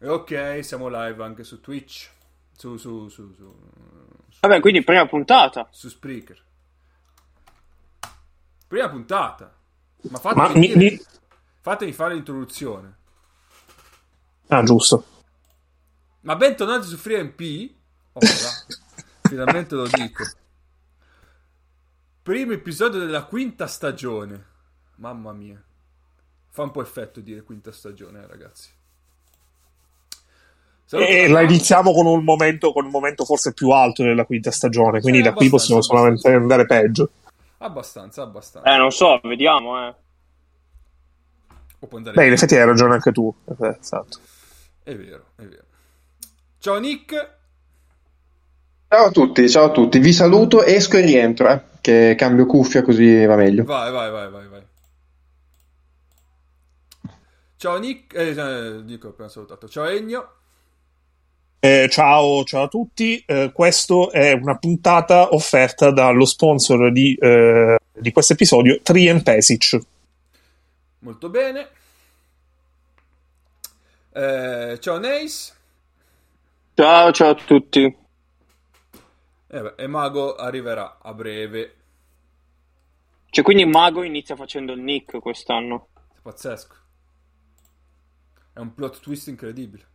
E ok, siamo live anche su Twitch, Vabbè, quindi prima puntata. su Spreaker. Prima puntata. Ma Ma fatemi dire, fatemi fare l'introduzione. Ah, giusto. Ma bentornati su FreeMP. Ora, finalmente lo dico. Primo episodio della quinta stagione. Mamma mia. Fa un po' effetto dire quinta stagione, ragazzi. E la iniziamo con un momento forse più alto della quinta stagione, quindi da qui possiamo solamente andare peggio. Abbastanza. Non so, vediamo, O può andare Beh, in peggio. effetti hai ragione anche tu. Esatto. È vero. Ciao Nick. Ciao a tutti, vi saluto, esco e rientro, che cambio cuffia così va meglio. Vai. Ciao Nick, Nick ho appena salutato. Ciao Ennio. Ciao a tutti, questo è una puntata offerta dallo sponsor di questo episodio, Trian Pesic. Molto bene. Ciao Neis. Ciao a tutti. E Mago arriverà a breve. Cioè, quindi Mago inizia facendo il Nick quest'anno. È pazzesco. È un plot twist incredibile.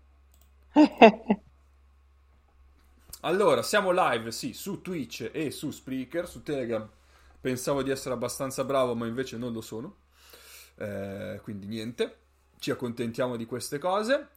Allora, siamo live, sì, su Twitch e su Spreaker. Su Telegram pensavo di essere abbastanza bravo, ma invece non lo sono. Quindi niente, ci accontentiamo di queste cose.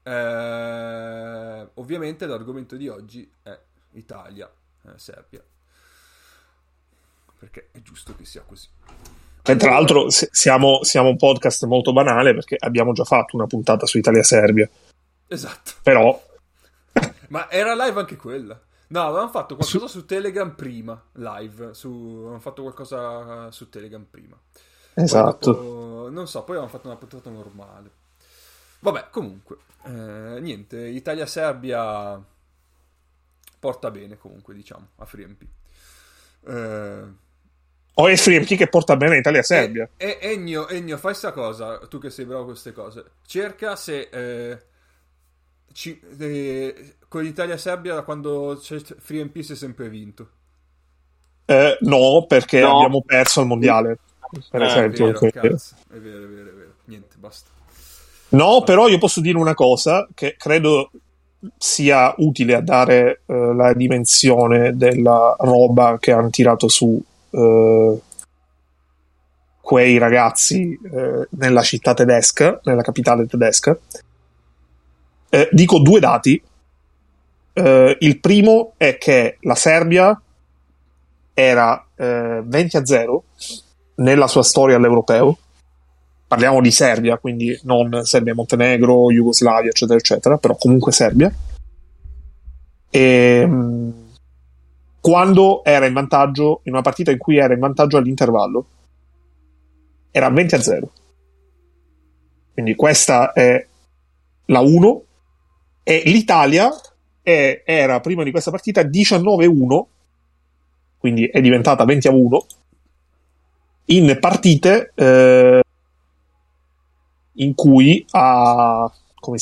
Ovviamente l'argomento di oggi è Italia, Serbia. Perché è giusto che sia così. E tra l'altro siamo un podcast molto banale perché abbiamo già fatto una puntata su Italia-Serbia. Esatto. Però... Ma era live anche quella? No, avevamo fatto qualcosa su Telegram prima, live. Avevamo fatto qualcosa su Telegram prima. Esatto. Poi dopo, non so, poi avevamo fatto una puntata normale. Vabbè, comunque. Niente, Italia-Serbia porta bene comunque, diciamo, a FreeMP. O è FreeMP che porta bene Italia-Serbia. Ennio, fai sta cosa, tu che sei bravo con queste cose. Cerca se... con l'Italia-Serbia da quando c'è FreeMP si è sempre vinto. No, perché No. abbiamo perso il mondiale, per esempio. È vero. Niente, basta. No, però io posso dire una cosa che credo sia utile a dare la dimensione della roba che hanno tirato su quei ragazzi nella città tedesca, nella capitale tedesca. Dico due dati. Il primo è che la Serbia era 20-0 nella sua storia all'europeo. Parliamo di Serbia, quindi non Serbia, Montenegro, Jugoslavia, eccetera, eccetera, però comunque Serbia. E quando era in vantaggio, in una partita in cui era in vantaggio all'intervallo, era 20-0. Quindi questa è la 1. E l'Italia era prima di questa partita 19-1, quindi è diventata 20-1 in partite in cui ha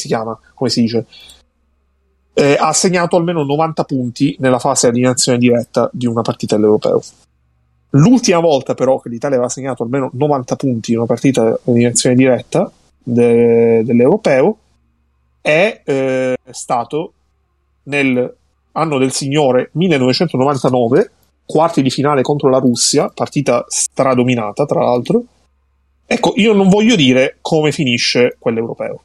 segnato almeno 90 punti nella fase di eliminazione diretta di una partita all'europeo. L'ultima volta però che l'Italia aveva segnato almeno 90 punti in una partita di eliminazione diretta dell'europeo è stato nel anno del Signore 1999, quarti di finale contro la Russia, partita stradominata tra l'altro. Ecco, io non voglio dire come finisce quell'europeo.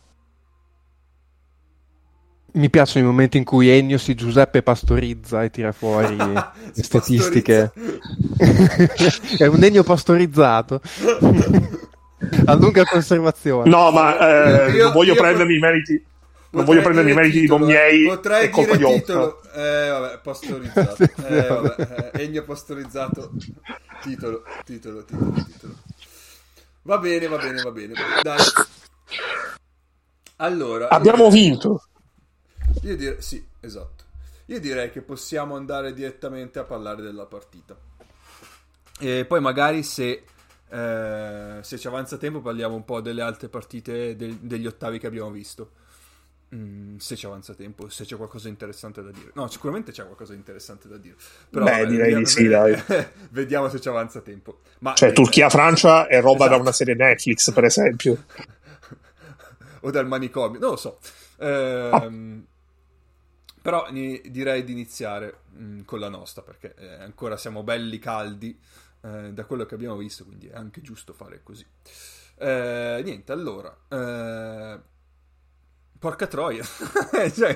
Mi piacciono i momenti in cui Ennio si Giuseppe pastorizza e tira fuori le statistiche. È un Ennio pastorizzato. A lunga conservazione. No, ma non voglio prendermi i meriti. Non voglio prendermi i meriti non miei. Potrei è colpa dire di titolo. Vabbè, pastorizzato. Ennio pastorizzato. Titolo. Va bene. Dai. Allora. Abbiamo vinto. Io direi, sì, esatto. Io direi che possiamo andare direttamente a parlare della partita. E poi magari se ci avanza tempo parliamo un po' delle altre partite degli ottavi che abbiamo visto. se ci avanza tempo, se c'è qualcosa di interessante da dire. No, sicuramente c'è qualcosa di interessante da dire. Però, Beh, direi di sì, dai. Vediamo se ci avanza tempo. Ma, cioè, Turchia-Francia è roba esatto. Da una serie Netflix, per esempio. O dal manicomio, non lo so. Però direi di iniziare con la nostra, perché ancora siamo belli caldi da quello che abbiamo visto, quindi è anche giusto fare così. Niente, allora... porca troia. Cioè,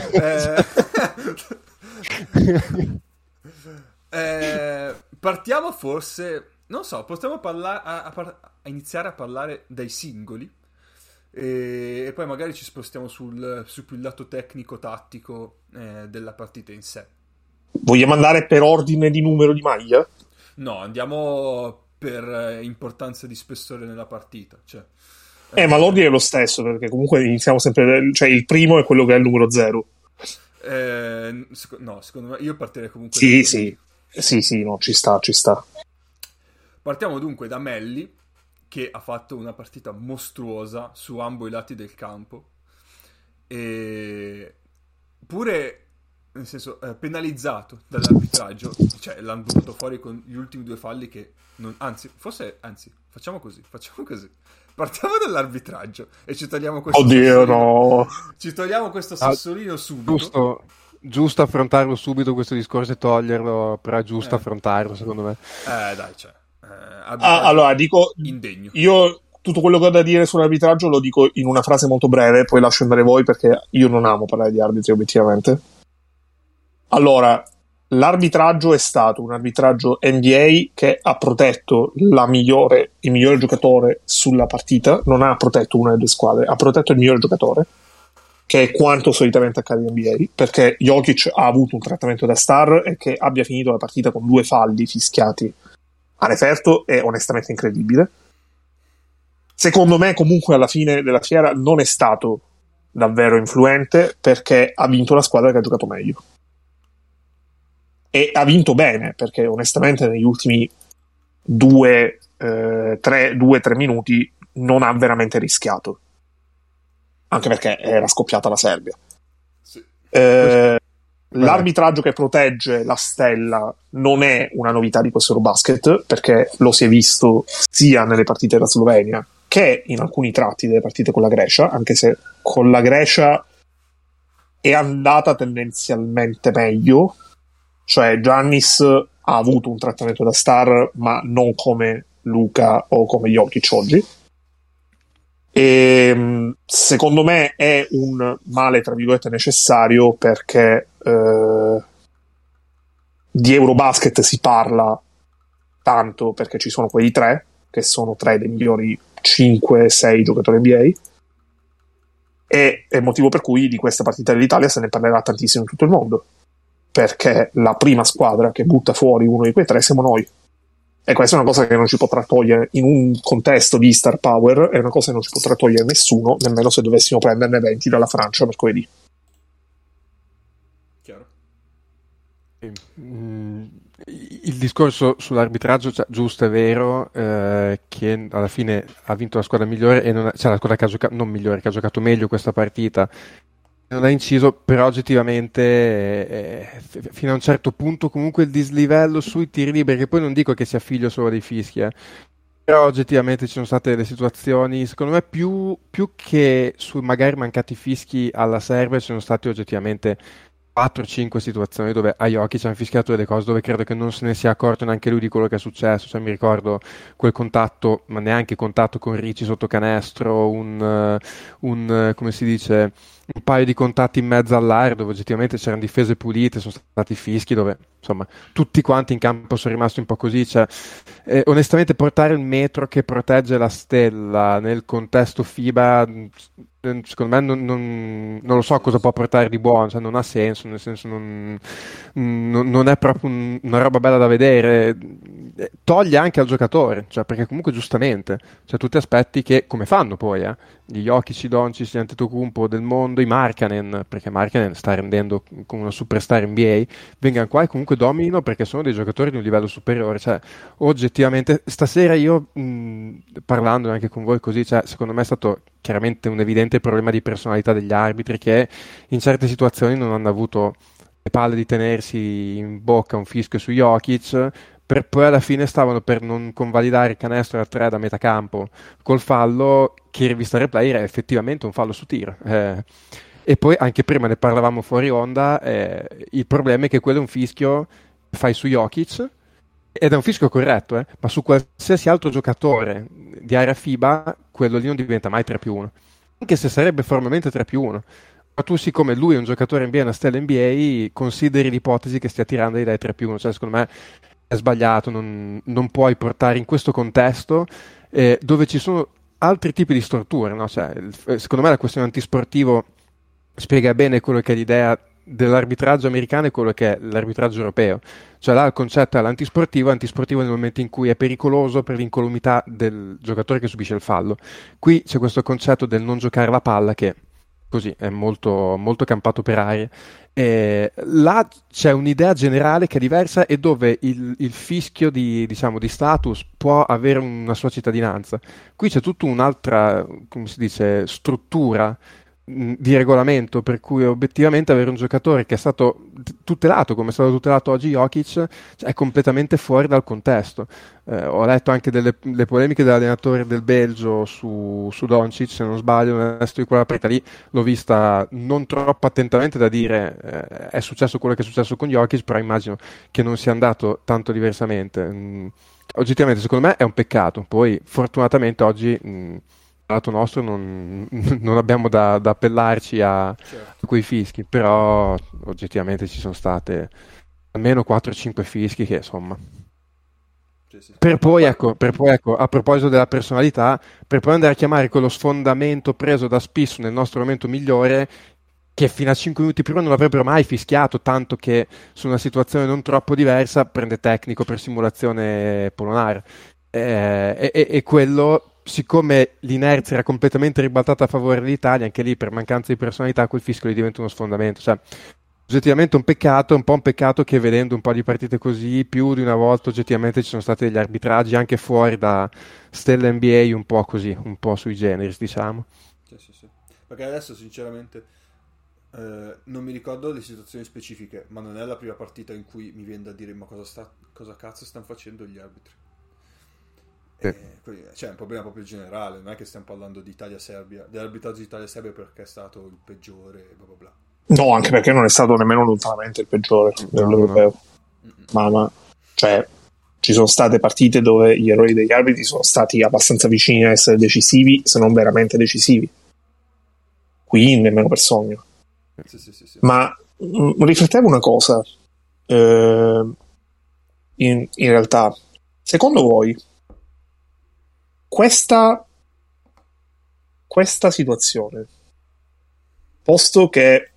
partiamo forse... Non so, possiamo a iniziare a parlare dai singoli e poi magari ci spostiamo su più il lato tecnico-tattico della partita in sé. Vogliamo andare per ordine di numero di maglia? No, andiamo per importanza di spessore nella partita. Cioè, Ma l'ordine è lo stesso, perché comunque iniziamo sempre... Cioè, il primo è quello che è il numero 0. No, secondo me io partirei comunque Sì, no, ci sta. Partiamo dunque da Melli, che ha fatto una partita mostruosa su ambo i lati del campo, e pure, nel senso, penalizzato dall'arbitraggio, cioè l'hanno buttato fuori con gli ultimi 2 falli che anzi, facciamo così, partiamo dall'arbitraggio e ci togliamo questo no. Ci togliamo questo sassolino subito. Giusto affrontarlo subito questo discorso e toglierlo, però è giusto affrontarlo, secondo me. Dai, cioè. Allora, dico, indegno. Io tutto quello che ho da dire sull'arbitraggio lo dico in una frase molto breve, poi lascio andare voi perché io non amo parlare di arbitri obiettivamente. Allora, l'arbitraggio è stato un arbitraggio NBA che ha protetto il migliore giocatore sulla partita, non ha protetto una delle 2 squadre, ha protetto il migliore giocatore, che è quanto solitamente accade in NBA, perché Jokic ha avuto un trattamento da star e che abbia finito la partita con 2 falli fischiati a referto è onestamente incredibile. Secondo me comunque alla fine della fiera non è stato davvero influente, perché ha vinto la squadra che ha giocato meglio e ha vinto bene, perché onestamente negli ultimi 2-3 minuti non ha veramente rischiato, anche perché era scoppiata la Serbia. Sì. L'arbitraggio che protegge la stella non è una novità di questo Eurobasket, perché lo si è visto sia nelle partite della Slovenia che in alcuni tratti delle partite con la Grecia, anche se con la Grecia è andata tendenzialmente meglio, cioè Giannis ha avuto un trattamento da star, ma non come Luka o come Jokic oggi. E secondo me è un male tra virgolette necessario, perché di Eurobasket si parla tanto perché ci sono quei 3 che sono 3 dei migliori 5-6 giocatori NBA, e è il motivo per cui di questa partita dell'Italia se ne parlerà tantissimo in tutto il mondo, perché la prima squadra che butta fuori uno di quei 3 siamo noi. E questa è una cosa che non ci potrà togliere in un contesto di star power, è una cosa che non ci potrà togliere nessuno, nemmeno se dovessimo prenderne 20 dalla Francia mercoledì. Chiaro. Il discorso sull'arbitraggio, cioè, giusto, è vero, che alla fine ha vinto la squadra migliore e la squadra che ha giocato, non migliore, che ha giocato meglio questa partita. Non ha inciso, però oggettivamente fino a un certo punto comunque il dislivello sui tiri liberi, che poi non dico che sia figlio solo dei fischi, però oggettivamente ci sono state delle situazioni, secondo me più che su magari mancati fischi alla Serbia, ci sono stati oggettivamente 4-5 situazioni dove a Jokic hanno fischiato delle cose dove credo che non se ne sia accorto neanche lui di quello che è successo. Cioè, mi ricordo quel contatto, ma neanche contatto con Ricci sotto canestro, un come si dice, un paio di contatti in mezzo all'area dove oggettivamente c'erano difese pulite, sono stati fischi dove insomma tutti quanti in campo sono rimasti un po' così. Cioè, onestamente portare il metro che protegge la stella nel contesto FIBA, secondo me non lo so cosa può portare di buono, cioè non ha senso, nel senso non è proprio una roba bella da vedere, toglie anche al giocatore, cioè, perché comunque giustamente, cioè tu ti aspetti che, come fanno poi, gli Jokic, i Doncic, gli Antetokounmpo del mondo, i Markkanen, perché Markkanen sta rendendo come una superstar NBA, vengano qua e comunque dominino perché sono dei giocatori di un livello superiore. Cioè, oggettivamente, stasera io, parlando anche con voi così, cioè, secondo me è stato chiaramente un evidente problema di personalità degli arbitri che in certe situazioni non hanno avuto le palle di tenersi in bocca un fischio su Jokic, per poi alla fine stavano per non convalidare il canestro a 3 da metà campo col fallo che rivista replay era effettivamente un fallo su tiro. E poi anche prima ne parlavamo fuori onda, il problema è che quello è un fischio che fai su Jokic ed è un fischio corretto, ma su qualsiasi altro giocatore di area FIBA quello lì non diventa mai 3+1, anche se sarebbe formalmente 3+1. Ma tu, siccome lui è un giocatore NBA, una stella NBA, consideri l'ipotesi che stia tirando dai 3+1. Cioè, secondo me è sbagliato, non puoi portare in questo contesto dove ci sono altri tipi di storture, no? Cioè, secondo me la questione antisportivo spiega bene quello che è l'idea dell'arbitraggio americano e quello che è l'arbitraggio europeo. Cioè là il concetto è antisportivo nel momento in cui è pericoloso per l'incolumità del giocatore che subisce il fallo. Qui c'è questo concetto del non giocare la palla che così è molto, molto campato per aria. Là c'è un'idea generale che è diversa e dove il fischio di status può avere una sua cittadinanza. Qui c'è tutta un'altra, come si dice, struttura di regolamento per cui obiettivamente avere un giocatore che è stato tutelato come è stato tutelato oggi Jokic, cioè, è completamente fuori dal contesto. Ho letto anche le polemiche dell'allenatore del Belgio su Doncic, se non sbaglio, adesso di quella partita lì l'ho vista non troppo attentamente da dire è successo quello che è successo con Jokic, però immagino che non sia andato tanto diversamente. Oggettivamente secondo me è un peccato, poi fortunatamente oggi lato nostro non abbiamo da appellarci a quei fischi, però oggettivamente ci sono state almeno 4-5 fischi che insomma sì. per poi ecco a proposito della personalità, per poi andare a chiamare quello sfondamento preso da Spissu nel nostro momento migliore che fino a 5 minuti prima non avrebbero mai fischiato, tanto che su una situazione non troppo diversa prende tecnico per simulazione polonare e quello, siccome l'inerzia era completamente ribaltata a favore dell'Italia, anche lì per mancanza di personalità quel fischio gli diventa uno sfondamento. Cioè, oggettivamente un po' un peccato che vedendo un po' di partite così più di una volta oggettivamente ci sono stati degli arbitraggi anche fuori da stella NBA un po' così, un po' sui generis, diciamo. Sì. Perché adesso sinceramente non mi ricordo le situazioni specifiche, ma non è la prima partita in cui mi viene da dire ma cosa cazzo stanno facendo gli arbitri. C'è un problema proprio generale, non è che stiamo parlando di Italia-Serbia, dell'arbitraggio di Italia-Serbia perché è stato il peggiore, bla bla bla. No, anche perché non è stato nemmeno lontanamente il peggiore dell'europeo. Ma cioè, ci sono state partite dove gli errori degli arbitri sono stati abbastanza vicini a essere decisivi, se non veramente decisivi. Qui nemmeno per sogno. Sì. Ma riflettevo una cosa. In realtà, secondo voi questa situazione, posto che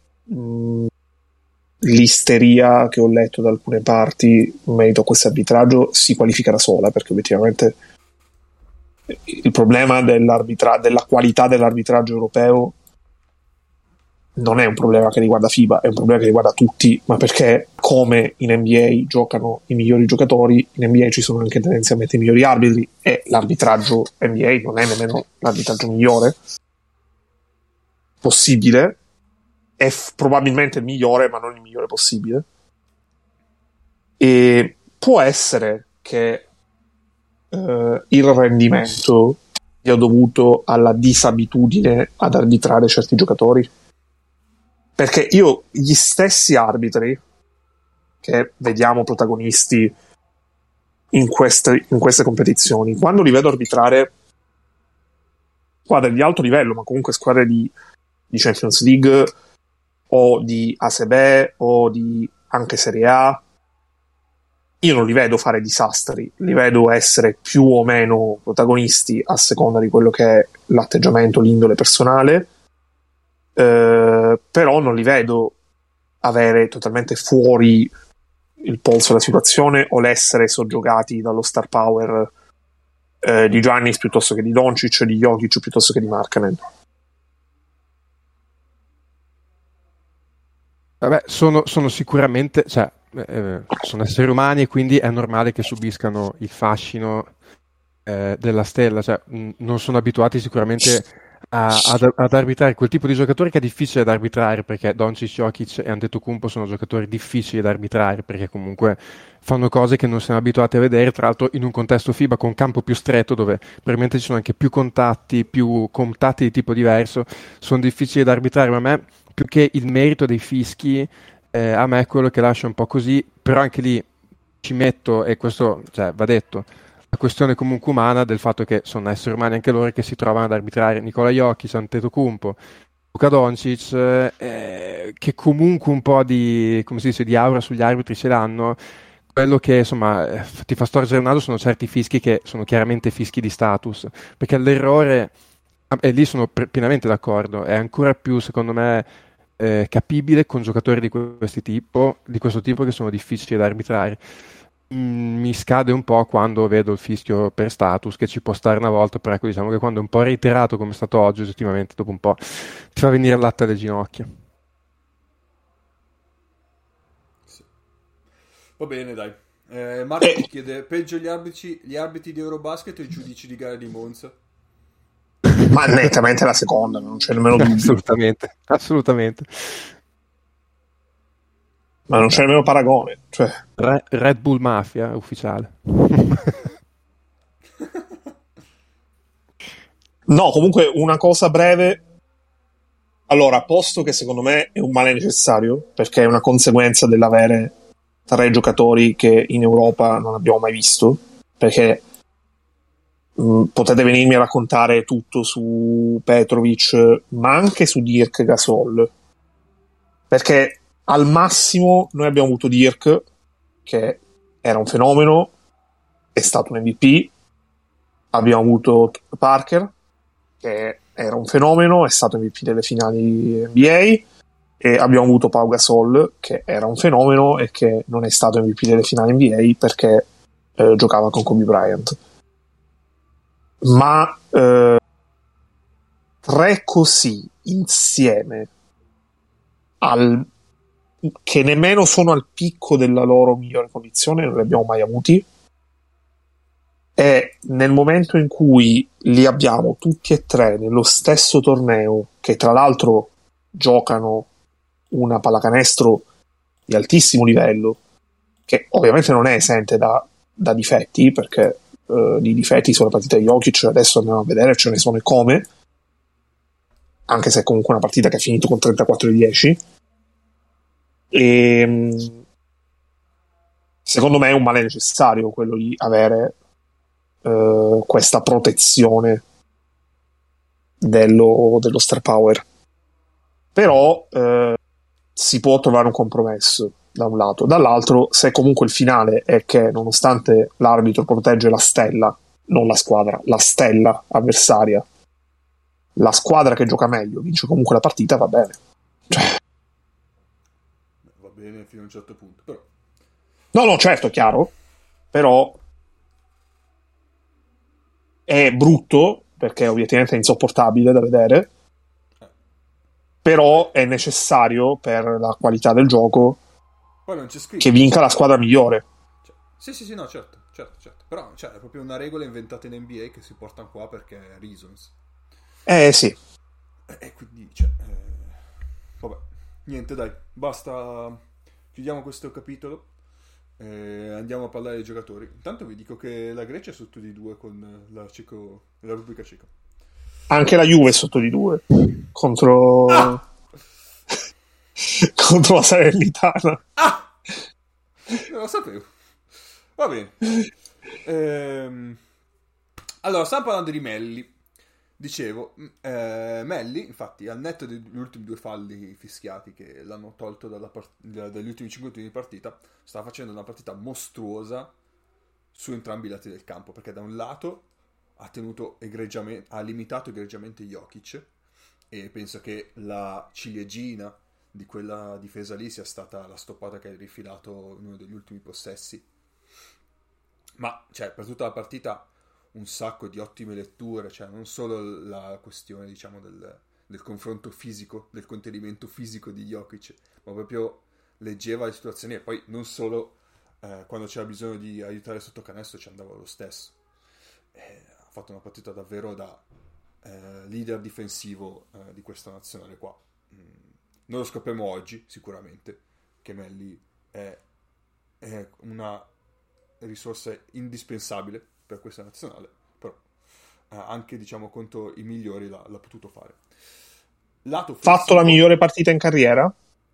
l'isteria che ho letto da alcune parti in merito a questo arbitraggio si qualifica da sola, perché obiettivamente il problema della qualità dell'arbitraggio europeo non è un problema che riguarda FIBA, è un problema che riguarda tutti, ma perché come in NBA giocano i migliori giocatori, in NBA ci sono anche tendenzialmente i migliori arbitri e l'arbitraggio NBA non è nemmeno l'arbitraggio migliore possibile, è probabilmente il migliore ma non il migliore possibile, e può essere che il rendimento sia dovuto alla disabitudine ad arbitrare certi giocatori. Perché io, gli stessi arbitri che vediamo protagonisti in queste competizioni, quando li vedo arbitrare squadre di alto livello, ma comunque squadre di Champions League o di ASB o di anche Serie A, io non li vedo fare disastri, li vedo essere più o meno protagonisti a seconda di quello che è l'atteggiamento, l'indole personale. Però non li vedo avere totalmente fuori il polso della situazione o l'essere soggiogati dallo star power di Giannis piuttosto che di Doncic, di Jokic piuttosto che di Markkanen. Vabbè, sono sicuramente, cioè, sono esseri umani e quindi è normale che subiscano il fascino della stella, cioè, non sono abituati sicuramente ad arbitrare quel tipo di giocatori che è difficile da arbitrare, perché Doncic, Jokic e Antetokounmpo sono giocatori difficili da arbitrare, perché comunque fanno cose che non siamo abituati a vedere, tra l'altro in un contesto FIBA con campo più stretto, dove probabilmente ci sono anche più contatti di tipo diverso, sono difficili da arbitrare, ma a me più che il merito dei fischi, a me è quello che lascia un po' così, però anche lì ci metto, e questo cioè, va detto, la questione comunque umana del fatto che sono esseri umani anche loro che si trovano ad arbitrare Nicola Jokic, Antetokounmpo, Luka Doncic, che comunque un po' di, come si dice, di aura sugli arbitri ce l'hanno. Quello che insomma ti fa storcere il naso sono certi fischi che sono chiaramente fischi di status, perché l'errore, e lì sono pienamente d'accordo, è ancora più secondo me capibile con giocatori di questo tipo che sono difficili da arbitrare. Mi scade un po' quando vedo il fischio per status, che ci può stare una volta, però ecco, diciamo che quando è un po' reiterato come è stato oggi, oggettivamente dopo un po' ti fa venire il latte alle ginocchia. Sì. Va bene, dai. Marco ti chiede, peggio gli arbitri di Eurobasket o i giudici di gare di Monza? Ma nettamente la seconda, non c'è nemmeno dubbio. Assolutamente, assolutamente. Ma non c'è nemmeno paragone. Cioè. Red Bull Mafia ufficiale. No, comunque una cosa breve. Allora, posto che secondo me è un male necessario, perché è una conseguenza dell'avere 3 giocatori che in Europa non abbiamo mai visto, perché potete venirmi a raccontare tutto su Petrovic, ma anche su Dirk Gasol, perché al massimo noi abbiamo avuto Dirk, che era un fenomeno, è stato un MVP, abbiamo avuto Parker, che era un fenomeno, è stato MVP delle finali NBA, e abbiamo avuto Pau Gasol, che era un fenomeno e che non è stato MVP delle finali NBA perché giocava con Kobe Bryant. Ma 3 così insieme che nemmeno sono al picco della loro migliore condizione, non li abbiamo mai avuti, e nel momento in cui li abbiamo tutti e 3 nello stesso torneo, che tra l'altro giocano una pallacanestro di altissimo livello, che ovviamente non è esente da difetti, perché di difetti sulla partita di Jokic adesso andiamo a vedere, ce ne sono e come, anche se è comunque una partita che ha finito con 34-10. E secondo me è un male necessario quello di avere questa protezione dello star power, però si può trovare un compromesso da un lato, dall'altro se comunque il finale è che nonostante l'arbitro protegge la stella, non la squadra, la stella avversaria, la squadra che gioca meglio vince comunque la partita, va bene, cioè. Va bene fino a un certo punto, però No, certo, chiaro, però è brutto perché obiettivamente è insopportabile da vedere, però è necessario per la qualità del gioco. Poi non c'è scritto che vinca la squadra migliore. sì, no, certo, però cioè, è proprio una regola inventata in NBA che si porta qua perché reasons. Sì. E quindi cioè, vabbè, niente, dai, basta, chiudiamo questo capitolo. Andiamo a parlare dei giocatori. Intanto vi dico che la Grecia è sotto di 2 con la Repubblica Ceca. Anche la Juve è sotto di 2 contro contro la Salernitana. Non lo sapevo. Va bene. Allora, stiamo parlando di Melli. Dicevo, Melli, infatti, al netto degli ultimi 2 falli fischiati che l'hanno tolto dagli ultimi 5 minuti di partita, sta facendo una partita mostruosa su entrambi i lati del campo, perché da un lato ha limitato egregiamente Jokic, e penso che la ciliegina di quella difesa lì sia stata la stoppata che ha rifilato in uno degli ultimi possessi. Ma, cioè, per tutta la partita un sacco di ottime letture, cioè non solo la questione, diciamo, del confronto fisico, del contenimento fisico di Jokic, ma proprio leggeva le situazioni, e poi non solo quando c'era bisogno di aiutare sotto canestro ci andava lo stesso. Ha fatto una partita davvero da leader difensivo di questa nazionale qua. Non lo scopriamo oggi sicuramente che Melli è una risorsa indispensabile per questa nazionale, però anche diciamo contro i migliori l'ha potuto fare. Lato offensivo, fatto la migliore partita in carriera?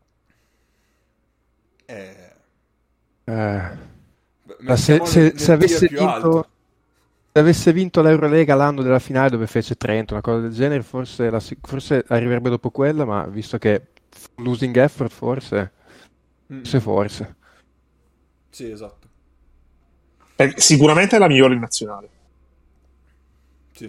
Ma se avesse vinto l'Eurolega l'anno della finale dove fece Trento, una cosa del genere, forse arriverebbe dopo quella, ma visto che losing effort forse. Sì, esatto. Sicuramente è la migliore in nazionale. Sì.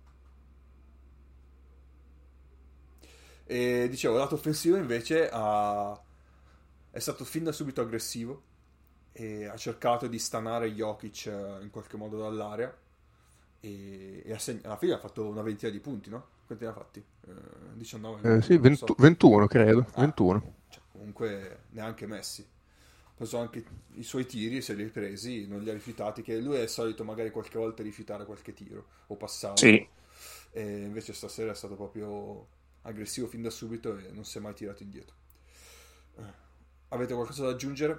E dicevo, lato offensivo invece è stato fin da subito aggressivo e ha cercato di stanare Jokic in qualche modo dall'area e alla fine ha fatto una ventina di punti, no? Quanti ne ha fatti? 19? Sì, 21 credo, 21. Cioè, comunque neanche messi. Ha preso anche i suoi tiri, se li ha presi, non li ha rifiutati, che lui è solito magari qualche volta rifiutare qualche tiro o passato. Sì. E invece stasera è stato proprio aggressivo fin da subito e non si è mai tirato indietro. Avete qualcosa da aggiungere?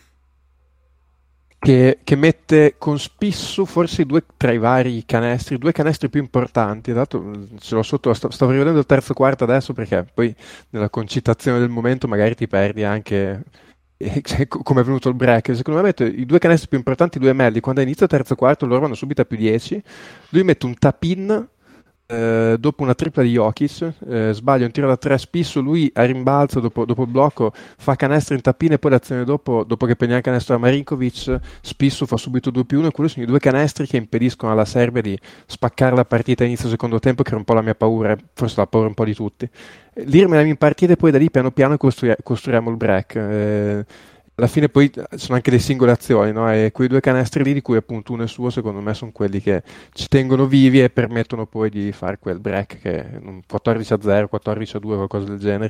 Che mette con Spissu forse due tra i vari canestri, due canestri più importanti. Dato, ce l'ho sotto, stavo rivedendo il terzo quarto adesso perché poi nella concitazione del momento magari ti perdi anche come è venuto il break. Secondo me mette i due canestri più importanti, due Melli. Quando inizia il terzo quarto loro vanno subito a più 10. Lui mette un tap-in dopo una tripla di Jokic, sbaglia un tiro da 3 Spissu, lui a rimbalzo dopo il blocco fa canestro in tappine, e poi l'azione dopo che pegna il canestro a Marinkovic, Spissu fa subito 2+1 e quelli sono i due canestri che impediscono alla Serbia di spaccare la partita a inizio secondo tempo, che era un po' la mia paura, forse la paura un po' di tutti. Lì rimaniamo in partita e poi da lì piano piano costruiamo il break. Alla fine poi sono anche le singole azioni, no? E quei due canestri lì, di cui appunto uno è suo, secondo me sono quelli che ci tengono vivi e permettono poi di fare quel break che è un 14-0, 14-2, qualcosa del genere.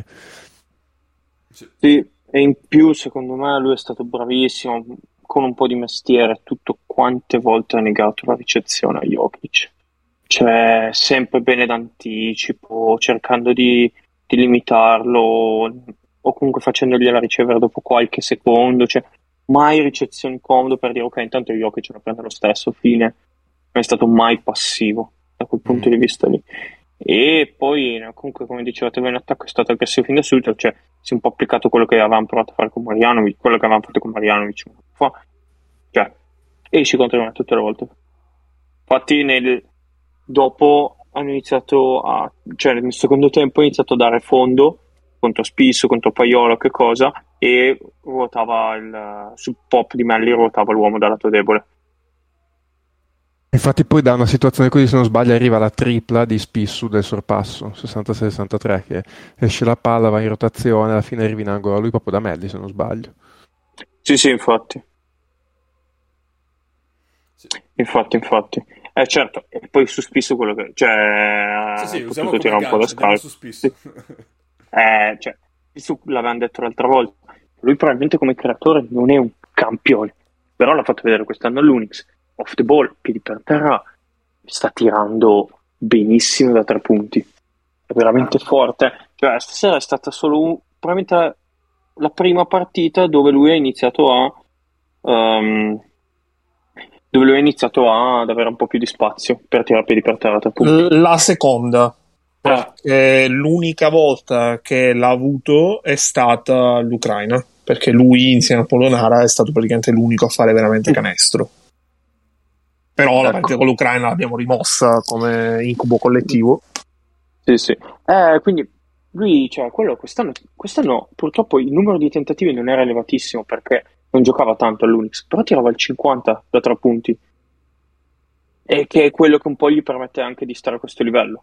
Sì, e in più secondo me lui è stato bravissimo, con un po' di mestiere, tutto quante volte ha negato la ricezione a Jokic. Cioè, sempre bene d'anticipo, cercando di limitarlo, o comunque facendogliela ricevere dopo qualche secondo, cioè mai ricezioni comode per dire ok, intanto Jokic la prende lo stesso, fine. Non è stato mai passivo da quel punto di vista lì. E poi comunque, come dicevate voi, in attacco è stato aggressivo fin da subito, cioè si è un po' applicato quello che avevamo provato a fare con Marjanovic, quello che avevamo fatto con Marjanovic un po' fa, cioè esci contro me tutte le volte. Infatti dopo hanno iniziato cioè nel secondo tempo ha iniziato a dare fondo contro Spissu, contro Paiolo, che cosa, e ruotava sul pop di Melli, ruotava l'uomo dal lato debole. Infatti poi da una situazione così, se non sbaglio, arriva la tripla di Spissu del sorpasso 66-63, che esce la palla, va in rotazione, alla fine arriva in angolo a lui proprio da Melli, se non sbaglio. Sì, infatti. Sì. Infatti. Certo, e poi su Spissu quello che... Cioè, sì, ha usiamo potuto tirare un po' da scala. su Spissu. Cioè, Spissu l'avevamo detto l'altra volta, lui probabilmente come creatore non è un campione, però l'ha fatto vedere quest'anno all'Unix, off the ball, piedi per terra, sta tirando benissimo da 3 punti, è veramente forte. Cioè stasera è stata solo probabilmente la prima partita dove lui ha iniziato ad avere un po' più di spazio per tirare piedi per terra da 3 punti. La seconda, perché l'unica volta che l'ha avuto è stata l'Ucraina, perché lui insieme a Polonara è stato praticamente l'unico a fare veramente canestro. Però la partita con l'Ucraina l'abbiamo rimossa come incubo collettivo. Sì. Quindi lui, cioè, quello quest'anno purtroppo il numero di tentativi non era elevatissimo perché non giocava tanto all'Unix, però tirava il 50 da 3 punti, e che è quello che un po' gli permette anche di stare a questo livello.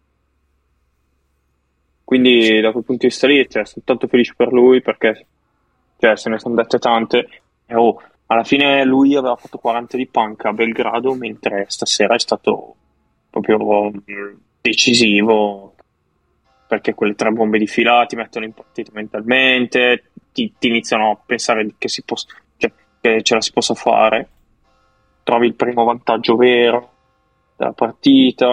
Quindi da quel punto di vista lì, cioè, sono tanto felice per lui, perché se ne sono dette tante, e alla fine lui aveva fatto 40 di panca a Belgrado, mentre stasera è stato proprio decisivo. perché quelle 3 bombe di fila ti mettono in partita mentalmente, ti iniziano a pensare che cioè, che ce la si possa fare, trovi il primo vantaggio vero della partita.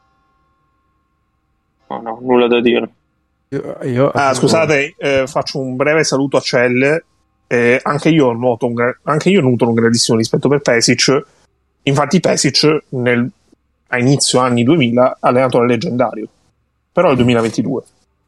No, nulla da dire. Scusate, faccio un breve saluto a Celle. Anche io nuto un grandissimo rispetto per Pesic. Infatti Pesic a inizio anni 2000 ha allenatore leggendario, però è il 2022.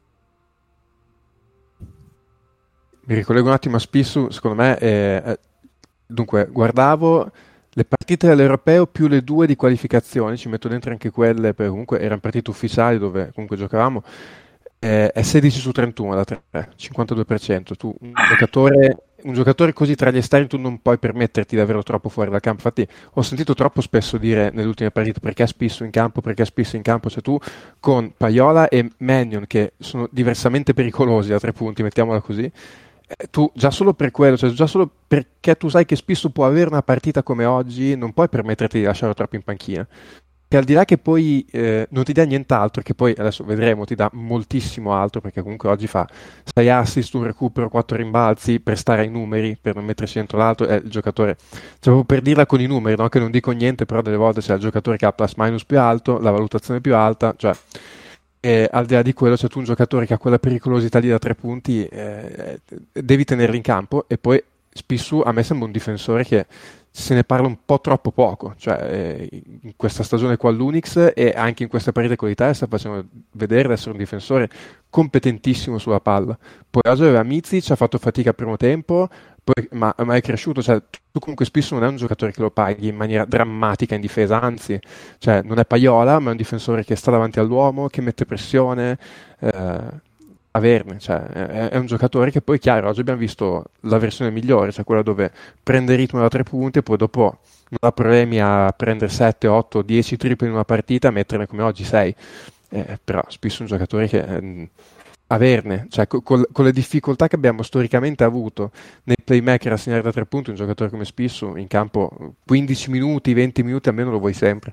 Mi ricollego un attimo a Spissu, secondo me dunque guardavo le partite dell'Europeo più le 2 di qualificazione, ci metto dentro anche quelle perché comunque erano partite ufficiali dove comunque giocavamo, è 16 su 31 da 3, 52%. Tu, un giocatore così tra gli esterni tu non puoi permetterti di averlo troppo fuori dal campo. Infatti ho sentito troppo spesso dire nelle ultime partite perché Spissu in campo, cioè tu con Paiola e Mannion che sono diversamente pericolosi a 3 punti, mettiamola così, tu già solo per quello, cioè già solo perché tu sai che Spissu può avere una partita come oggi, non puoi permetterti di lasciarlo troppo in panchina. Che al di là che poi non ti dà nient'altro, che poi adesso vedremo, ti dà moltissimo altro, perché comunque oggi fa 6 assist, un recupero, 4 rimbalzi, per stare ai numeri, per non mettersi dentro l'altro, è il giocatore, cioè proprio per dirla con i numeri, no? Che non dico niente, però delle volte c'è il giocatore che ha plus minus più alto, la valutazione più alta, cioè al di là di quello c'è tu un giocatore che ha quella pericolosità lì da 3 punti, devi tenerlo in campo. E poi Spissu a me sembra un difensore che se ne parla un po' troppo poco, cioè in questa stagione qua all'Unix e anche in questa partita con l'Italia sta facendo vedere di essere un difensore competentissimo sulla palla. Poi oggi aveva Mizic, ha fatto fatica al primo tempo, poi, ma è cresciuto, cioè tu comunque Spissu non è un giocatore che lo paghi in maniera drammatica in difesa, anzi, cioè non è Paiola, ma è un difensore che sta davanti all'uomo, che mette pressione, averne, cioè è un giocatore che poi, chiaro, oggi abbiamo visto la versione migliore, cioè quella dove prende ritmo da 3 punti e poi dopo non ha problemi a prendere 7, 8, 10 triple in una partita e metterne come oggi 6, però Spissu è un giocatore che averne, cioè con le difficoltà che abbiamo storicamente avuto nei playmaker a segnare da 3 punti, un giocatore come Spissu in campo 15 minuti, 20 minuti almeno lo vuoi sempre.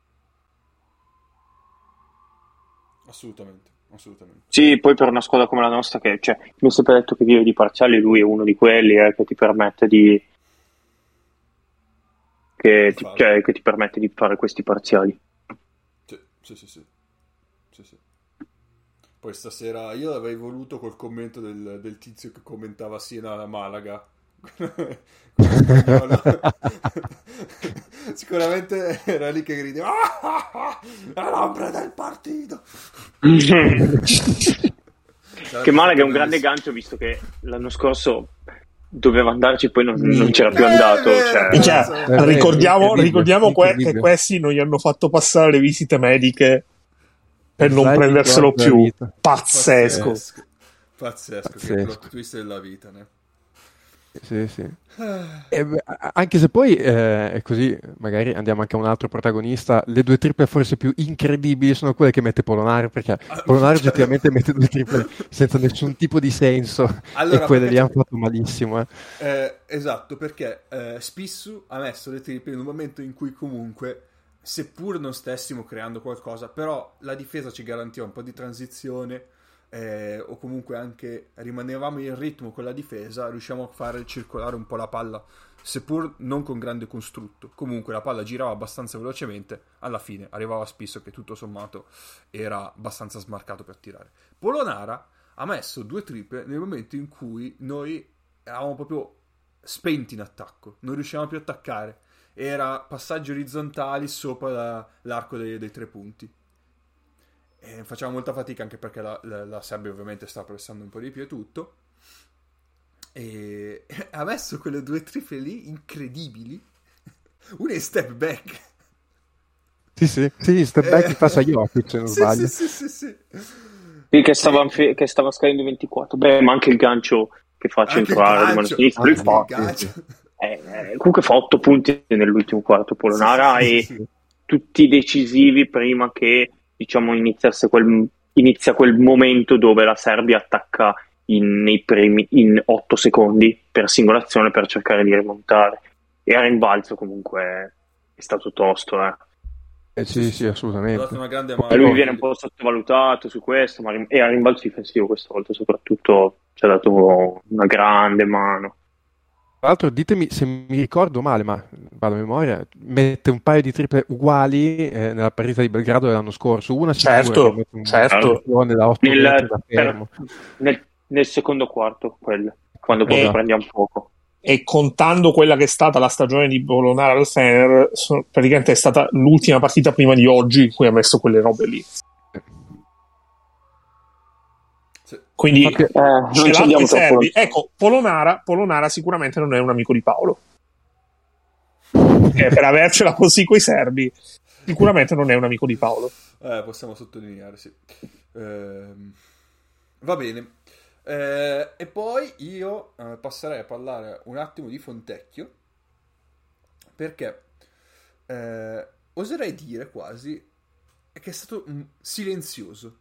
Assolutamente. Sì, poi per una squadra come la nostra che, cioè, mi è sempre detto che vive di parziali, lui è uno di quelli che ti permette che ti permette di fare questi parziali. Sì. Poi stasera io l'avrei voluto col commento del tizio che commentava Siena alla Malaga. Sicuramente era lì che gridava è l'ombra del partito. Che Malaga è un grande gancio, visto che l'anno scorso doveva andarci, poi non c'era più andato, ricordiamo che questi non gli hanno fatto passare le visite mediche per non prenderselo più. Pazzesco. Che plot twist della vita, ne? Sì. Anche se poi è così, magari andiamo anche a un altro protagonista. Le 2 triple forse più incredibili sono quelle che mette Polonara, perché Polonara oggettivamente mette 2 triple senza nessun tipo di senso, allora, e quelle lì hanno fatto malissimo. Esatto, perché Spissu ha messo le triple in un momento in cui comunque, seppur non stessimo creando qualcosa, però la difesa ci garantiva un po' di transizione, o comunque anche rimanevamo in ritmo con la difesa, riusciamo a fare circolare un po' la palla, seppur non con grande costrutto. Comunque la palla girava abbastanza velocemente, alla fine arrivava Spissu che tutto sommato era abbastanza smarcato per tirare. Polonara ha messo 2 triple nel momento in cui noi eravamo proprio spenti in attacco, non riuscivamo più a attaccare, era passaggi orizzontali sopra l'arco dei 3 punti. E faceva molta fatica, anche perché la Serbia ovviamente sta pressando un po' di più e tutto, e ha messo quelle 2 triple lì incredibili, una in step back. Sì, step back in faccia a Jokic, se non sbaglio. Sì, che stava scadendo 24. Beh, ma anche il gancio che fa centrale di mano sinistra, lui fa comunque fa 8 punti nell'ultimo quarto Polonara, e tutti decisivi prima che, diciamo, inizia quel momento dove la Serbia attacca in 8 secondi per singola azione per cercare di rimontare, e a rimbalzo comunque è stato tosto. Sì, Ha assolutamente. dato una grande E mano. lui viene un po' sottovalutato su questo, e a rimbalzo difensivo questa volta soprattutto ci ha dato una grande mano. Tra l'altro, ditemi se mi ricordo male, ma vado a memoria, mette un paio di triple uguali nella partita di Belgrado dell'anno scorso. Una sicura Certo, che mette un certo. pallone da 8 metri da fermo. Nel secondo quarto, quando poi Esatto. prendiamo poco. E contando quella che è stata la stagione di Polonara al Fener, praticamente è stata l'ultima partita prima di oggi in cui ha messo quelle robe lì. Quindi Infatti, non ce ci l'ha andiamo coi serbi. troppo. Ecco, Polonara sicuramente non è un amico di Paolo. Per avercela così coi serbi, sicuramente non è un amico di Paolo. Possiamo sottolineare, sì. Va bene. E poi io passerei a parlare un attimo di Fontecchio, perché oserei dire quasi che è stato silenzioso.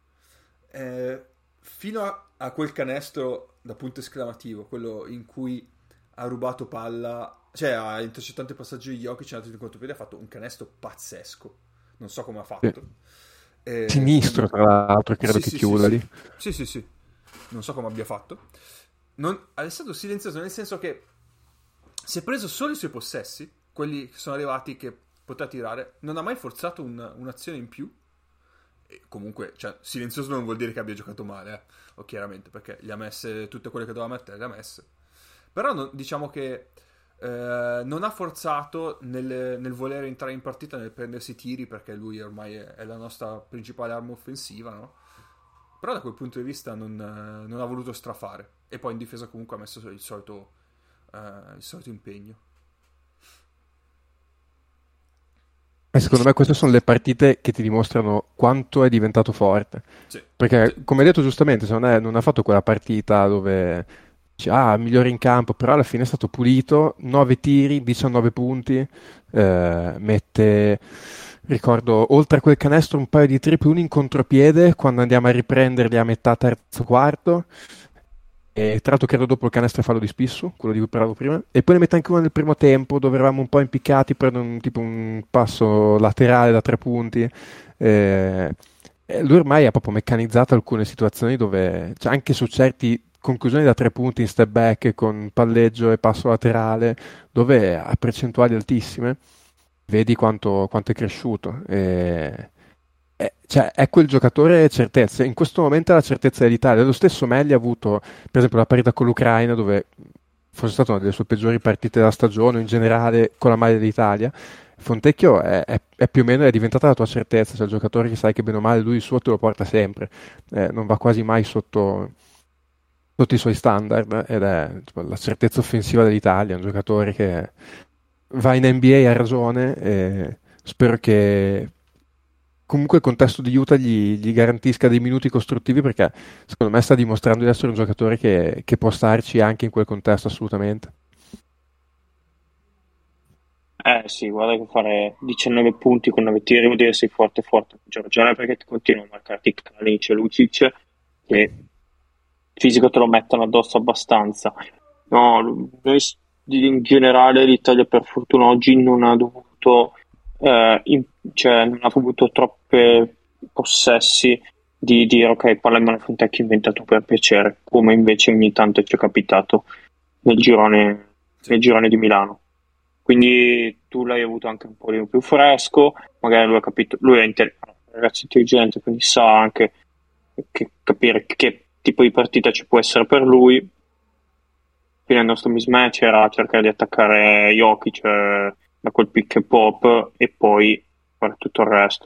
Fino a quel canestro da punto esclamativo, quello in cui ha rubato palla, cioè ha intercettato il passaggio di Jokic, è andato in contropiede, ha fatto un canestro pazzesco. Non so come ha fatto. Sinistro, tra l'altro, credo che chiuda lì. Sì. Non so come abbia fatto. È stato silenzioso nel senso che si è preso solo i suoi possessi, quelli che sono arrivati che poteva tirare, non ha mai forzato un'azione in più. E comunque, cioè, silenzioso non vuol dire che abbia giocato male, chiaramente, perché le ha messe tutte quelle che doveva mettere, le ha messe. Però diciamo che non ha forzato nel voler entrare in partita, nel prendersi tiri, perché lui ormai è la nostra principale arma offensiva, no? Però da quel punto di vista non ha voluto strafare. E poi in difesa comunque ha messo il solito impegno. E secondo me queste sono le partite che ti dimostrano quanto è diventato forte. Sì. Perché, come hai detto giustamente, non ha fatto quella partita dove dici, migliore in campo, però alla fine è stato pulito, 9 tiri, 19 punti, mette, ricordo, oltre a quel canestro un paio di triple, uno in contropiede, quando andiamo a riprenderli a metà terzo quarto, e tra l'altro credo dopo il canestro fallo di Spissu, quello di cui parlavo prima, e poi ne mette anche uno nel primo tempo dove eravamo un po' impiccati, prende un passo laterale da 3 punti, e lui ormai ha proprio meccanizzato alcune situazioni dove, cioè anche su certi conclusioni da 3 punti in step back con palleggio e passo laterale, dove ha percentuali altissime, vedi quanto è cresciuto. Cioè, è quel giocatore certezza. In questo momento è la certezza dell'Italia. Lo stesso Melli ha avuto, per esempio, la partita con l'Ucraina, dove forse è stata una delle sue peggiori partite della stagione, in generale con la maglia d'Italia. Fontecchio è più o meno è diventata la tua certezza, cioè il giocatore che sai che bene o male lui il suo te lo porta sempre, non va quasi mai sotto i suoi standard, ed è tipo, la certezza offensiva dell'Italia, un giocatore che va in NBA a ragione, e spero che comunque il contesto di Utah gli garantisca dei minuti costruttivi, perché secondo me sta dimostrando di essere un giocatore che può starci anche in quel contesto assolutamente. Sì, guarda che fare 19 punti con 9 tiri vuol dire sei forte, maggior ragione perché ti continuano a marcarti Kalinic e Lucic, che il fisico te lo mettono addosso abbastanza. No, noi in generale l'Italia per fortuna oggi non ha dovuto cioè non ha avuto troppe possessi di dire ok, parliamo Fontecchio inventato per piacere, come invece ogni tanto ci è capitato nel girone di Milano. Quindi tu l'hai avuto anche un po' più fresco, magari lui ha capito, lui è un ragazzo intelligente, quindi sa anche capire che tipo di partita ci può essere per lui. Quindi il nostro mismatch era cercare di attaccare Jokic da quel pick and pop e poi fare tutto il resto.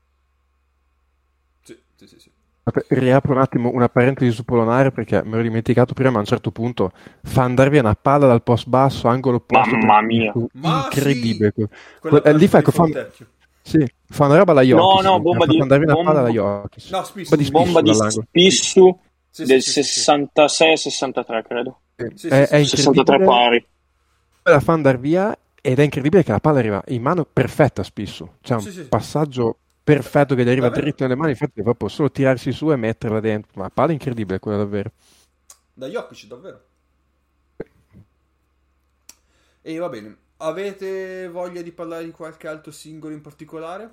Sì. Riapro un attimo una parentesi su Polonare, perché me l'ho dimenticato prima, ma a un certo punto fa andare via una palla dal post basso, angolo opposto. Mamma mia! Incredibile. Sì, lì fa una roba alla Jokic. No, bomba di... andare via una palla alla Jokic. No, Spissu. Bomba di Spissu del 66-63, credo. Sì. È 63 pari. La fa andare via, ed è incredibile che la palla arriva in mano perfetta a Spissu. C'è un passaggio perfetto che gli arriva dritto nelle mani, infatti è proprio solo tirarsi su e metterla dentro. Ma palla incredibile quella, davvero. Da Jokic, davvero. E va bene. Avete voglia di parlare di qualche altro singolo in particolare?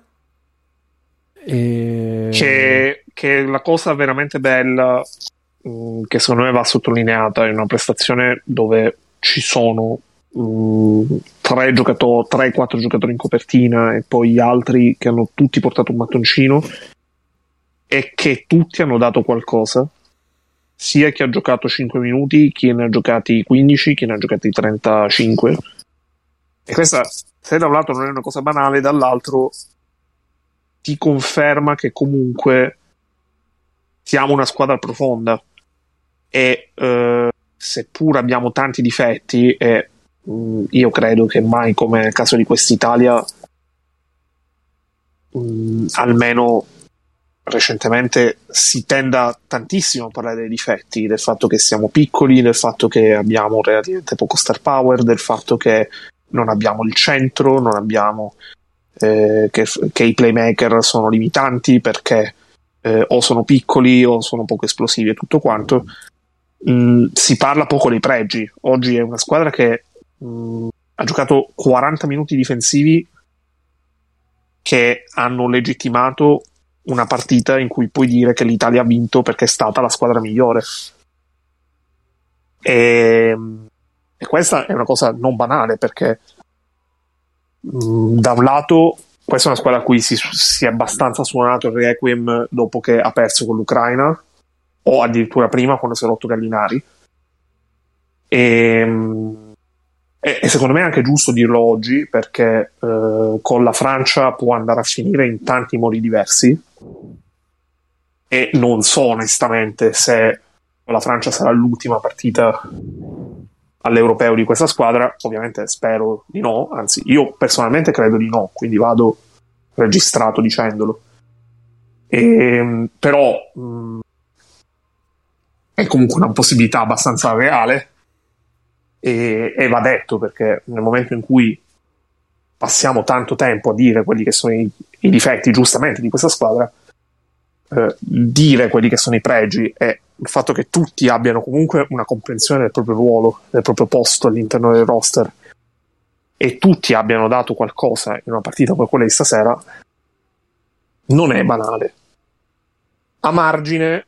Che la cosa veramente bella, che secondo me va sottolineata, è una prestazione dove ci sono 3-4 giocatori in copertina e poi gli altri che hanno tutti portato un mattoncino e che tutti hanno dato qualcosa, sia chi ha giocato 5 minuti, chi ne ha giocati 15, chi ne ha giocati 35. E questa, se da un lato non è una cosa banale, dall'altro ti conferma che comunque siamo una squadra profonda e seppur abbiamo tanti difetti, e io credo che mai come nel caso di quest'Italia, almeno recentemente, si tenda tantissimo a parlare dei difetti, del fatto che siamo piccoli, del fatto che abbiamo relativamente poco star power, del fatto che non abbiamo il centro, non abbiamo che i playmaker sono limitanti perché o sono piccoli o sono poco esplosivi e tutto quanto. Si parla poco dei pregi. Oggi è una squadra che ha giocato 40 minuti difensivi che hanno legittimato una partita in cui puoi dire che l'Italia ha vinto perché è stata la squadra migliore. E questa è una cosa non banale, perché da un lato questa è una squadra a cui si è abbastanza suonato il requiem dopo che ha perso con l'Ucraina, o addirittura prima, quando si è rotto Gallinari, e secondo me è anche giusto dirlo oggi, perché con la Francia può andare a finire in tanti modi diversi e non so onestamente se la Francia sarà l'ultima partita all'europeo di questa squadra. Ovviamente spero di no, anzi io personalmente credo di no, quindi vado registrato dicendolo. Però è comunque una possibilità abbastanza reale e va detto, perché nel momento in cui passiamo tanto tempo a dire quelli che sono i difetti giustamente di questa squadra, dire quelli che sono i pregi e il fatto che tutti abbiano comunque una comprensione del proprio ruolo, del proprio posto all'interno del roster, e tutti abbiano dato qualcosa in una partita come quella di stasera, non è banale. A margine,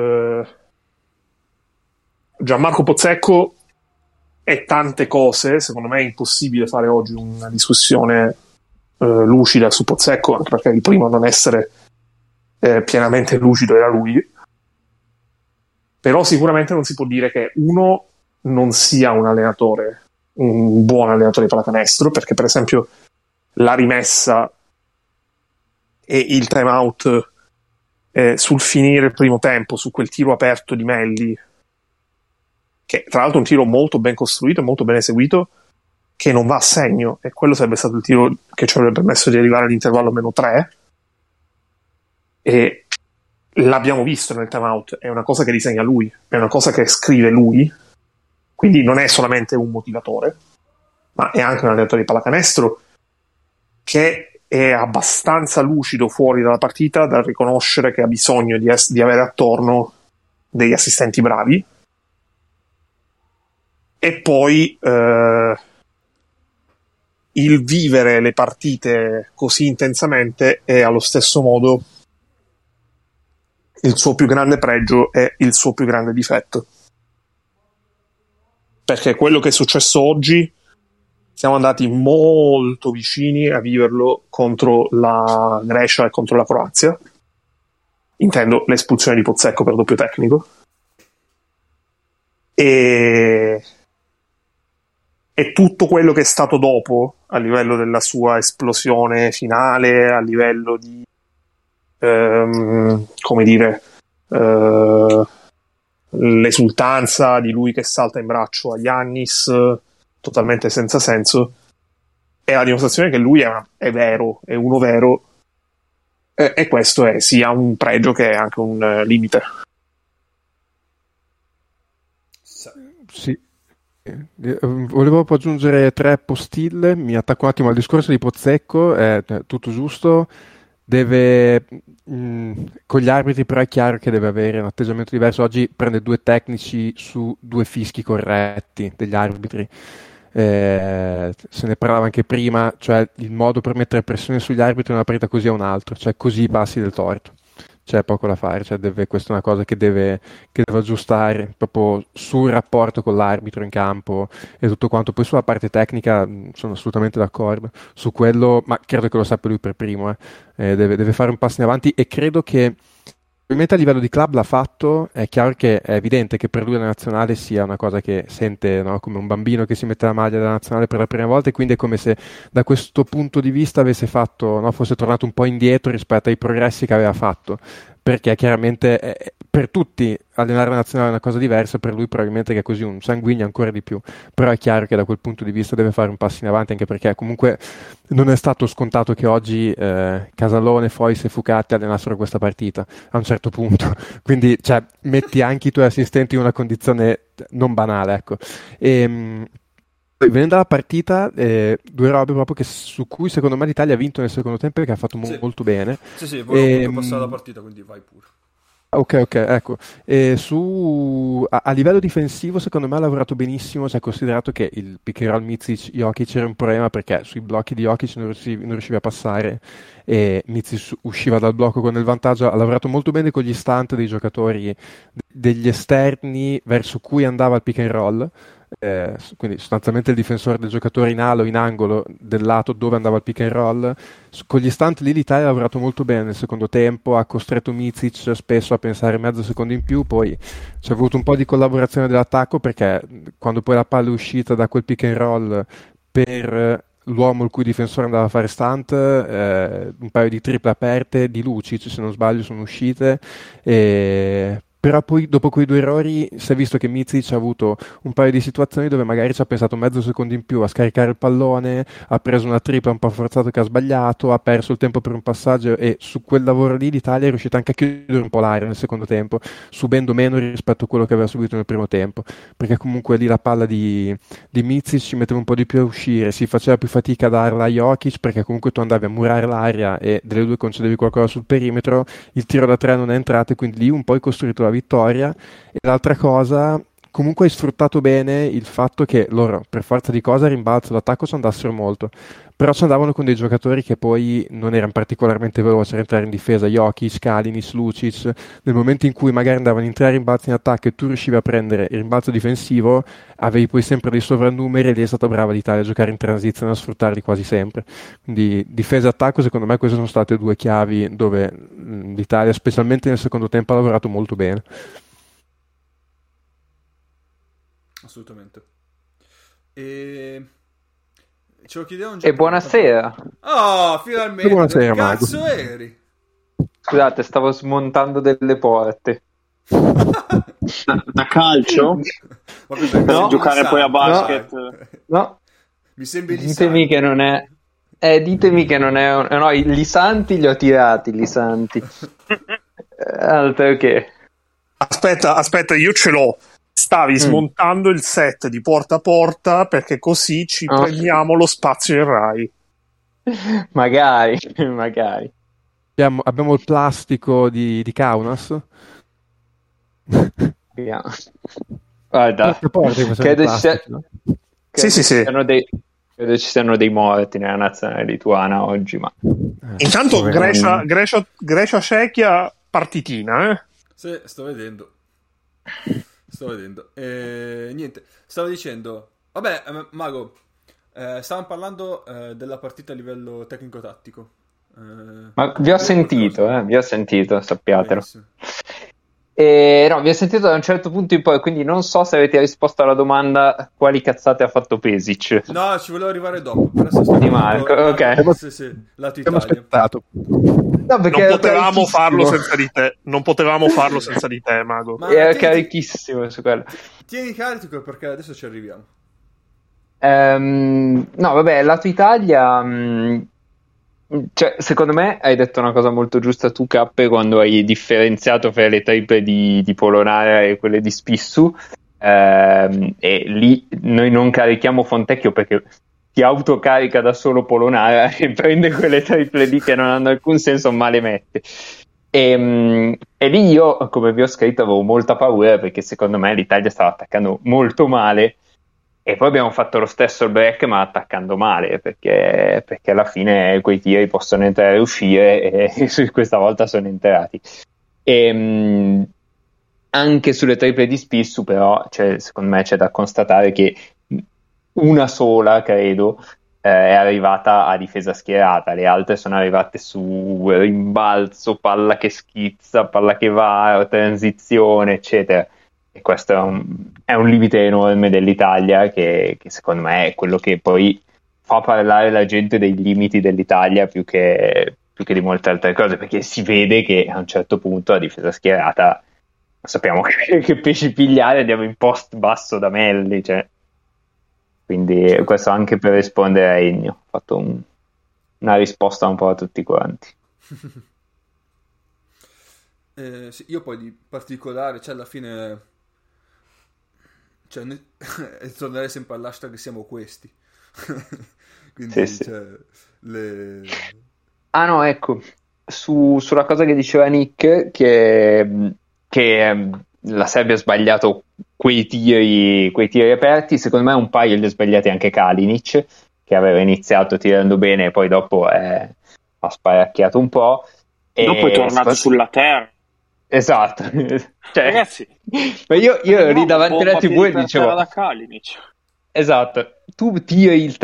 Gianmarco Pozzecco e tante cose, secondo me è impossibile fare oggi una discussione lucida su Pozzecco, anche perché il primo a non essere pienamente lucido era lui. Però sicuramente non si può dire che uno non sia un allenatore, un buon allenatore di pallacanestro, perché per esempio la rimessa e il time out sul finire il primo tempo, su quel tiro aperto di Melli, che tra l'altro è un tiro molto ben costruito e molto ben eseguito, che non va a segno, e quello sarebbe stato il tiro che ci avrebbe permesso di arrivare all'intervallo -3, e l'abbiamo visto nel timeout, è una cosa che disegna lui, è una cosa che scrive lui, quindi non è solamente un motivatore, ma è anche un allenatore di pallacanestro che è abbastanza lucido fuori dalla partita da riconoscere che ha bisogno di avere attorno degli assistenti bravi. E poi il vivere le partite così intensamente è allo stesso modo il suo più grande pregio e il suo più grande difetto, perché quello che è successo oggi siamo andati molto vicini a viverlo contro la Grecia e contro la Croazia, intendo l'espulsione di Pozzecco per doppio tecnico, e tutto quello che è stato dopo a livello della sua esplosione finale, a livello di come dire, l'esultanza di lui che salta in braccio a Giannis totalmente senza senso, è la dimostrazione che lui è vero, è uno vero, e questo è sia un pregio che è anche un limite. Sì. Volevo aggiungere 3 postille. Mi attacco un attimo al discorso di Pozzecco, è tutto giusto. Con gli arbitri però è chiaro che deve avere un atteggiamento diverso. Oggi prende 2 tecnici su 2 fischi corretti degli arbitri, se ne parlava anche prima, cioè il modo per mettere pressione sugli arbitri in una partita così è un altro, cioè così passi del torto. C'è poco da fare, cioè questa è una cosa che deve aggiustare proprio sul rapporto con l'arbitro in campo e tutto quanto. Poi sulla parte tecnica sono assolutamente d'accordo su quello, ma credo che lo sappia lui per primo. Deve fare un passo in avanti e credo che probabilmente a livello di club l'ha fatto. È chiaro che è evidente che per lui la nazionale sia una cosa che sente, no, come un bambino che si mette la maglia della nazionale per la prima volta, e quindi è come se da questo punto di vista avesse fatto, no, fosse tornato un po' indietro rispetto ai progressi che aveva fatto, perché chiaramente per tutti allenare la nazionale è una cosa diversa, per lui probabilmente che è così un sanguigno ancora di più, però è chiaro che da quel punto di vista deve fare un passo in avanti, anche perché comunque non è stato scontato che oggi Casalone, Fois e Fucati allenassero questa partita a un certo punto, quindi cioè, metti anche i tuoi assistenti in una condizione non banale, ecco. Venendo alla partita, due robe proprio su cui secondo me l'Italia ha vinto nel secondo tempo e che ha fatto molto bene. Sì, volevo passare la partita, quindi vai pure. Ok, ecco. A livello difensivo secondo me ha lavorato benissimo, cioè considerato che il pick and roll Mitsic-Jokic era un problema perché sui blocchi di Jokic non riusciva a passare e Mitsic usciva dal blocco con il vantaggio. Ha lavorato molto bene con gli stunt dei giocatori, degli esterni verso cui andava il pick and roll. Quindi sostanzialmente il difensore del giocatore in alo, in angolo del lato dove andava il pick and roll. Con gli stunt lì l'Italia ha lavorato molto bene nel secondo tempo, ha costretto Mitsic spesso a pensare mezzo secondo in più, poi c'è avuto un po' di collaborazione dell'attacco, perché quando poi la palla è uscita da quel pick and roll per l'uomo il cui difensore andava a fare stunt, un paio di triple aperte di Lucic se non sbaglio sono uscite, però poi dopo quei due errori si è visto che Mitsic ha avuto un paio di situazioni dove magari ci ha pensato mezzo secondo in più a scaricare il pallone, ha preso una tripla un po' forzato che ha sbagliato, ha perso il tempo per un passaggio, e su quel lavoro lì l'Italia è riuscita anche a chiudere un po' l'area nel secondo tempo, subendo meno rispetto a quello che aveva subito nel primo tempo, perché comunque lì la palla di Mitsic ci metteva un po' di più a uscire, si faceva più fatica a darla a Jokic, perché comunque tu andavi a murare l'area e delle due concedevi qualcosa sul perimetro, il tiro da tre non è entrato e quindi lì un po' hai costruito la vittoria. E l'altra cosa, comunque hai sfruttato bene il fatto che loro per forza di cosa rimbalzo d'attacco ci andassero molto, però ci andavano con dei giocatori che poi non erano particolarmente veloci a entrare in difesa, Jokic, Kalinic, Lucic. Nel momento in cui magari andavano in tre rimbalzi in attacco e tu riuscivi a prendere il rimbalzo difensivo, avevi poi sempre dei sovrannumeri, e lì è stata brava l'Italia a giocare in transizione, a sfruttarli quasi sempre. Quindi difesa e attacco, secondo me queste sono state due chiavi dove l'Italia, specialmente nel secondo tempo, ha lavorato molto bene. Assolutamente. E ce lo chiedevano già. E buonasera. Finalmente. Buonasera, che cazzo Mago. Eri? Scusate, stavo smontando delle porte. Da calcio? No, giocare poi a basket? No. Mi sembri ditemi che non è. Ditemi che non è. No, i Lisanti li ho tirati, Lisanti. Altro che. Aspetta, io ce l'ho. Stavi smontando il set di Porta a Porta perché così ci prendiamo lo spazio in Rai. Magari. Abbiamo il plastico di Kaunas. Guarda, credo ci sì. siano dei morti nella nazionale lituana oggi, ma intanto Grecia-Cechia partitina, Sì, sto vedendo. Niente, stavo dicendo, vabbè, Mago, stavamo parlando della partita a livello tecnico-tattico. Ma vi ho sentito, sappiatelo. Benissimo. No, vi ho sentito da un certo punto in poi, quindi non so se avete risposto alla domanda quali cazzate ha fatto Pesic. No, ci volevo arrivare dopo. Di Marco, ok. Sì, lato Italia. Aspettato. No, perché non potevamo farlo senza di te. Non potevamo farlo senza di te, Mago. Ma è carichissimo su quello. Tieni carico perché adesso ci arriviamo. No, vabbè, lato Italia. Cioè, secondo me hai detto una cosa molto giusta tu, Cappe, quando hai differenziato fra le triple di Polonara e quelle di Spissu, e lì noi non carichiamo Fontecchio perché si autocarica da solo Polonara e prende quelle triple lì che non hanno alcun senso, ma le mette. E lì io, come vi ho scritto, avevo molta paura perché secondo me l'Italia stava attaccando molto male E poi abbiamo fatto lo stesso il break, ma attaccando male, perché alla fine quei tiri possono entrare e uscire, e questa volta sono entrati. Anche sulle triple di Spissu, però, secondo me c'è da constatare che una sola, credo, è arrivata a difesa schierata, le altre sono arrivate su rimbalzo, palla che schizza, palla che va, transizione, eccetera. E questo è un limite enorme dell'Italia che secondo me è quello che poi fa parlare la gente dei limiti dell'Italia più che di molte altre cose, perché si vede che a un certo punto la difesa schierata sappiamo che pesci pigliare, andiamo in post basso da Melli, cioè. Quindi questo anche per rispondere a Ennio, ho fatto una risposta un po' a tutti quanti. Sì, io poi di particolare, alla fine, tornerei sempre all'hashtag siamo questi. Quindi, sì. Ah no, ecco, sulla cosa che diceva Nick, che la Serbia ha sbagliato quei tiri aperti, secondo me un paio li ha sbagliati anche Kalinic, che aveva iniziato tirando bene e poi dopo ha sparacchiato un po'. Dopo è tornato sulla terra. Esatto. Ragazzi, ma io ero lì davanti alla TV e dicevo da Kalinic. Esatto, tu tiri il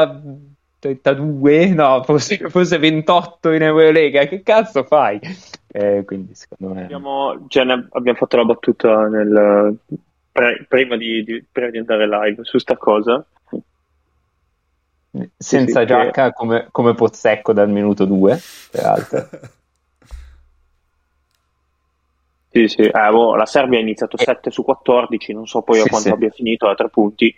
32, no, forse 28 in Eurolega, che cazzo fai? Quindi secondo me abbiamo fatto la battuta prima di andare live su sta cosa, senza giacca come Pozzecco dal minuto 2, peraltro. Sì. La Serbia ha iniziato 7 su 14, non so poi a quanto abbia finito a 3 punti.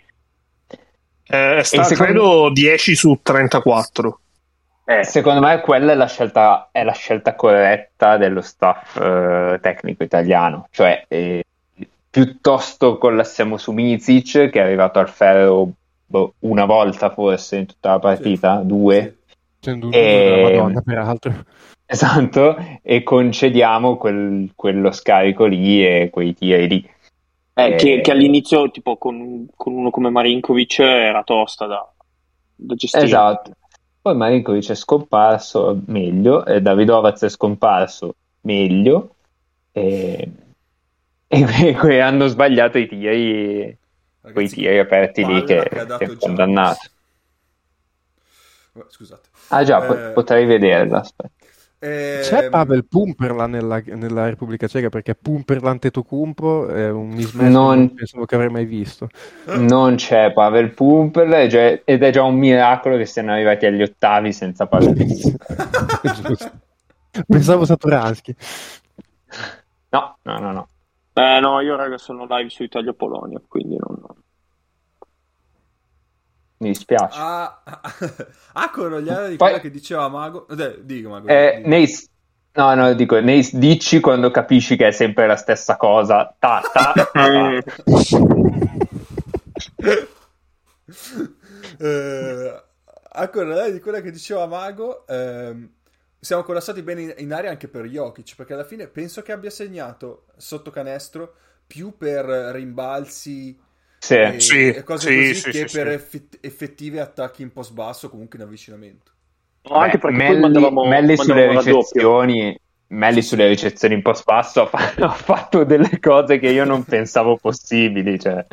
Credo 10 su 34. Secondo me quella è la scelta corretta dello staff tecnico italiano, cioè piuttosto collassiamo su Micic, che è arrivato al ferro una volta forse in tutta la partita, sì. 2, C'è un della Madonna peraltro. Esatto, e concediamo quello scarico lì e quei tiri lì. Che all'inizio, tipo, con uno come Marinkovic era tosta da gestire. Esatto. Poi Marinkovic è scomparso meglio, Davidovac è scomparso meglio, e hanno sbagliato i tiri, quei tiri aperti lì che è condannato. Scusate. Ah già, potrei vederla, aspetta. C'è Pavel Pumperla nella Repubblica Ceca, perché Pumperla Antetokounmpo è un mismatch che non pensavo che avrei mai visto. Non c'è Pavel Pumperla ed è già un miracolo che siano arrivati agli ottavi senza Pavel Pumperla. Pensavo Satoransky. No. No, io raga sono live su Italia-Polonia, quindi non... Mi dispiace. Corogliare di quella che diceva Mago. Dico Mago. Neis, no, dico, Neis, dici quando capisci che è sempre la stessa cosa. Ta. A corollario di quella che diceva Mago, siamo collassati bene in area anche per Jokic, perché alla fine penso che abbia segnato sotto canestro più per rimbalzi e cose così che per effettive attacchi in post basso, comunque in avvicinamento. No, anche perché Melli sulle ricezioni in post basso ha fatto delle cose che io non pensavo possibili, cioè.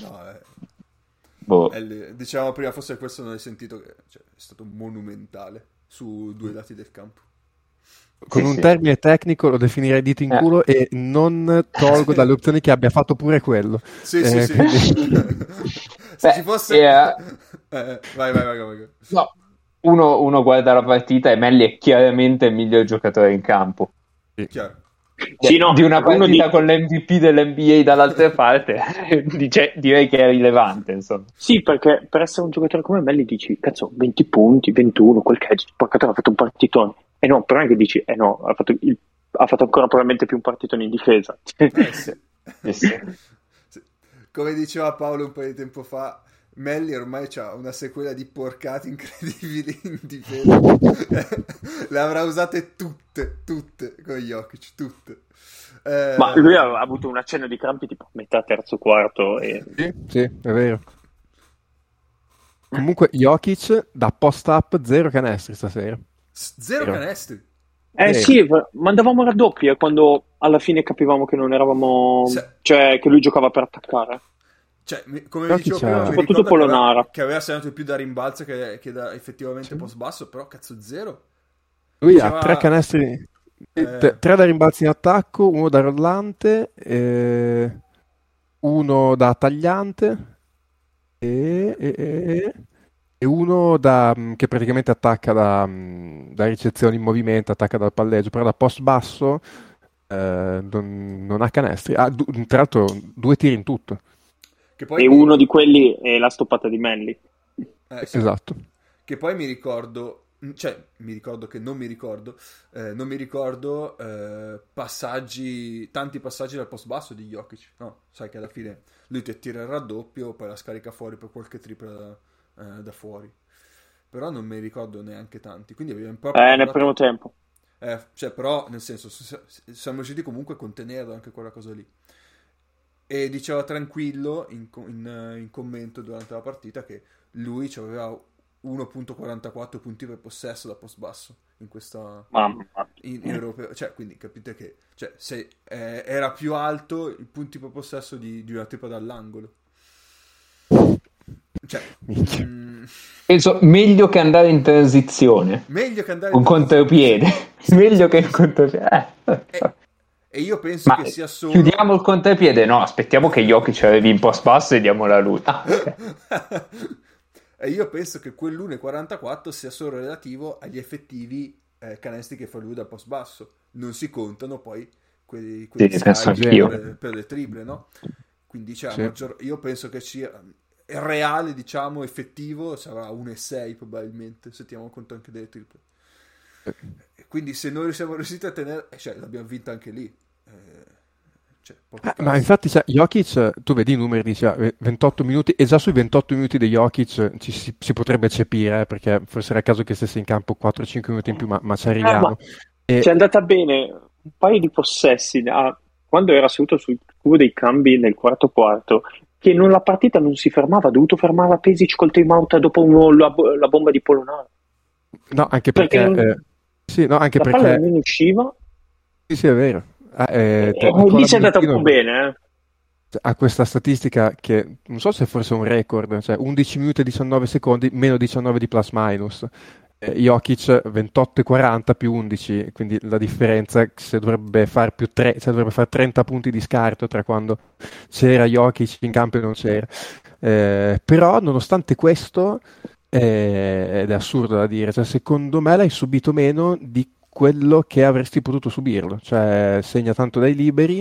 Dicevamo prima, forse questo non hai sentito, che è stato monumentale su 2 lati del campo. Con un termine tecnico lo definirei dito in culo, e non tolgo dalle opzioni che abbia fatto pure quello. Sì. Se ci fosse... Vai. No, uno guarda la partita e Melli è chiaramente il miglior giocatore in campo. Chiaro. Di una partita con l'MVP dell'NBA dall'altra parte, direi che è rilevante, insomma. Sì, perché per essere un giocatore come Melli dici, cazzo, 20 punti, 21, quel che è, porca ha fatto un partitone. No, però anche dici, no, ha fatto ancora probabilmente più un partitone in difesa. Sì. Come diceva Paolo un po' di tempo fa, Melli ormai c'ha una sequela di porcate incredibili in difesa. Le avrà usate tutte con Jokic, tutte. Ma lui ha avuto una cena di crampi tipo metà terzo quarto. Sì, è vero. Comunque Jokic da post-up 0 canestri stasera. Zero canestri. Sì, mandavamo raddoppie quando alla fine capivamo che non eravamo... cioè che lui giocava per attaccare. Cioè, come dicevo prima, mi soprattutto ricordo Polonara che aveva segnato più da rimbalzo che da effettivamente post basso, però cazzo 0. Lui ha 3 canestri, 3 da rimbalzi in attacco, 1 da rollante, 1 da tagliante e 1 che praticamente attacca da ricezione in movimento, attacca dal palleggio, però da post basso non ha canestri. Tra l'altro 2 tiri in tutto. Che poi e uno di quelli è la stoppata di Manley. Sì. Esatto. Che poi mi ricordo che non mi ricordo tanti passaggi dal post basso di Jokic, no? Sai che alla fine lui ti tira il raddoppio, poi la scarica fuori per qualche tripla da fuori, però non mi ricordo neanche tanti, quindi abbiamo proprio nel primo tempo cioè, però nel senso siamo riusciti comunque a contenerlo anche quella cosa lì. E diceva tranquillo in commento durante la partita che lui aveva 1.44 punti per possesso da post basso in questa in europeo, cioè quindi capite che se era più alto i punti per possesso di una tipa dall'angolo, cioè penso meglio che andare in transizione, un contropiede, meglio che il contropiede. E io penso che sia solo... Chiudiamo il contropiede? No, aspettiamo che Jokic arrivi in post basso e diamola a lui. E io penso che quell'1.44 sia solo relativo agli effettivi canestri che fa lui dal post basso. Non si contano poi quelli per le triple, no? Quindi io penso che sia reale, diciamo, effettivo, sarà 1.6 probabilmente, se teniamo conto anche delle triple. Quindi se noi siamo riusciti a tenere, l'abbiamo vinta anche lì. Ma infatti Jokic, tu vedi i numeri, dice 28 minuti, e già sui 28 minuti di Jokic si potrebbe eccepire, perché forse era il caso che stesse in campo 4-5 minuti in più, ma ci arriviamo. Ci è andata bene un paio di possessi quando era seduto sul cubo dei cambi nel quarto, che la partita non si fermava, ha dovuto fermare Pesic col time out dopo la bomba di Polonara. No, anche perché anche la palla non usciva. Sì, è vero. Lì si è andata un po' bene. Ha questa statistica che non so se forse è un record, cioè 11 minuti e 19 secondi, meno 19 di plus minus. Jokic 28,40 più 11, quindi la differenza se dovrebbe fare più 3, dovrebbe fare 30 punti di scarto tra quando c'era Jokic in campo e non c'era. Però nonostante questo, ed è assurdo da dire, secondo me l'hai subito meno di quello che avresti potuto subirlo, cioè segna tanto dai liberi,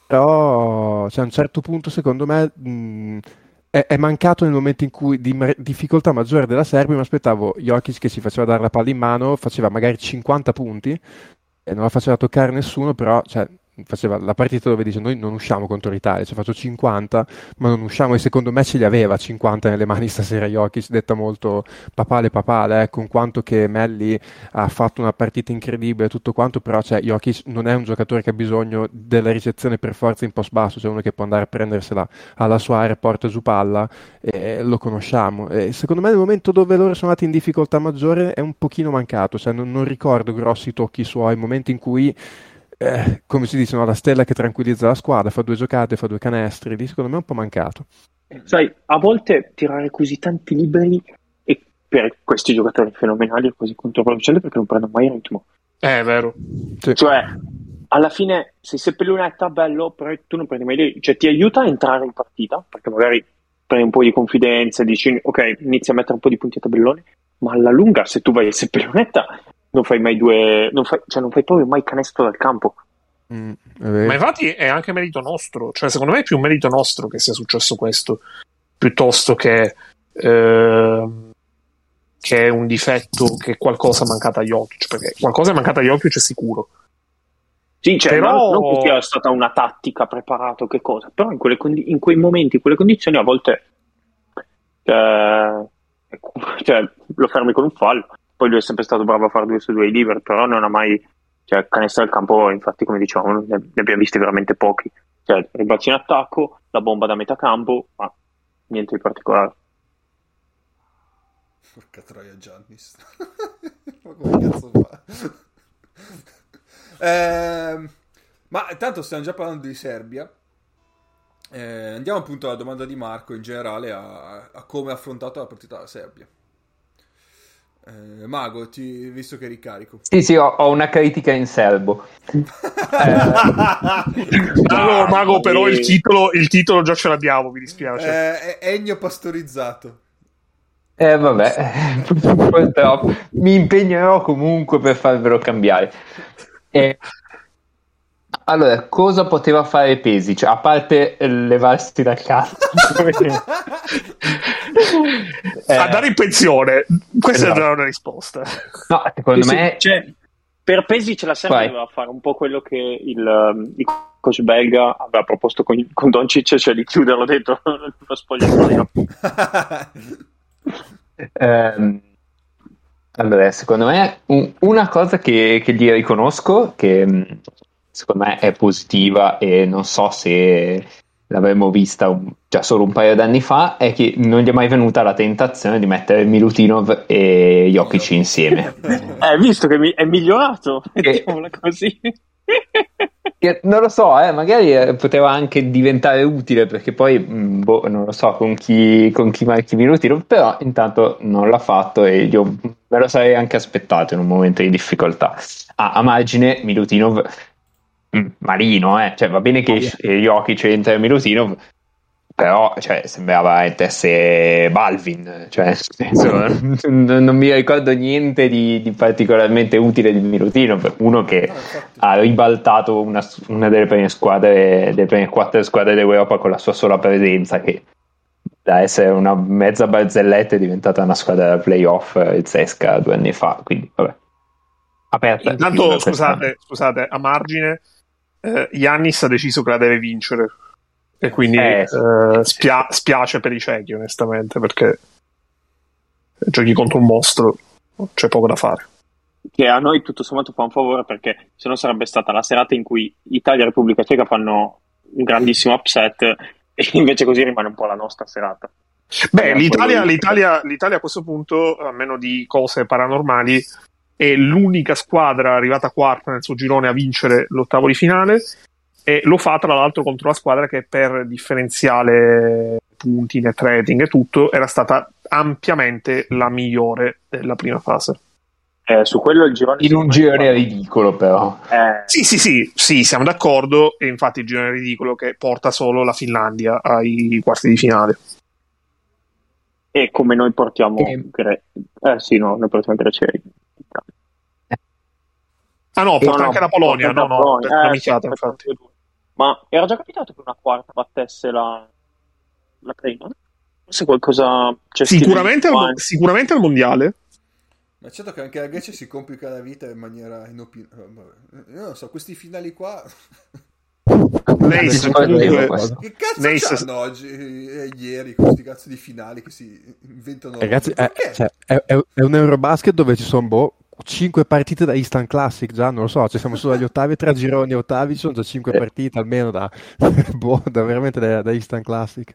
però a un certo punto secondo me è mancato nel momento in cui di difficoltà maggiore della Serbia. Mi aspettavo Jokic che si faceva dare la palla in mano, faceva magari 50 punti e non la faceva toccare nessuno, però faceva la partita dove dice noi non usciamo contro l'Italia, faccio 50 ma non usciamo, e secondo me ce li aveva 50 nelle mani stasera Jokic, detta molto papale, con quanto che Melli ha fatto una partita incredibile tutto quanto, però Jokic non è un giocatore che ha bisogno della ricezione per forza in post basso, uno che può andare a prendersela alla sua area, porta giù palla, e lo conosciamo, e secondo me nel momento dove loro sono andati in difficoltà maggiore è un pochino mancato, non ricordo grossi tocchi suoi, momenti in cui come si dice, la stella che tranquillizza la squadra, fa 2 giocate, fa 2 canestri, lì secondo me è un po' mancato. Sai, a volte tirare così tanti liberi, e per questi giocatori fenomenali è così controproducente perché non prendono mai il ritmo. È vero. Sì. Cioè, alla fine, se sei Seppellonetta, bello, però tu non prendi mai ti aiuta a entrare in partita, perché magari prendi un po' di confidenza e dici, ok, inizi a mettere un po' di punti a tabellone, ma alla lunga, se tu vai a Seppellonetta, non fai mai non fai proprio mai canestro dal campo. Ma infatti è anche merito nostro, secondo me è più merito nostro che sia successo questo, piuttosto che un difetto, che qualcosa è mancato a Jokic, perché qualcosa è mancato a Jokic è sicuro. Sì, però non che sia stata una tattica preparata o che cosa, però in quei momenti, in quelle condizioni a volte lo fermi con un fallo. Poi lui è sempre stato bravo a fare 2 su 2 liberi, però non ha mai canestro al campo, infatti come dicevamo ne abbiamo visti veramente pochi, rimbalzi in attacco, la bomba da metà campo, ma niente di particolare. Porca troia, Giannis. Ma come cazzo fa? Ma tanto stiamo già parlando di Serbia. Andiamo appunto alla domanda di Marco in generale a come ha affrontato la partita della Serbia. Mago, visto che ricarico. Sì, ho una critica in serbo. Mago, però il titolo già ce l'abbiamo, mi dispiace. Ennio pastorizzato. Vabbè, mi impegnerò comunque per farvelo cambiare. Allora, cosa poteva fare Pesic? A parte levarsi dal cazzo. Andare in pensione. Questa Esatto. è già una risposta. No, secondo me... Cioè, per Pesic la Serbia doveva fare un po' quello che il coach belga aveva proposto con Doncic, cioè di chiuderlo dentro lo spogliatoio. Allora, secondo me una cosa che gli riconosco, che secondo me è positiva e non so se l'avremmo vista già solo un paio d'anni fa, è che non gli è mai venuta la tentazione di mettere Milutinov e Jokic insieme. Visto che è migliorato, mettiamola così. Non lo so, magari poteva anche diventare utile, perché poi non lo so con chi marchi Milutinov, però intanto non l'ha fatto e io me lo sarei anche aspettato in un momento di difficoltà. A margine Milutinov marino, cioè va bene che Jokic entra Milutinov, però cioè, sembrava essere Balvin, cioè, non mi ricordo niente di particolarmente utile di Milutinov, uno che ha ribaltato una delle prime squadre, delle prime 4 squadre d'Europa con la sua sola presenza, che da essere una mezza barzelletta è diventata una squadra da playoff, il CSKA 2 anni fa, quindi vabbè. Aperta. Intanto scusate, a margine Giannis ha deciso che la deve vincere e quindi spiace per i cechi, onestamente, perché giochi contro un mostro, c'è poco da fare. Che a noi tutto sommato fa un favore, perché se no sarebbe stata la serata in cui Italia e Repubblica Ceca fanno un grandissimo upset e invece così rimane un po' la nostra serata. Beh, l'Italia a questo punto, a meno di cose paranormali, è l'unica squadra arrivata quarta nel suo girone a vincere l'ottavo di finale, e lo fa tra l'altro contro la squadra che per differenziale punti, net rating e tutto era stata ampiamente la migliore della prima fase. Su quello il girone in un girone ridicolo, però sì, siamo d'accordo, e infatti il girone ridicolo che porta solo la Finlandia ai quarti di finale. E come noi portiamo noi portiamo Grecia. Porta anche la Polonia, la minchiata, infatti. Ma era già capitato che una quarta battesse la prima? Forse qualcosa c'è sicuramente al mondiale. Ma certo che anche la Grecia si complica la vita in maniera inopinata. Io non so, questi finali qua. Che cazzo c'hanno oggi e ieri questi cazzo di finali che si inventano? Ragazzi, è un Eurobasket dove ci sono 5 partite da Instant Classic, già non lo so, siamo solo agli ottavi, 3 gironi ottavi, ci sono già 5 partite almeno da veramente da Instant Classic.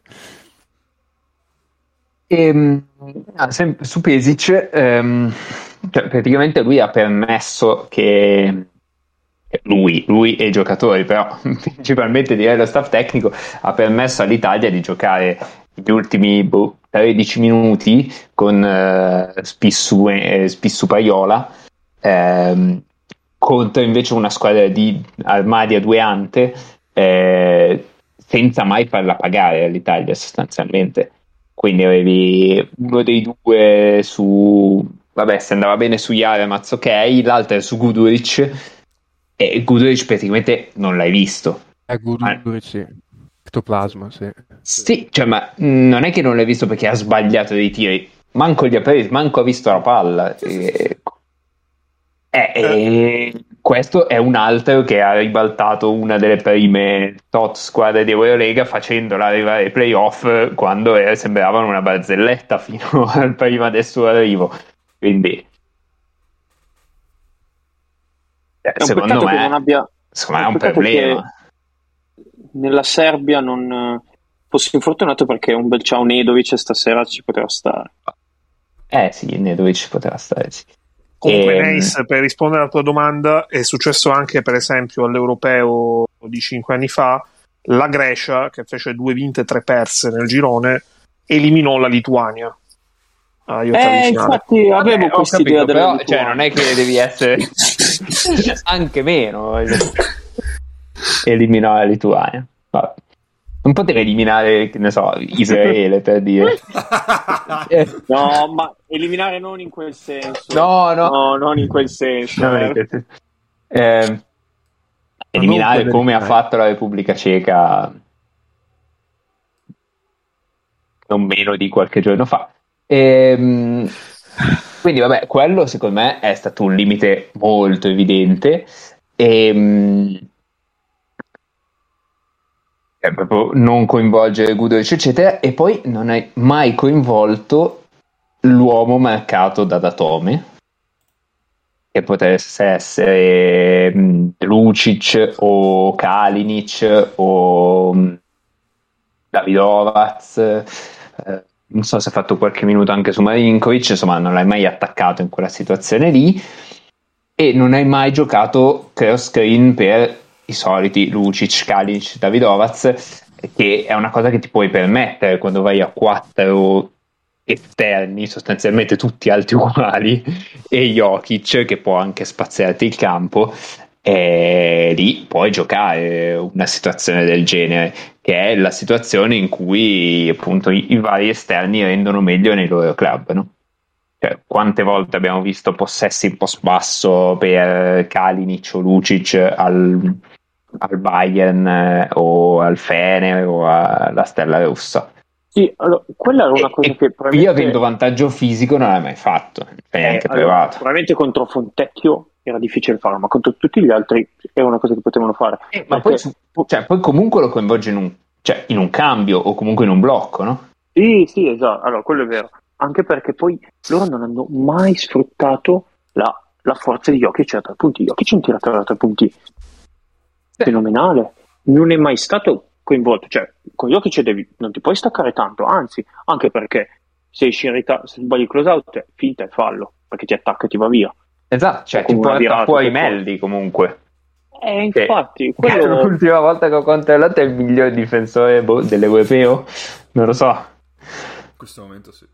Su Pesic, cioè, praticamente lui ha permesso che lui e i giocatori, però principalmente direi lo staff tecnico, ha permesso all'Italia di giocare gli ultimi 13 minuti con Spissu Paiola, contro invece una squadra di Armadi a 2 ante, senza mai farla pagare all'Italia sostanzialmente. Quindi avevi uno dei due se andava bene su Jaramaz, ok, l'altro è su Guduric, e Guduric praticamente non l'hai visto. Guduric sì, ectoplasma, sì. Sì, cioè, ma non è che non l'hai visto perché ha sbagliato dei tiri, manco li ha presi, manco ha visto la palla. Questo è un altro che ha ribaltato una delle prime tot squadre di Eurolega, facendola arrivare ai playoff quando sembravano una barzelletta fino al prima del suo arrivo. Quindi secondo me è un problema. Nella Serbia non fossi infortunato, perché un bel ciao Nedovic stasera ci poteva stare. Sì, Nedovic poteva stare, sì. Comunque, Neis, per rispondere alla tua domanda, è successo anche, per esempio, all'Europeo di 5 anni fa, la Grecia, che fece 2 vinte e 3 perse nel girone, eliminò la Lituania. Infatti avevo questa idea della però, Lituania. cioè, non è che devi essere anche meno eliminare la Lituania. Vabbè. Non potevi eliminare, che ne so, Israele, per dire. No, ma eliminare non in quel senso. No, non in quel senso. Eliminare come ha fatto la Repubblica Ceca non meno di qualche giorno fa. Quindi vabbè, quello secondo me è stato un limite molto evidente. Proprio non coinvolgere Guduric eccetera, e poi non hai mai coinvolto l'uomo marcato da Datome, che potesse essere Lucic o Kalinic o Davidovac, non so se ha fatto qualche minuto anche su Marinkovic, insomma non l'hai mai attaccato in quella situazione lì, e non hai mai giocato cross screen per i soliti Lucic, Kalinic, Davidovac, che è una cosa che ti puoi permettere quando vai a 4 esterni, sostanzialmente tutti alti uguali, e Jokic che può anche spaziarti il campo, e lì puoi giocare una situazione del genere, che è la situazione in cui appunto i vari esterni rendono meglio nei loro club, no? Cioè, quante volte abbiamo visto possessi in post basso per Kalinic o Lucic al Bayern o al Fener o alla Stella Rossa. Sì, allora, quella era una cosa che probabilmente... Io avendo vantaggio fisico non l'hai mai fatto, neanche provato. Probabilmente contro Fontecchio era difficile farlo, ma contro tutti gli altri era una cosa che potevano fare. Ma perché... poi comunque lo coinvolge in un cambio o comunque in un blocco, no? Sì, esatto, allora quello è vero. Anche perché poi loro non hanno mai sfruttato la forza di Jokic a 3 punti. Jokic è un tiratore a 3 punti fenomenale, non è mai stato coinvolto, cioè con Jokic non ti puoi staccare tanto, anzi, anche perché se esci in ritardo, se sbagli il close out, finta è fallo, perché ti attacca e ti va via. Esatto, cioè ti porta fuori Meldi comunque. Infatti, quello... L'ultima volta che ho controllato è il miglior difensore dell'Europeo, non lo so. In questo momento sì.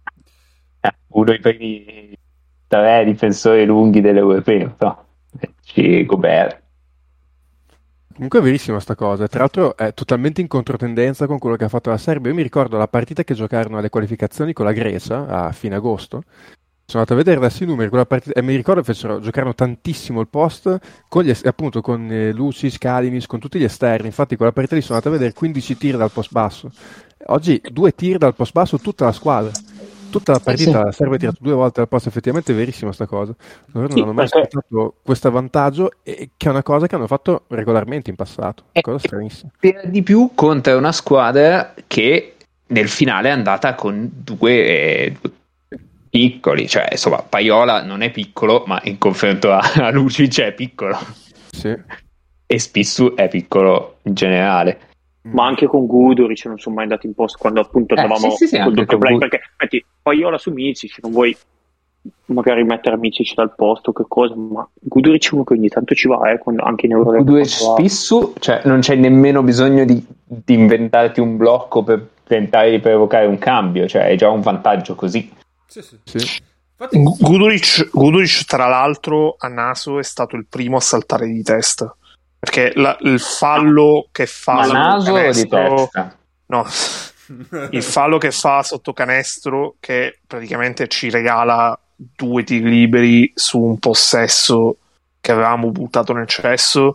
Uno dei primi 3 difensori lunghi dell'Europeo, no? Gobert. Comunque è verissima sta cosa, tra l'altro è totalmente in controtendenza con quello che ha fatto la Serbia. Io mi ricordo la partita che giocarono alle qualificazioni con la Grecia a fine agosto. Sono andato a vedere adesso i numeri, quella partita, e mi ricordo giocarono tantissimo il post con appunto con Lucic, Kalinic, con tutti gli esterni. Infatti quella partita lì sono andato a vedere 15 tir dal post basso. Oggi 2 tir dal post basso tutta la squadra. Tutta la partita la Serbia ha tirato 2 volte dal post, effettivamente è verissima sta cosa. Non hanno mai sfruttato questo avvantaggio, che è una cosa che hanno fatto regolarmente in passato. Cosa stranissima. Per di più contro una squadra che nel finale è andata con 2 piccoli, cioè insomma Paiola non è piccolo, ma in confronto a Lucic è piccolo. Sì. E Spissu è piccolo in generale. Ma anche con Guduric non sono mai andati in posto quando appunto andavamo col doppio play, perché metti Paiola su Micic, non vuoi magari mettere Micic dal posto, che cosa, ma Guduric è uno che ogni tanto ci va, anche in Eurolega. Guduric Spissu, cioè non c'è nemmeno bisogno di inventarti un blocco per tentare di provocare un cambio, cioè è già un vantaggio così. Sì. Infatti... Guduric tra l'altro a naso è stato il primo a saltare di testa, perché il fallo che fa naso di testa? No, il fallo che fa sotto canestro, che praticamente ci regala 2 tiri liberi su un possesso che avevamo buttato nel cesso.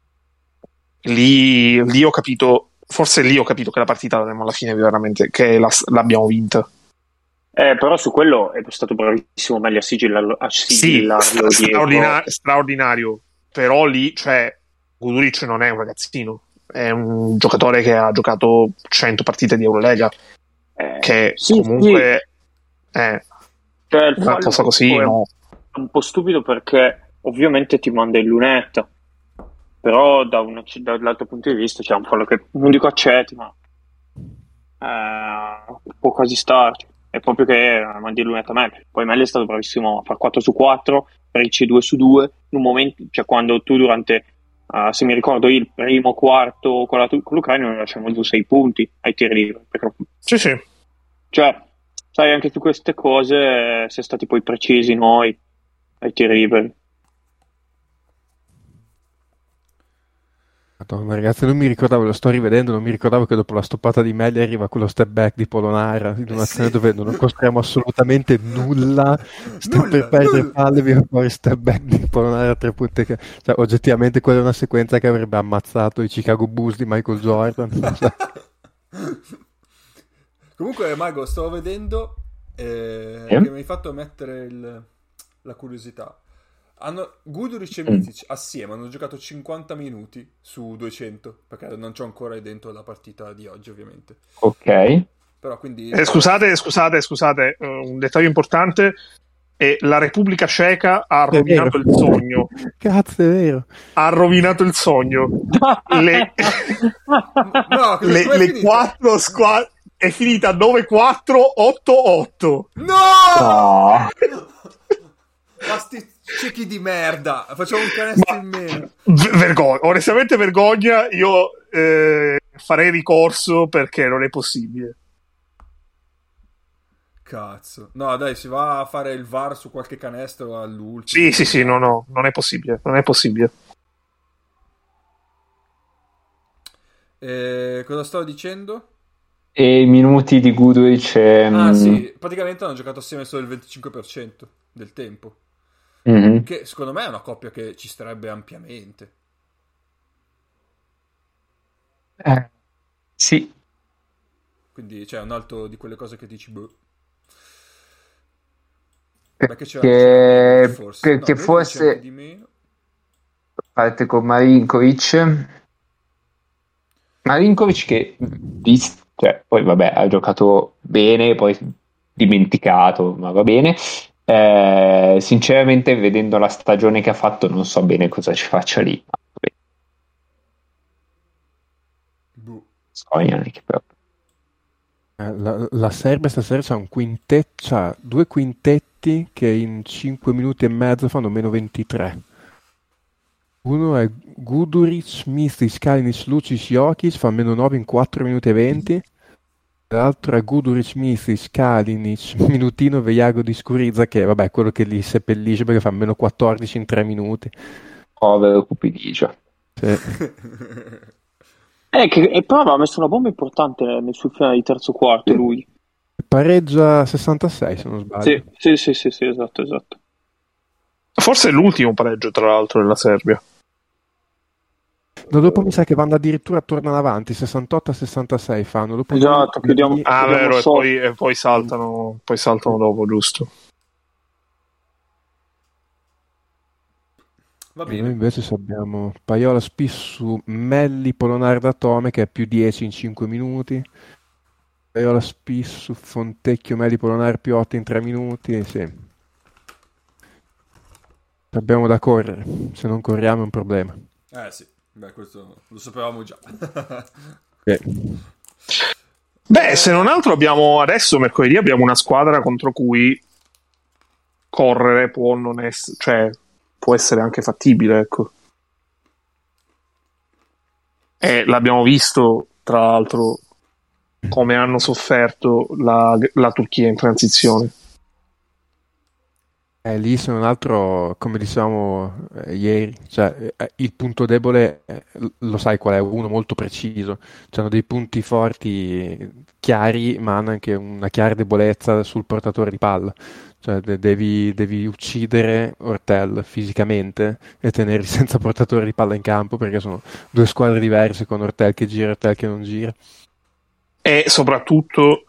Lì ho capito, forse lì ho capito che la partita l'avremmo alla fine veramente, che l'abbiamo vinta. Però su quello è stato bravissimo meglio a sigillarlo. Sì, straordinario. Però lì, cioè, Guduric non è un ragazzino, è un giocatore che ha giocato 100 partite di Eurolega, che comunque è una cosa così, no? È un po' stupido perché ovviamente ti manda in lunetta, però dall'altro punto di vista c'è un fallo che non dico accetti, ma può quasi starci. è proprio che mandi il lunetta a me. Poi Melli è stato bravissimo a fare 4 su 4, Ricci 2 su 2, in un momento, cioè quando tu durante, se mi ricordo il primo quarto con l'Ucraina noi lasciamo giù 6 punti ai tiri liberi. Sì. Cioè, sai, anche su queste cose siamo stati poi precisi noi ai tiri liberi. Madonna, ragazzi, non mi ricordavo, lo sto rivedendo, non mi ricordavo che dopo la stoppata di Melli arriva quello step back di Polonara in un'azione dove non costruiamo assolutamente nulla, stiamo per perdere palle, viene fuori step back di Polonara a 3 punti, cioè, oggettivamente quella è una sequenza che avrebbe ammazzato i Chicago Bulls di Michael Jordan. Comunque, Mago, stavo vedendo che mi hai fatto mettere la curiosità. Guduric e Micic assieme hanno giocato 50 minuti su 200, perché non c'ho ancora dentro la partita di oggi, ovviamente. Ok. Però quindi scusate, un dettaglio importante: la Repubblica Ceca ha rovinato il sogno. Cazzo, è vero. Ha rovinato il sogno. Le 4 squadre è finita 9-4, 8-8. No! Basti ciechi di merda, facciamo un canestro in meno. Vergogna, onestamente vergogna. Io farei ricorso perché non è possibile. Cazzo, no, dai, si va a fare il VAR su qualche canestro all'ultimo. Sì, no, non è possibile. Cosa stavo dicendo? E i minuti di Guduric sì, praticamente hanno giocato assieme solo il 25% del tempo. Mm-hmm. Che secondo me è una coppia che ci starebbe ampiamente. Sì. Quindi c'è un altro di quelle cose che dici boh. Perché forse forse di meno. parte con Marinkovic che cioè, poi vabbè ha giocato bene, poi dimenticato, ma va bene. Sinceramente, vedendo la stagione che ha fatto, non so bene cosa ci faccia lì. Neanche proprio. La Serbia stasera c'ha un quintetto, c'ha 2 quintetti che in 5 minuti e mezzo fanno meno 23. Uno è Guduric, Micic, Kalinic, Lucic, Jokic, fa meno 9 in 4 minuti e 20. L'altro è Guduric, Micic, Kalinic, Minutino, Veiago di Scurizza, che vabbè è quello che li seppellisce perché fa meno 14 in 3 minuti. Povero Cupidigia. Sì. E però aveva messo una bomba importante sul finale di terzo quarto lui. Pareggia 66 se non sbaglio. Sì, esatto. Forse è l'ultimo pareggio tra l'altro della Serbia. No, dopo mi sa che vanno addirittura, tornano avanti, 68-66 fanno. Dopo esatto, chiudiamo. Vero, e poi saltano dopo, giusto? Va bene. Noi invece abbiamo Paiola Spissu, Melli, Polonara Tome che è più 10 in 5 minuti. Paiola Spissu, Fontecchio, Melli, Polonara più 8 in 3 minuti. Sì. Abbiamo da correre, se non corriamo è un problema. Sì, beh, questo lo sapevamo già. Beh, se non altro abbiamo adesso, mercoledì, abbiamo una squadra contro cui correre può non essere, cioè può essere anche fattibile, ecco. E l'abbiamo visto, tra l'altro, come hanno sofferto la Turchia in transizione. Lì se non altro, come dicevamo ieri, cioè, il punto debole lo sai qual è, uno molto preciso, c'hanno dei punti forti chiari ma hanno anche una chiara debolezza sul portatore di palla, cioè devi uccidere Ortel fisicamente e tenerli senza portatore di palla in campo perché sono 2 squadre diverse con Ortel che gira e Ortel che non gira. E soprattutto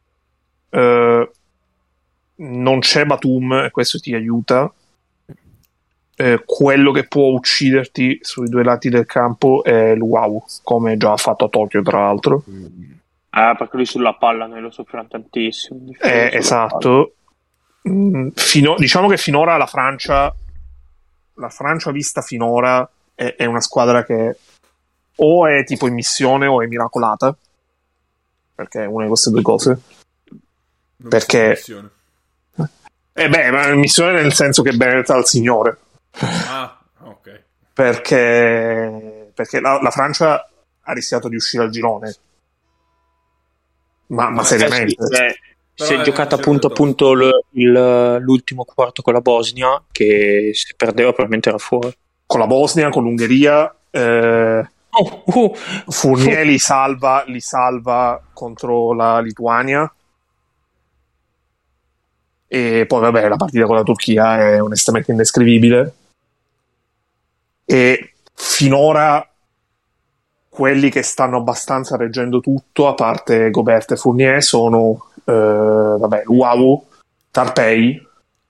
non c'è Batum e questo ti aiuta. Quello che può ucciderti sui 2 lati del campo è Luau, come già ha fatto a Tokyo tra l'altro. Perché lui sulla palla noi lo soffriamo tantissimo. Esatto. Diciamo che finora la Francia vista finora è una squadra che o è tipo in missione o è miracolata, perché è una di queste 2 cose. perché missione. Ma missione nel senso che Benedetta al Signore. Ok. Perché la Francia ha rischiato di uscire al girone. Ma seriamente. Si è giocato appunto l'ultimo quarto con la Bosnia, che se perdeva probabilmente era fuori. Con la Bosnia, con l'Ungheria, Fournier li salva contro la Lituania. E poi vabbè, la partita con la Turchia è onestamente indescrivibile. E finora quelli che stanno abbastanza reggendo tutto, a parte Gobert e Fournier, sono Luau, Tarpei,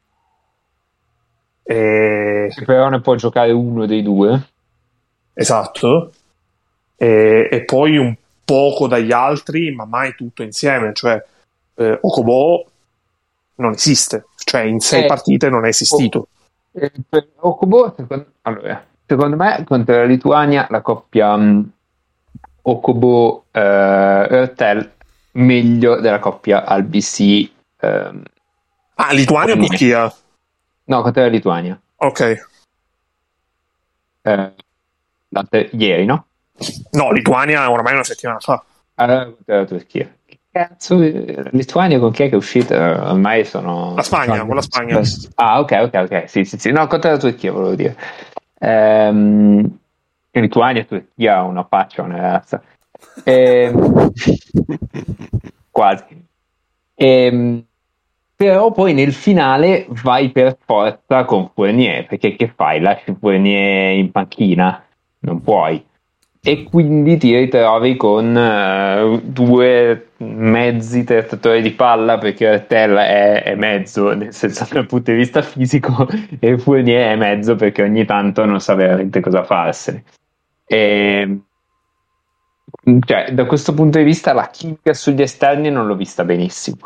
Che però ne può giocare uno dei due. Esatto. E poi un poco dagli altri, ma mai tutto insieme. Cioè Okobo non esiste, cioè in 6 partite non è esistito. Okobo, secondo me contro la Lituania la coppia Okobo Ertel meglio della coppia Albc. Lituania o Turchia? No, contro la Lituania. Ok. Ieri, no? No, Lituania ormai una settimana fa. Allora contro la Turchia. Che cazzo? Lituania con chi è che è uscita? Ormai sono... La Spagna, con la Spagna. Ok. Sì. No, contro la Turchia volevo dire. Lituania e Turchia una faccia, una razza. Quasi. Però poi nel finale vai per forza con Fournier, perché che fai? Lasci Fournier in panchina? Non puoi. E quindi ti ritrovi con 2 mezzi tentatori di palla, perché Ertel è mezzo, nel senso dal punto di vista fisico, e Fournier è mezzo perché ogni tanto non sa veramente cosa farsene. Cioè, da questo punto di vista la chimica sugli esterni non l'ho vista benissimo.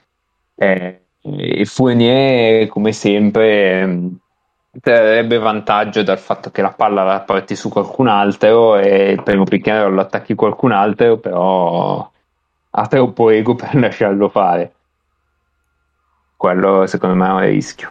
E Fournier, come sempre, trarrebbe vantaggio dal fatto che la palla la porti su qualcun altro e il primo pick and roll lo attacchi qualcun altro, però ha troppo ego per lasciarlo fare. Quello secondo me è un rischio.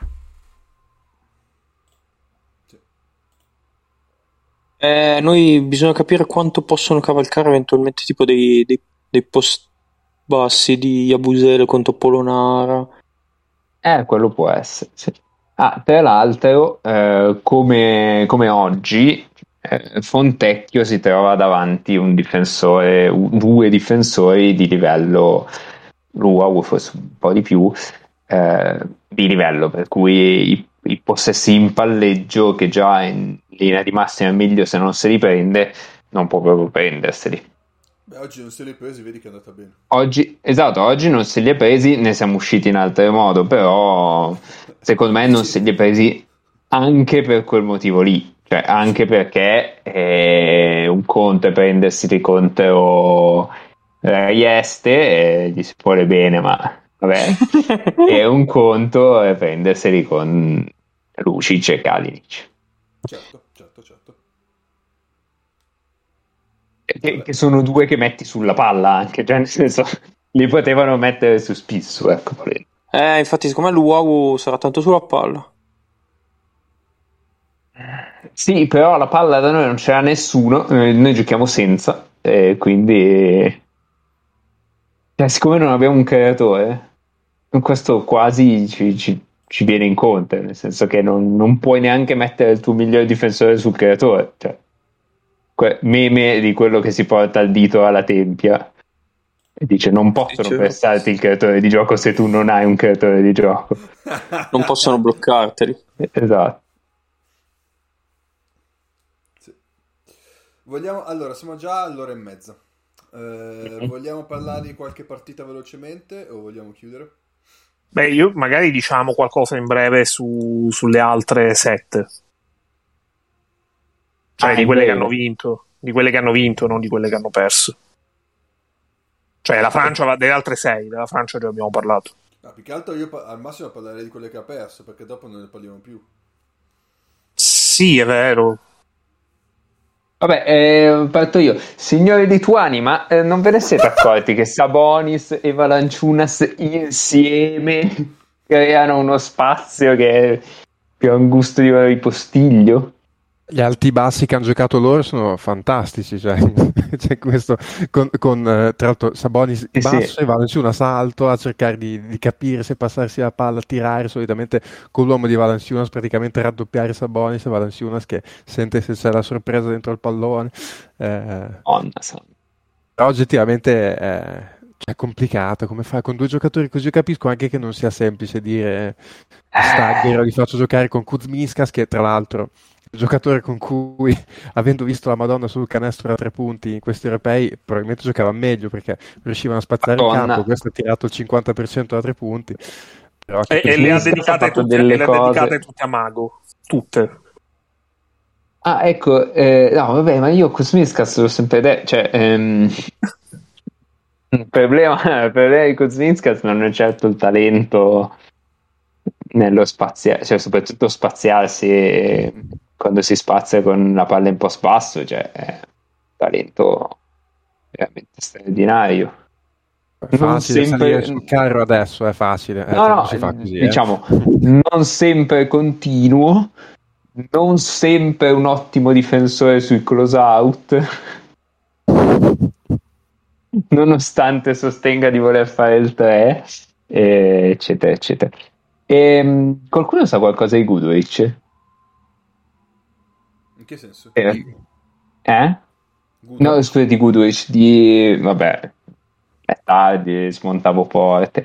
Noi bisogna capire quanto possono cavalcare eventualmente tipo dei post bassi di Yabusele contro Polonara. Quello può essere, sì. Tra l'altro, come oggi, Fontecchio si trova davanti due difensori di livello, Luau forse un po' di più, di livello, per cui i possessi in palleggio, che già in linea di massima è meglio se non se li prende, non può proprio prenderseli. Oggi non se li hai presi, vedi che è andata bene. Oggi non se li ha presi, ne siamo usciti in altro modo, però secondo me non se li ha presi anche per quel motivo lì, cioè anche perché un conto è prendersi di contro Ieste, gli si vuole bene, ma vabbè, e un conto è prenderseli con Lucic e Kalinic. Certo. Che sono 2 che metti sulla palla anche, cioè nel senso li potevano mettere su Spissu, ecco. Infatti secondo me l'Uovo sarà tanto sulla palla. Sì, però la palla da noi non c'era nessuno, noi giochiamo senza, quindi siccome non abbiamo un creatore, questo quasi ci viene incontro, nel senso che non puoi neanche mettere il tuo miglior difensore sul creatore, cioè meme di quello che si porta il dito alla tempia e dice non possono prestarti il creatore di gioco se tu non hai un creatore di gioco, non possono bloccarteli. Esatto. Sì. Allora siamo già all'ora e mezza. Vogliamo parlare di qualche partita velocemente o vogliamo chiudere? Io magari diciamo qualcosa in breve sulle altre 7. Cioè di quelle che hanno vinto, non di quelle che hanno perso. Cioè la Francia, delle altre 6, della Francia già abbiamo parlato. Più che altro io al massimo parlerei di quelle che ha perso, perché dopo non ne parliamo più. Sì, è vero. Vabbè, parto io. Signori lituani, ma non ve ne siete accorti che Sabonis e Valanciunas insieme creano uno spazio che ha un gusto di postiglio? Gli alti bassi che hanno giocato loro sono fantastici, cioè questo con tra l'altro Sabonis basso e Valanciunas alto a cercare di capire se passarsi la palla, tirare, solitamente con l'uomo di Valanciunas praticamente raddoppiare Sabonis e Valanciunas che sente se c'è la sorpresa dentro il pallone. Però oggettivamente è complicato come fare con due giocatori così. Io capisco anche che non sia semplice dire Stagger li faccio giocare con Kuzminskas, che tra l'altro il giocatore con cui, avendo visto la Madonna sul canestro da 3 punti in questi europei, probabilmente giocava meglio perché riuscivano a spazzare il campo. Questo ha tirato il 50% da 3 punti. Però e le ha dedicate tutte a Mago. Tutte. Ah, ecco, no, vabbè, ma io Kuzminskas l'ho sempre detto, cioè, il problema di Kuzminskas non è certo il talento nello spaziale, cioè soprattutto spaziarsi quando si spazia con la palla in post basso, cioè è un talento veramente straordinario. È facile salire sul carro adesso, è facile. No, si fa così, diciamo, non sempre continuo, non sempre un ottimo difensore sui close out, nonostante sostenga di voler fare il 3, eccetera, eccetera. Qualcuno sa qualcosa di Goodrich? In che senso? No, scusa, di Goodrich, vabbè, è tardi, smontavo porte,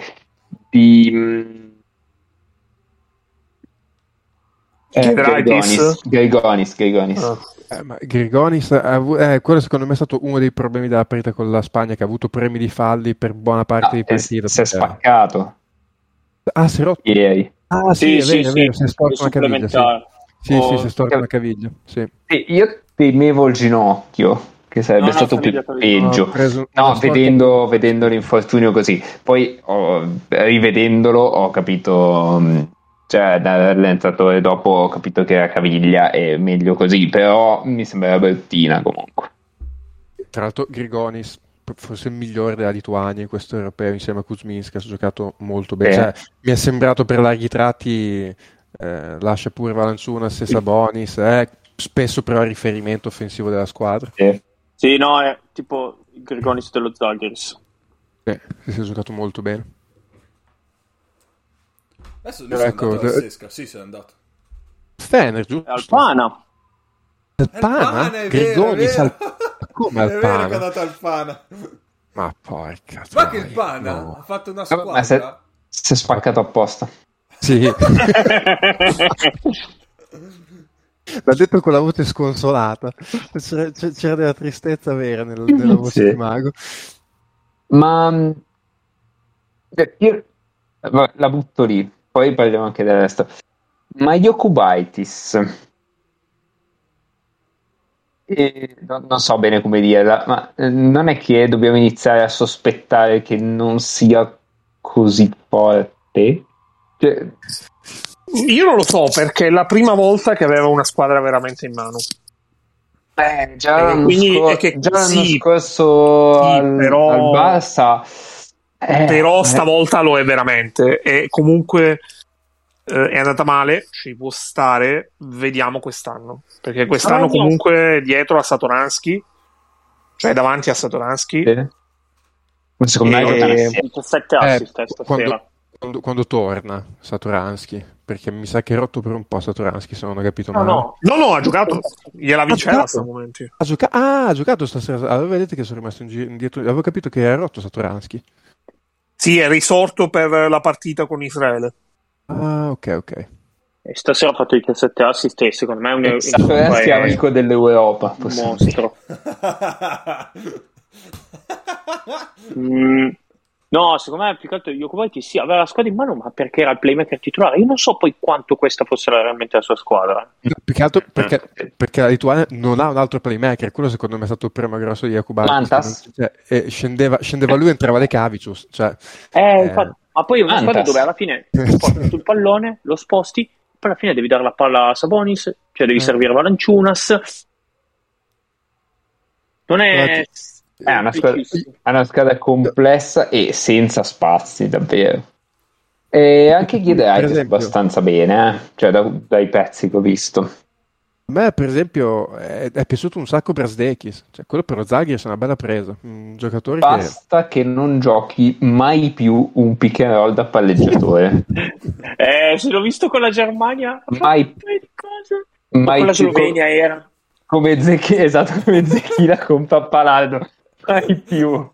Grigonis. Ma Grigonis, quello secondo me è stato uno dei problemi della partita con la Spagna, che ha avuto premi di falli per buona parte di partita. Si è spaccato. Si è rotto? Ieri. Sì, è vero, si è storto una caviglia. Si è storto una caviglia. Sì. Io temevo il ginocchio, che sarebbe stato più peggio. Vedendo l'infortunio così. Poi, rivedendolo, ho capito... Cioè, dall'allenatore dopo ho capito che era caviglia e meglio così, però mi sembrava bruttina comunque. Tra l'altro Grigonis, forse il migliore della Lituania in questo europeo insieme a Kuzminskas, ha giocato molto bene. Cioè, mi è sembrato per larghi tratti, lascia pure Valanciunas e Sabonis, spesso però il riferimento offensivo della squadra. Sì, no, è tipo il Grigonis dello Zalgiris. Si è giocato molto bene. Adesso lui è andato alla Sesca, sì, se n'è andato. Fener, giusto? Alpana. Alpana? Grigonis come Alpana? È vero che è andato Alpana. Ma porca. Ma che Alpana ha fatto una squadra. Ma si è spaccato apposta. Sì. L'ha detto con la voce sconsolata. C'era della tristezza vera nella voce di Mago. Ma io la butto lì, poi parliamo anche del resto. Ma Jokubaitis, non so bene come dirla, ma non è che dobbiamo iniziare a sospettare che non sia così forte? Cioè... Io non lo so, perché è la prima volta che aveva una squadra veramente in mano. Già l'anno scorso al Barça, però stavolta lo è veramente, e comunque è andata male, ci può stare, vediamo quest'anno, perché quest'anno comunque dietro a Satoransky, cioè davanti a Satoransky, secondo me 17 assist stasera. Quando torna Satoransky, perché mi sa che è rotto per un po' Satoransky, se non ho capito male. No, ha giocato, gliela vinceva a momenti. Ha giocato stasera. Allora vedete che sono rimasto indietro, avevo capito che era rotto Satoransky. Sì, è risorto per la partita con Israele. Ok. E stasera ha fatto 17 assist e secondo me è un Satoransky è amico dell'Europa, un mostro. No, secondo me più che altro Jokubaitis sì, aveva la squadra in mano, ma perché era il playmaker titolare. Io non so poi quanto questa fosse realmente la sua squadra. Più che altro perché la Lituania non ha un altro playmaker. Quello secondo me è stato il problema grosso di Jokubaitis. Scendeva lui, entrava De Cavicius. Infatti, ma poi è una squadra dove alla fine porti sul pallone, lo sposti, poi alla fine devi dare la palla a Sabonis, cioè devi servire Valanciunas. Non è... È una squadra complessa e senza spazi, davvero. E anche Giedraitis abbastanza bene, cioè dai pezzi che ho visto. A me, per esempio, è piaciuto un sacco Brasdeikis, cioè quello per lo Zaghiris è una bella presa. Un giocatore Basta che non giochi mai più un pick and roll da palleggiatore. Se l'ho visto con la Germania, mai con la Slovenia era come Zecchina con Pappalardo. Mai più.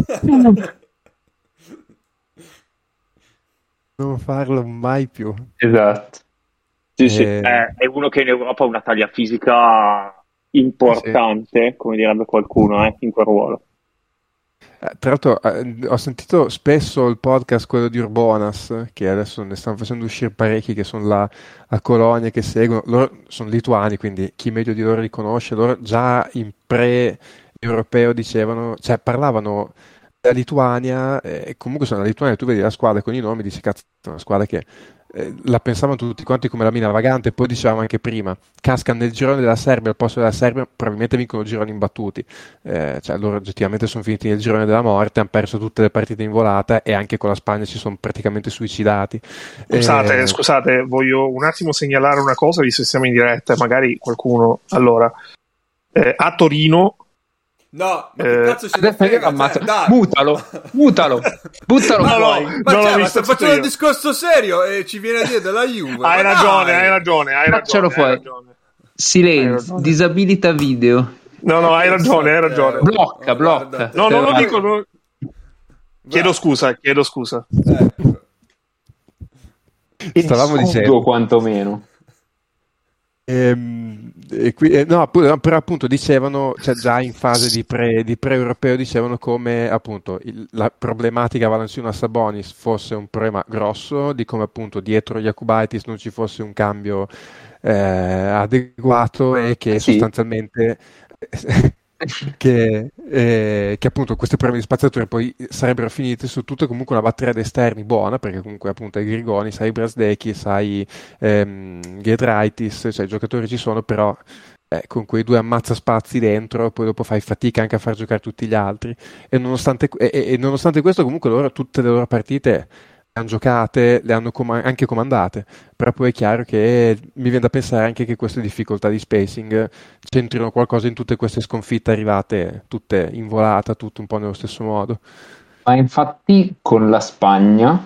Non farlo mai più. Esatto. Sì. È uno che in Europa ha una taglia fisica importante, come direbbe qualcuno, in quel ruolo. Tra l'altro ho sentito spesso il podcast, quello di Urbonas, che adesso ne stanno facendo uscire parecchi che sono là a Colonia, che seguono. Loro sono lituani, quindi chi meglio di loro li conosce. Loro già in pre-europeo dicevano, cioè parlavano della Lituania, e comunque sono la Lituania, tu vedi la squadra con i nomi, dici cazzo, è una squadra che la pensavano tutti quanti come la mina vagante. Poi dicevamo anche prima, cascano nel girone della Serbia, al posto della Serbia probabilmente vincono gironi imbattuti, cioè loro oggettivamente sono finiti nel girone della morte, hanno perso tutte le partite in volata e anche con la Spagna si sono praticamente suicidati. Scusate, voglio un attimo segnalare una cosa, visto che siamo in diretta, magari qualcuno allora a Torino. No, ma che cazzo se ne frega? Mutalo, buttalo fuori. Ma sto facendo un discorso serio e ci viene a dire della Juve. Hai ragione. Faccelo fuori. Silenzio, disabilita video. No, hai ragione. Blocca. No, non lo dico. No. Chiedo scusa. Stavamo dicendo quantomeno. Però appunto dicevano, cioè già in fase di pre-europeo dicevano come appunto la problematica Valanciunas-Sabonis fosse un problema grosso, di come appunto dietro Jakubaitis non ci fosse un cambio adeguato e che sostanzialmente che appunto questi problemi di spazzatura poi sarebbero finiti su tutto comunque una batteria di esterni buona, perché comunque appunto ai Grigoni, sai Brasdeikis, sai Giedraitis, cioè i giocatori ci sono, però con quei due ammazza spazi dentro poi dopo fai fatica anche a far giocare tutti gli altri e nonostante questo comunque loro tutte le loro partite le hanno giocate, le hanno anche comandate, però poi è chiaro che mi viene da pensare anche che queste difficoltà di spacing c'entrino qualcosa in tutte queste sconfitte arrivate tutte in volata, tutte un po' nello stesso modo. Ma infatti con la Spagna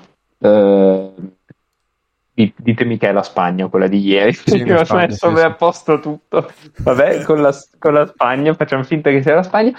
ditemi che è la Spagna quella di ieri, perché ho messo a posto tutto. Vabbè, con la Spagna facciamo finta che sia la Spagna.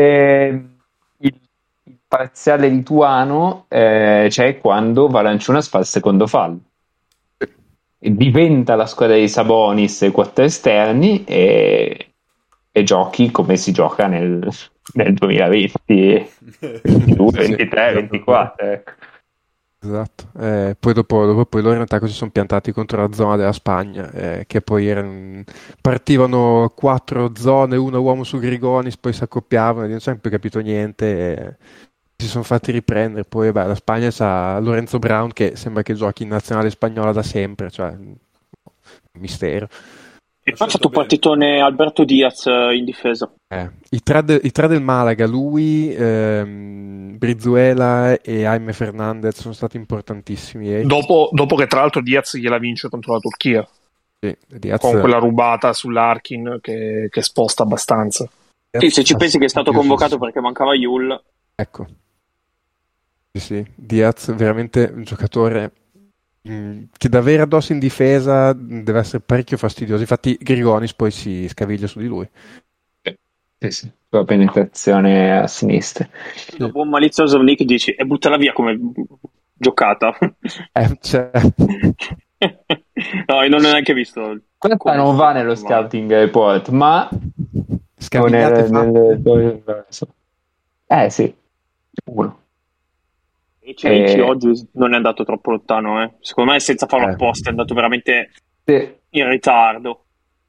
Il parziale lituano c'è quando Valanciunas fa il secondo fallo e diventa la squadra di Sabonis e quattro esterni e giochi come si gioca nel 2020 22, 23, 24 ecco. Esatto, poi dopo loro in realtà si sono piantati contro la zona della Spagna, che poi partivano 4 zone, una uomo su Grigonis, poi si accoppiavano e non si è più capito niente, si sono fatti riprendere. Poi la Spagna c'ha Lorenzo Brown che sembra che giochi in nazionale spagnola da sempre, cioè un mistero. E poi ha fatto un partitone Alberto Diaz in difesa. I tre del Malaga, lui, Brizuela e Jaime Fernandez sono stati importantissimi. Dopo che tra l'altro Diaz gliela vince contro la Turchia. Sì, Diaz... con quella rubata sull'Arkin che sposta abbastanza. Sì, se ci pensi che è stato convocato perché mancava Yul. Ecco. Sì, Diaz veramente un giocatore che da avere addosso in difesa deve essere parecchio fastidioso. Infatti Grigonis poi si scaviglia su di lui. Sì, la penetrazione a sinistra. Dopo un malizioso Nick dici e buttala via come giocata. Cioè... No, io non ho neanche visto. Questa non va nello scouting report, ma scavigliate sì, sicuro. E oggi non è andato troppo lontano, secondo me senza farlo apposta è andato veramente in ritardo.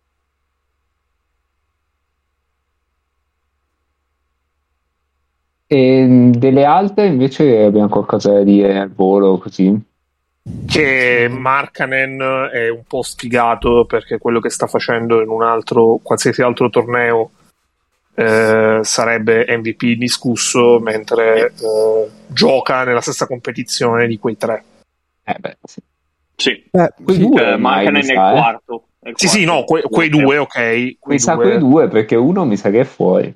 E delle altre invece abbiamo qualcosa da dire al volo così? Che Markkanen è un po' sfigato perché quello che sta facendo in un altro qualsiasi altro torneo sarebbe MVP indiscusso, mentre gioca nella stessa competizione di quei tre. Sì. Sì. Quei due Markkanen nel quarto. Sì, no, quei due, ok. Quei due, perché uno mi sa che è fuori.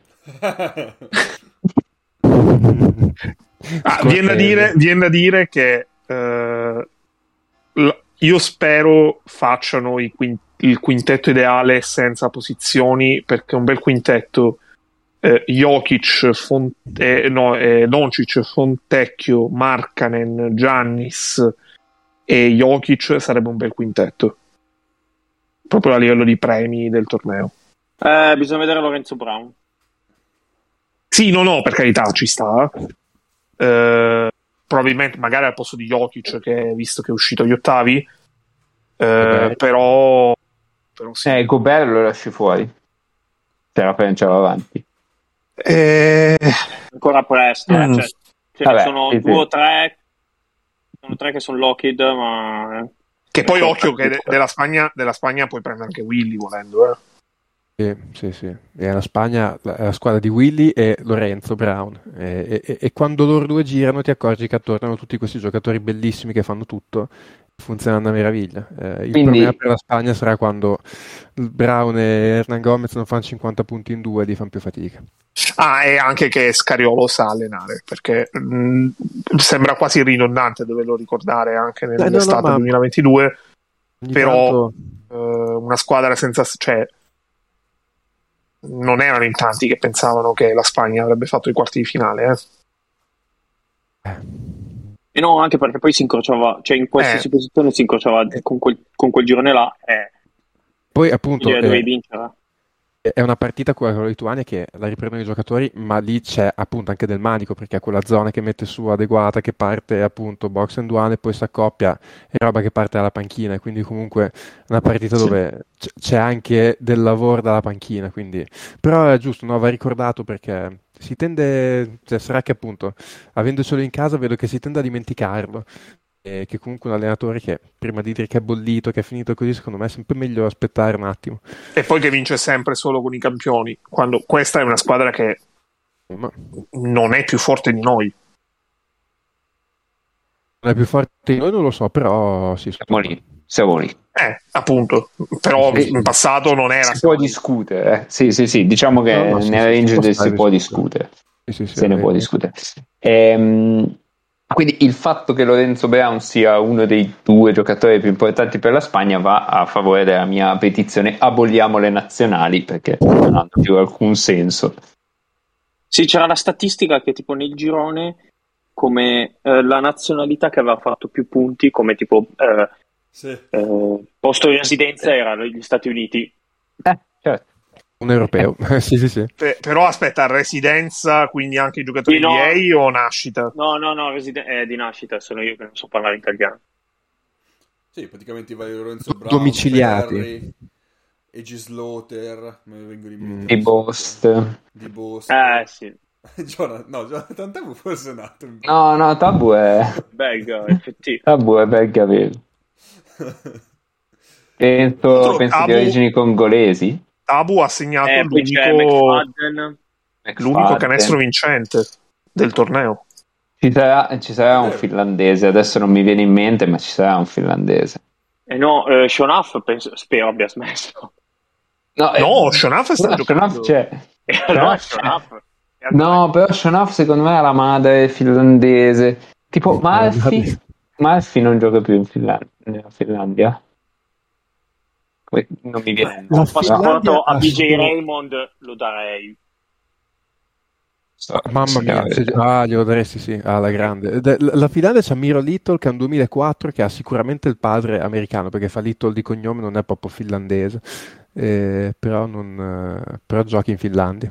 Viene da dire che io spero facciano il quintetto ideale senza posizioni, perché un bel quintetto Jokic, Doncic, Fontecchio, Markkanen, Giannis e Jokic sarebbe un bel quintetto proprio a livello di premi del torneo. Bisogna vedere Lorenzo Brown. Sì, no, per carità, ci sta. Probabilmente magari al posto di Jokic, che visto che è uscito agli ottavi, però sì. Gobert lo lasci fuori, ce la avanti. Ancora presto, cioè, Vabbè, sono due o tre. Sono tre che sono Lockheed, ma che poi occhio che della Spagna puoi prendere anche Willy volendo. Sì. E la Spagna è la squadra di Willy e Lorenzo Brown. E quando loro due girano ti accorgi che attorno hanno tutti questi giocatori bellissimi che fanno tutto. Funzionano a meraviglia. Il problema per la Spagna sarà quando Brown e Hernan Gomez non fanno 50 punti in due e li fanno più fatica. E anche che Scariolo sa allenare, perché sembra quasi ridondante doverlo ricordare anche nell'estate 2022, però una squadra senza, cioè non erano in tanti che pensavano che la Spagna avrebbe fatto i quarti di finale. E no, anche perché poi si incrociava, cioè in qualsiasi posizione si incrociava con quel girone là. Poi appunto dovevi vincere. È una partita con la Lituania che la riprendono i giocatori, ma lì c'è appunto anche del manico, perché è quella zona che mette su adeguata, che parte appunto box and one e poi si accoppia, è roba che parte dalla panchina, e quindi comunque è una partita dove c'è anche del lavoro dalla panchina, quindi però è giusto, no? Va ricordato, perché si tende, cioè, sarà che appunto avendocelo in casa vedo che si tende a dimenticarlo. E che comunque un allenatore che prima di dire che è bollito, che è finito così, secondo me è sempre meglio aspettare un attimo. E poi che vince sempre solo con i campioni, quando questa è una squadra che non è più forte di noi. Non è più forte di noi, non lo so, però siamo lì. Appunto, però in passato non era. Si può discutere, sì, diciamo che nel range si può discutere. Se ne può discutere. Quindi il fatto che Lorenzo Brown sia uno dei due giocatori più importanti per la Spagna va a favore della mia petizione: aboliamo le nazionali, perché non hanno più alcun senso. Sì, c'era la statistica che tipo nel girone come la nazionalità che aveva fatto più punti come tipo posto di residenza erano gli Stati Uniti. Certo. Un europeo. Sì. Però aspetta, residenza, quindi anche i giocatori di EA o nascita? No, di nascita, sono io che non so parlare italiano. Sì, praticamente i vari Lorenzo Brown, domiciliati. Ferri, Egi Slaughter, me ne vengono in mente. Di Bost. Sì. Jonathan Tabu forse è nato. No, Tabu è belga, effettivamente. Tabu è belga, vero. Penso di origini congolesi. Tabu ha segnato l'unico canestro vincente del torneo. Ci sarà un finlandese, adesso non mi viene in mente, ma ci sarà un finlandese. Sean Huff spero abbia smesso. No, Sean Huff sta giocando. No, però Sean Huff secondo me ha la madre finlandese. Tipo Murphy non gioca più nella Finlandia. Non mi viene. Un passaporto a BJ Raymond lo darei. Mamma mia, glielo daresti, sì, alla grande. La Finlandia c'ha Miro Little, che è un 2004, che ha sicuramente il padre americano, perché fa Little di cognome, non è proprio finlandese, però gioca in Finlandia.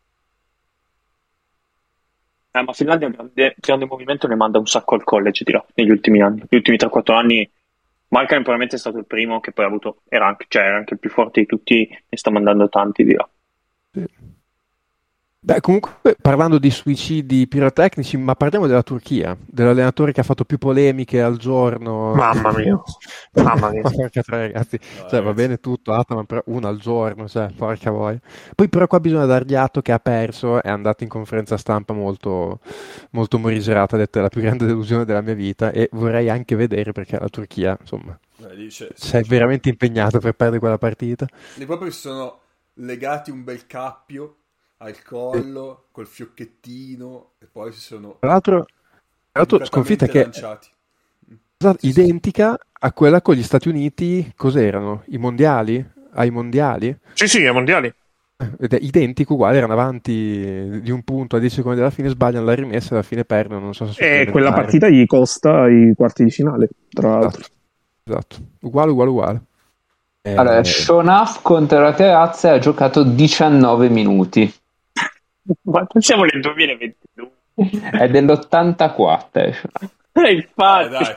Ma Finlandia è un grande movimento, ne manda un sacco al college di là, negli ultimi anni. Negli ultimi 3-4 anni Markkanen probabilmente è stato il primo, che poi ha avuto, era anche il più forte di tutti, ne sta mandando tanti di là. Sì. Beh, comunque, parlando di suicidi pirotecnici, ma parliamo della Turchia, dell'allenatore che ha fatto più polemiche al giorno. Mamma mia. Mamma mia. Ma porca troia, ragazzi. No, Cioè, va ragazzi. bene tutto, Ataman, però una al giorno, cioè, porca voglia. Poi però qua bisogna dargli atto che ha perso, è andato in conferenza stampa molto, molto morigerata, ha detto è la più grande delusione della mia vita, e vorrei anche vedere perché la Turchia, insomma, Dice, sei veramente impegnato per perdere quella partita. lì proprio si sono legati un bel cappio al collo, col fiocchettino, e poi si sono Tra l'altro sconfitta che lanciati. identica a quella con gli Stati Uniti, cos'erano? I mondiali? Ai mondiali? Sì, ai mondiali. Ed è identico, uguale, erano avanti di un punto a 10 secondi dalla fine, sbagliano la rimessa e alla fine perdono, non so se E quella partita gli costa i quarti di finale, tra l'altro. Esatto. Uguale. Allora, Shonaf contro la Terrazza ha giocato 19 minuti. Ma non siamo nel 2022. È dell'84. Infatti. Dai.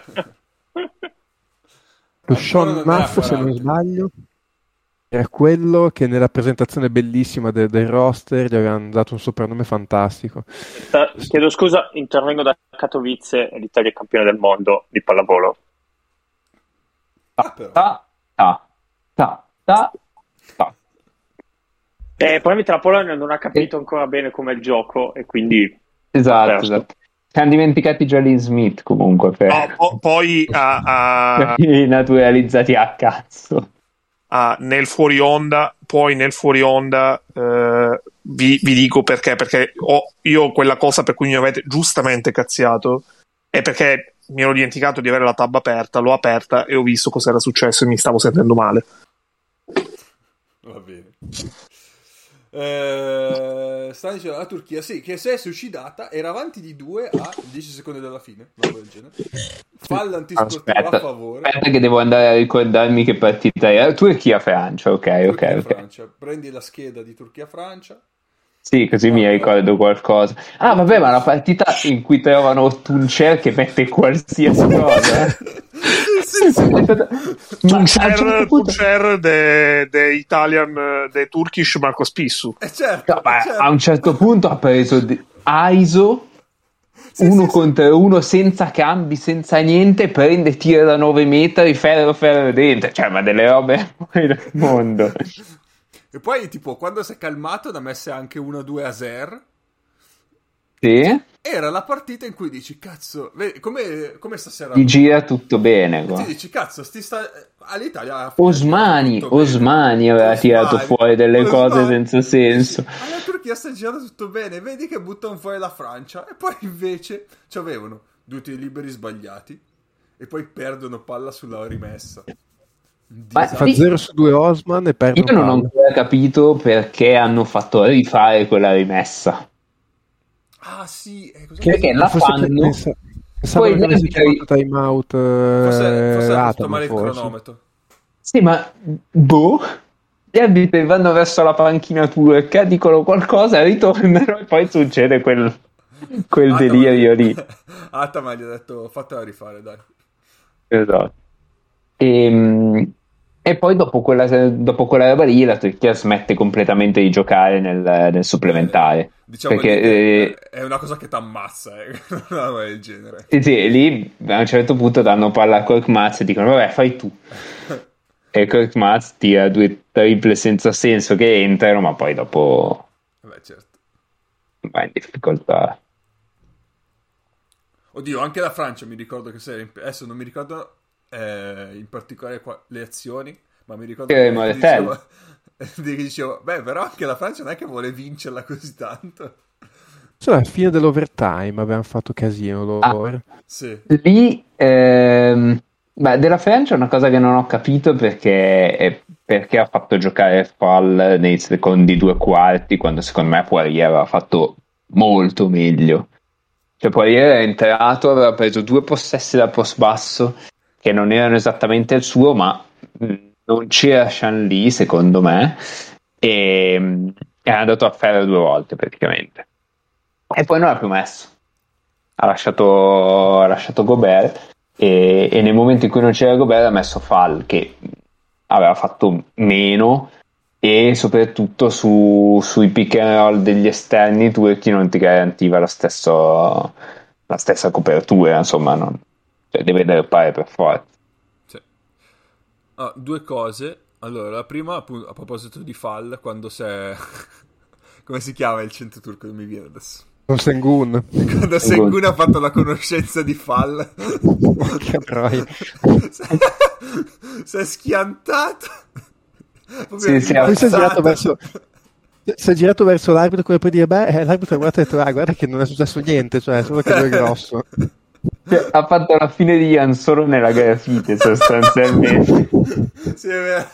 Lo Sean Ancora non è a Muff, se non 40. sbaglio, era quello che nella presentazione bellissima del roster gli avevano dato un soprannome fantastico. Chiedo scusa, intervengo da Katowice, l'Italia è campione del mondo di pallavolo. Però. Ta. Probabilmente la Polonia non ha capito ancora bene com'è il gioco e quindi Esatto. Ci hanno dimenticati Jalen Smith comunque Poi i naturalizzati a cazzo. nel fuori onda, vi dico perché io quella cosa per cui mi avete giustamente cazziato è perché mi ero dimenticato di avere la tab aperta, l'ho aperta e ho visto cosa era successo e mi stavo sentendo male. Va bene. Stanno dicendo la Turchia, sì, che si è suicidata, era avanti di 2 a 10 secondi dalla fine, roba del genere. Fallo antisportivo a favore. Aspetta che devo andare a ricordarmi che partita era. Turchia-Francia, ok. Francia. Prendi la scheda di Turchia-Francia. Sì, così mi ricordo qualcosa. Ah, vabbè, ma la partita in cui trovano Tuncer che mette qualsiasi cosa. Tuncer de Italian, de Turkish Marco Spissu. Certo, certo. A un certo punto ha preso Aiso uno contro uno senza cambi, senza niente, prende, tira da 9 metri, ferro dentro, cioè, ma delle robe fuori dal mondo. E poi, tipo, quando si è calmato, ne ha messe anche 1-2 a Zer. Sì? Era la partita in cui dici, cazzo, come stasera... Ti gira tutto bene. E ti dici, cazzo, all'Italia... Osmani aveva tirato fuori delle cose senza senso. Alla Turchia sta girando tutto bene, vedi che buttano fuori la Francia. E poi invece avevano 2 tiri liberi sbagliati. E poi perdono palla sulla rimessa. Fa 0 su 2 Osman e perdono Io non ho palla. ancora capito perché hanno fatto rifare quella rimessa. Ah sì, perché la fanno pensavo che avessi chiamato time out forse ha fatto male il cronometro. Sì, ma gli arbitri vanno verso la panchina turca, dicono qualcosa, ritornano e poi succede quel delirio lì. Ataman gli ha detto fatela rifare, dai. Esatto. E poi dopo quella roba lì la Turchia smette completamente di giocare nel supplementare. Diciamo perché è una cosa che ti ammazza, una roba del genere. Sì, lì a un certo punto danno palla a Korkmaz e dicono vabbè fai tu. E Korkmaz tira 2 triple senza senso che entrano, ma poi dopo certo, va in difficoltà. Oddio, anche la Francia mi ricordo che adesso non mi ricordo in particolare le azioni, ma mi ricordo che dicevo, beh, però anche la Francia non è che vuole vincerla così tanto. Cioè, alla fine dell'overtime avevano fatto casino loro. Sì. Lì della Francia è una cosa che non ho capito perché ha fatto giocare Fall nei secondi 2 quarti, quando secondo me Poirier aveva fatto molto meglio. Cioè Poirier è entrato, aveva preso 2 possessi da post basso che non erano esattamente il suo, ma non c'era Shan Lee secondo me, e è andato a ferro 2 volte praticamente, e poi non l'ha più messo, ha lasciato Gobert, e nel momento in cui non c'era Gobert ha messo Fall che aveva fatto meno, e soprattutto sui pick and roll degli esterni Turchi non ti garantiva la stessa copertura, insomma, cioè, deve dare per forza. Sì. Due cose. Allora, la prima, appunto, a proposito di Fall, quando sei... come si chiama il centro turco? Non mi viene adesso. Sengun. Quando Sengun ha fatto la conoscenza di Fall. Che troia. Si è schiantato. Sì, si è girato verso l'arbitro come per dire, l'arbitro ha guardato e ha detto, guarda che non è successo niente, cioè solo che lui è grosso. Cioè, ha fatto la fine di Ian solo nella grafite sostanzialmente. Sì,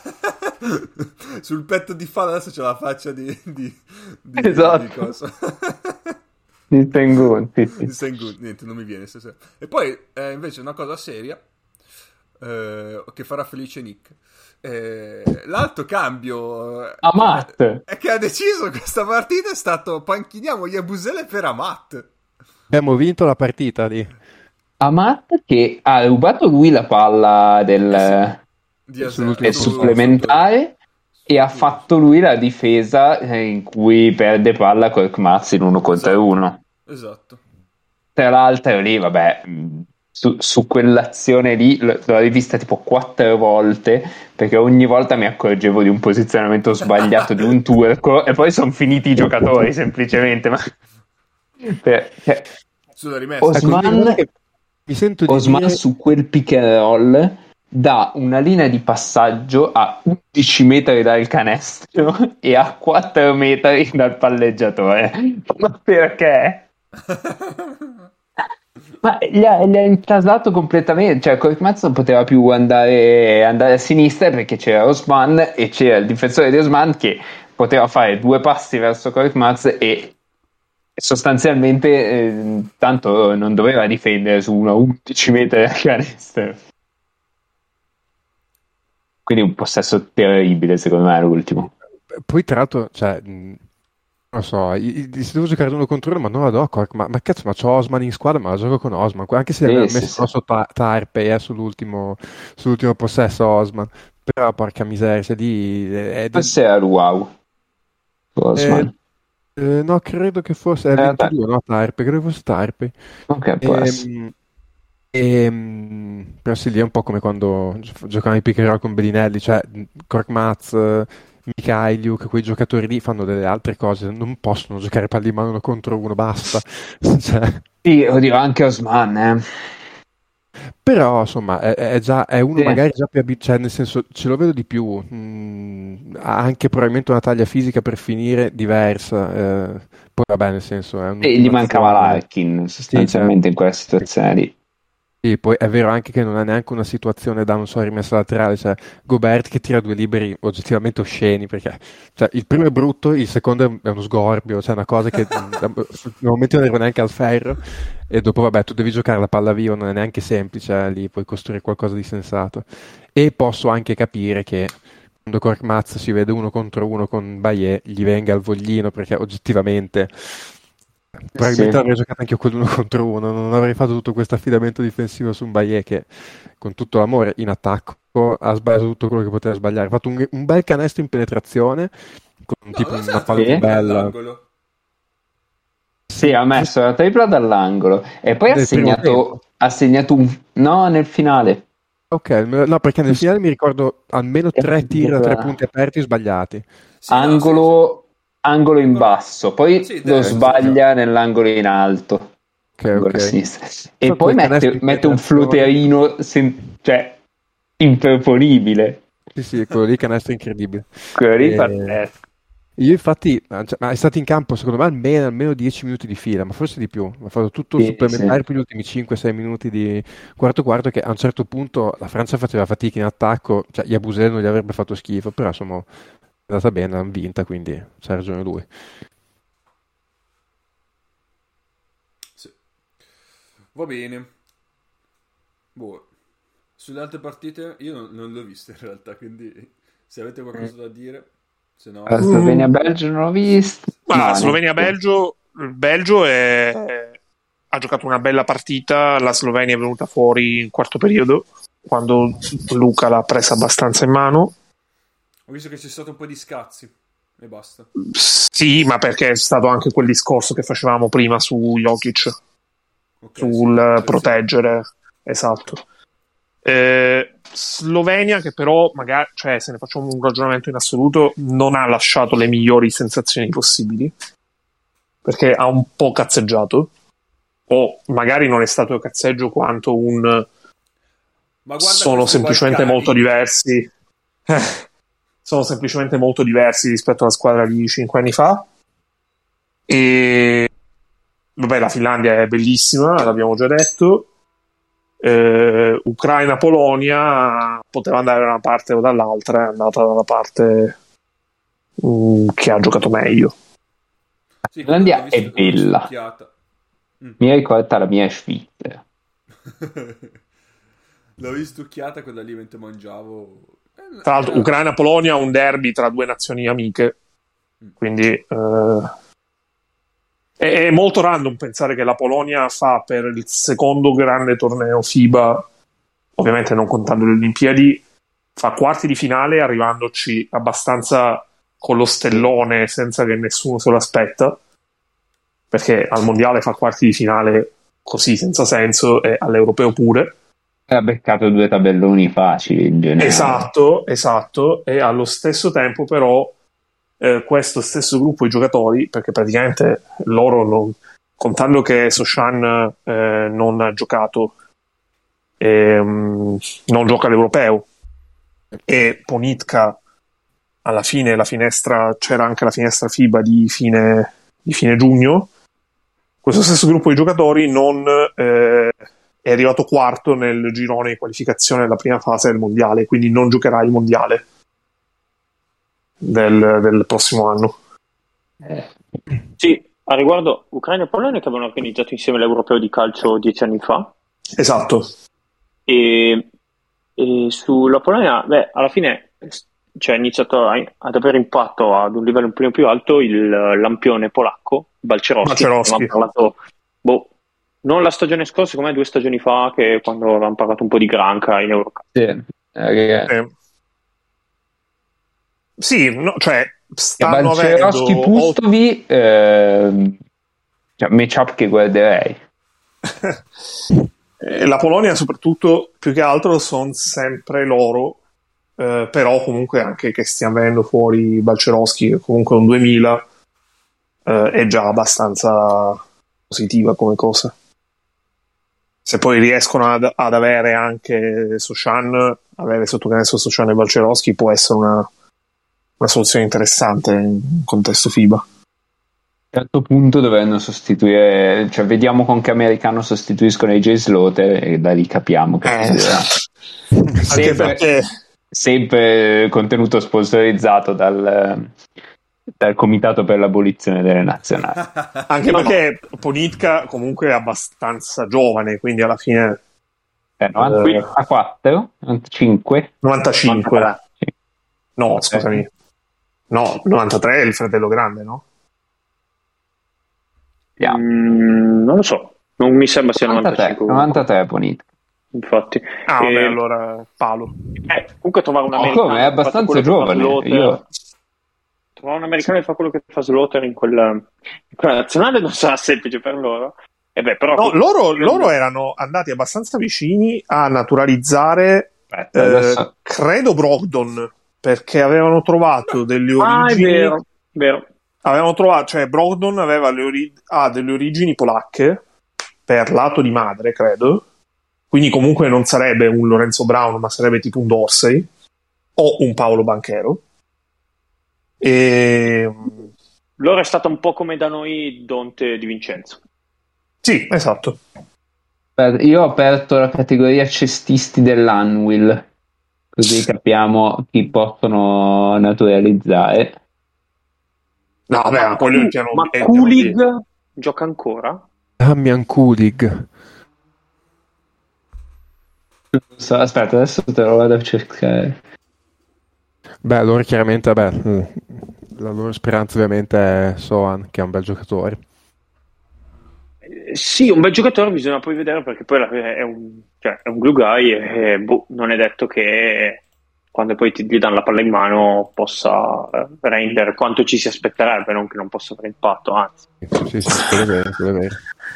sul petto di Fall adesso c'è la faccia di esatto. di cosa. Di Sengun, sì. Di Sengun, niente, non mi viene. E poi invece una cosa seria che farà felice Nick. L'altro cambio Amat che ha deciso questa partita è stato panchiniamo Yabusele per Amat. Abbiamo vinto la partita di Amat, che ha rubato lui la palla del supplementare e ha fatto lui la difesa in cui perde palla Korkmaz in 1 contro 1. Esatto. Tra l'altro lì, vabbè, su quell'azione lì l'ho rivista tipo 4 volte, perché ogni volta mi accorgevo di un posizionamento sbagliato di un turco e poi sono finiti i giocatori semplicemente. Osman su quel pick and roll dà una linea di passaggio a 11 metri dal canestro e a 4 metri dal palleggiatore. Ma perché? Ma gli ha intasato completamente, cioè Korkmaz non poteva più andare a sinistra perché c'era Osman e c'era il difensore di Osman che poteva fare 2 passi verso Korkmaz e sostanzialmente tanto non doveva difendere su una 11 metri da canestro. Quindi un possesso terribile secondo me l'ultimo. Poi tra l'altro, cioè, non lo so, si devo giocare 1 contro 1, ma non la do a Cork, ma cazzo, ma c'ho Osman in squadra, ma la gioco con Osman, anche se aveva messo Tarpe sull'ultimo possesso Osman, però porca miseria, se lì forse era wow Osman. No, credo che fosse 22, no, Tarpe, credo fosse Tarpe. Ok, può essere. Però sì, lì è un po' come quando giocavamo i pick and roll con Bellinelli, cioè Korkmaz, Mikhailiuk, quei giocatori lì fanno delle altre cose, non possono giocare palli in mano 1 contro 1, basta. Cioè. Sì, oddio, anche Osman, Però insomma è uno magari già più cioè nel senso ce lo vedo di più, ha anche probabilmente una taglia fisica per finire diversa, poi vabbè nel senso è e gli mancava Larkin sostanzialmente in quella situazione lì. Sì, poi è vero anche che non è neanche una situazione da, non so, rimessa laterale, cioè Gobert che tira 2 liberi oggettivamente osceni, perché cioè, il primo è brutto, il secondo è uno sgorbio, cioè una cosa che nel momento non arriva neanche al ferro, e dopo vabbè tu devi giocare la palla viva, non è neanche semplice, lì puoi costruire qualcosa di sensato. E posso anche capire che quando Korkmaz si vede 1 contro 1 con Bayer gli venga al voglino, perché oggettivamente... Probabilmente avrei giocato anche io quell'1 contro 1, non avrei fatto tutto questo affidamento difensivo su un Bayer che con tutto l'amore in attacco ha sbagliato tutto quello che poteva sbagliare, ha fatto un bel canestro in penetrazione con tipo una palla bella. Sì, ha messo la tripla dall'angolo e poi ha segnato nel finale. Ok, no, perché nel finale mi ricordo almeno 3 tiri da 3 punti aperti sbagliati. Sì, angolo in basso, poi lo sbaglia nell'angolo in alto. Okay. E poi mette un floterino cioè improponibile. Sì, quello lì canestro incredibile. Quello lì pazzesco. Io infatti, ma è stato in campo secondo me almeno 10 minuti di fila, ma forse di più. Ha fatto tutto il supplementare per gli ultimi 5-6 minuti di quarto che a un certo punto la Francia faceva fatica in attacco, cioè Yabusele non gli avrebbe fatto schifo, però insomma è andata bene, l'hanno vinta, quindi c'ha ragione lui. Sì. Va bene. Sulle altre partite io non le ho viste in realtà, quindi se avete qualcosa da dire, se no... Slovenia-Belgio non l'ho visto. Ma Slovenia-Belgio, il Belgio ha giocato una bella partita, la Slovenia è venuta fuori in quarto periodo, quando Luka l'ha presa abbastanza in mano. Ho visto che c'è stato un po' di scazzi e basta. Sì, ma perché è stato anche quel discorso che facevamo prima su Jokic, sul sì, proteggere, esatto. Slovenia, che però magari, cioè, se ne facciamo un ragionamento in assoluto, non ha lasciato le migliori sensazioni possibili, perché ha un po' cazzeggiato, o magari non è stato cazzeggio quanto un sono semplicemente molto diversi. Sono semplicemente molto diversi rispetto alla squadra di 5 anni fa. E vabbè, la Finlandia è bellissima, l'abbiamo già detto. Ucraina-Polonia poteva andare da una parte o dall'altra, è andata dalla parte che ha giocato meglio. La Finlandia è bella. Mi ha ricordato la mia Svizzera. L'avevi stucchiata quella lì mentre mangiavo. Tra l'altro, Ucraina-Polonia, un derby tra due nazioni amiche, quindi è molto random pensare che la Polonia fa per il secondo grande torneo FIBA, ovviamente non contando le Olimpiadi, fa quarti di finale arrivandoci abbastanza con lo stellone senza che nessuno se lo aspetta, perché al mondiale fa quarti di finale così senza senso e all'europeo pure. Ha beccato 2 tabelloni facili in generale. Esatto, e allo stesso tempo però questo stesso gruppo di giocatori, perché praticamente loro, contando che Sochan non ha giocato, non gioca all'europeo, e Ponitka alla fine c'era anche la finestra FIBA di fine giugno, questo stesso gruppo di giocatori non è arrivato quarto nel girone di qualificazione della prima fase del mondiale, quindi non giocherà il mondiale del prossimo anno. Sì, a riguardo Ucraina e Polonia che avevano organizzato insieme l'Europeo di calcio 10 anni fa. Esatto. E sulla Polonia, alla fine ha iniziato ad avere impatto ad un livello un po' più alto il lampione polacco, Balcerowski. Avevamo parlato, non la stagione scorsa, come 2 stagioni fa, che quando avevamo parlato un po' di Granca in Eurocup. Sì, no, cioè stanno Balcerowski Pustovi matchup che guarderei. La Polonia soprattutto, più che altro, sono sempre loro, però comunque anche che stiamo venendo fuori Balcerowski, che comunque un 2000 è già abbastanza positiva come cosa. Se poi riescono ad avere anche Sochan, avere sotto canestro Sochan e Balcerowski può essere una soluzione interessante in contesto FIBA. A un certo punto dovranno sostituire, cioè vediamo con che americano sostituiscono AJ Slaughter e da lì capiamo che sempre contenuto sponsorizzato dal Comitato per l'Abolizione delle Nazionali. Anche perché Ponitka comunque è abbastanza giovane, quindi alla fine 94, 95. No, scusami. No, 93 è il fratello grande, no? Non lo so, non mi sembra sia 93 Ponitka. Infatti. Allora palo. Comunque trovare un americano è abbastanza giovane. Trovare un americano che fa quello che fa Slaughter in quella nazionale non sarà semplice per loro. Però no, loro erano andati abbastanza vicini a naturalizzare credo Brogdon, perché avevano trovato delle origini. È vero. Avevano trovato, cioè Brogdon aveva delle origini polacche per lato di madre, credo. Quindi comunque non sarebbe un Lorenzo Brown, ma sarebbe tipo un Dorsey o un Paolo Banchero. Loro è stata un po' come da noi Dante Di Vincenzo. Sì, esatto. Io ho aperto la categoria cestisti dell'Anvil, così capiamo chi possono naturalizzare. No, vabbè, quello è il piano. Ma Kulig gioca ancora? Damian Kulig. Aspetta, adesso te lo vado a cercare. Beh, loro chiaramente, la loro speranza ovviamente è Sohan, che è un bel giocatore. Sì, un bel giocatore, bisogna poi vedere, perché poi è un glue guy e non è detto che quando poi gli danno la palla in mano, possa rendere quanto ci si aspetterebbe, non che non possa avere impatto, anzi. Sì, quello è vero.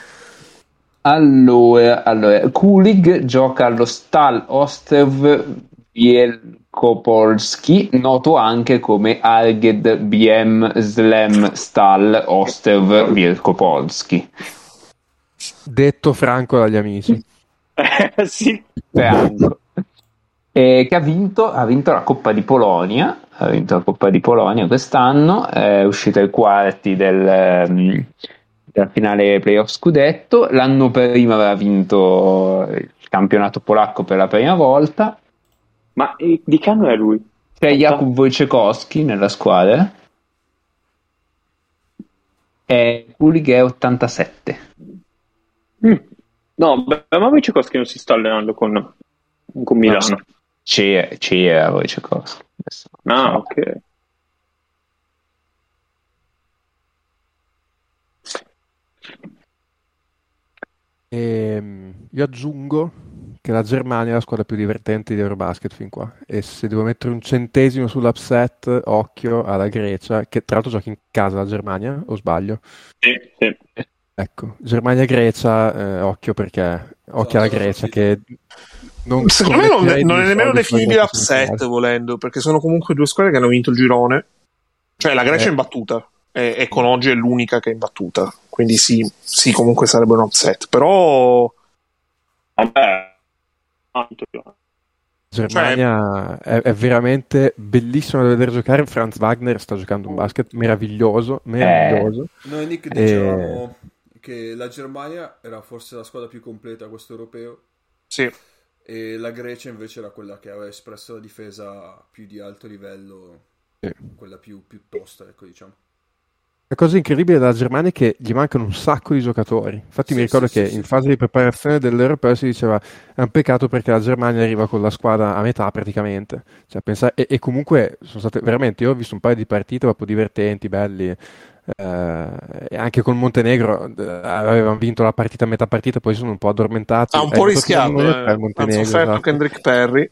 Allora, Kulig gioca allo Stal Ostev Wielkopolski, noto anche come Arged BM Slam Stal Ostev Wielkopolski. Detto franco dagli amici. Sì. Franco. Che ha vinto la Coppa di Polonia. Ha vinto la Coppa di Polonia quest'anno, è uscito ai quarti della finale playoff scudetto. L'anno prima aveva vinto il campionato polacco per la prima volta. Ma di che anno è lui? C'è Jakub Wojciechowski nella squadra. E Kulig è 87. No, ma Wojciechowski non si sta allenando con Milano. C'era Wojciechowski. Ah, ok. Io aggiungo che la Germania è la squadra più divertente di Eurobasket fin qua, e se devo mettere un centesimo sull'upset, occhio alla Grecia, che tra l'altro gioca in casa la Germania, o sbaglio? Sì. Ecco, Germania-Grecia, occhio alla Grecia, che secondo me non è nemmeno definibile upset, volendo, perché sono comunque due squadre che hanno vinto il girone, cioè la Grecia è imbattuta, e con oggi è l'unica che è imbattuta, quindi sì, comunque sarebbe un upset, però vabbè, Germania è veramente bellissima da vedere giocare. Franz Wagner sta giocando un basket meraviglioso. Noi Nick dicevamo che la Germania era forse la squadra più completa a questo europeo, sì, e la Grecia invece era quella che aveva espresso la difesa più di alto livello, quella più tosta, ecco, diciamo. La cosa incredibile della Germania è che gli mancano un sacco di giocatori. Infatti mi ricordo che in fase di preparazione dell'Europeo si diceva è un peccato perché la Germania arriva con la squadra a metà praticamente. Cioè, e comunque sono state veramente, io ho visto un paio di partite proprio divertenti, belli. E anche col Montenegro avevano vinto la partita a metà partita, poi sono un po' addormentati. Ha un po' rischiato, ha sofferto esatto. Kendrick Perry.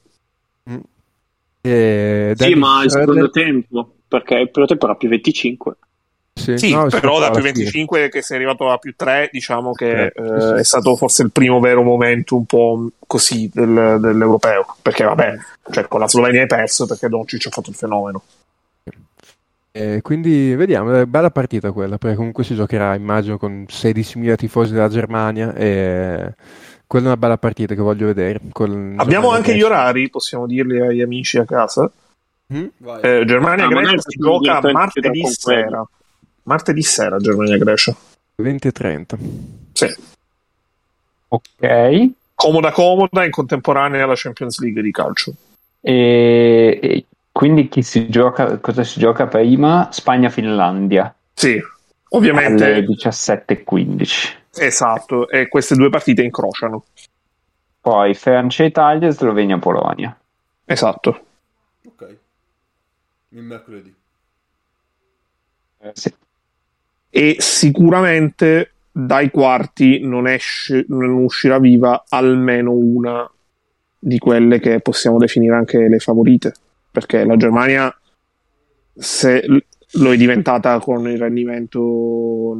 Sì, ma il secondo tempo, perché il primo tempo era più 25. Sì, no, però da più 25 fine. Che sei arrivato a più 3, diciamo che è stato forse il primo vero momento un po' così dell'europeo, perché vabbè, cioè con la Slovenia hai perso perché Doncic ha fatto il fenomeno. Quindi vediamo, è bella partita quella, perché comunque si giocherà, immagino, con 16.000 tifosi della Germania, e quella è una bella partita che voglio vedere. Abbiamo anche gli orari, possiamo dirli agli amici a casa. Germania-Grecia si gioca martedì sera, Germania-Grecia 20:30. Sì. Ok. Comoda in contemporanea alla Champions League di calcio. E quindi cosa si gioca prima? Spagna-Finlandia. Sì, ovviamente alle 17:15. Esatto, e queste due partite incrociano. Poi Francia-Italia e Slovenia-Polonia. Esatto. Ok. Il mercoledì. Sì. E sicuramente dai quarti non uscirà viva almeno una di quelle che possiamo definire anche le favorite, perché la Germania, se lo è diventata con il rendimento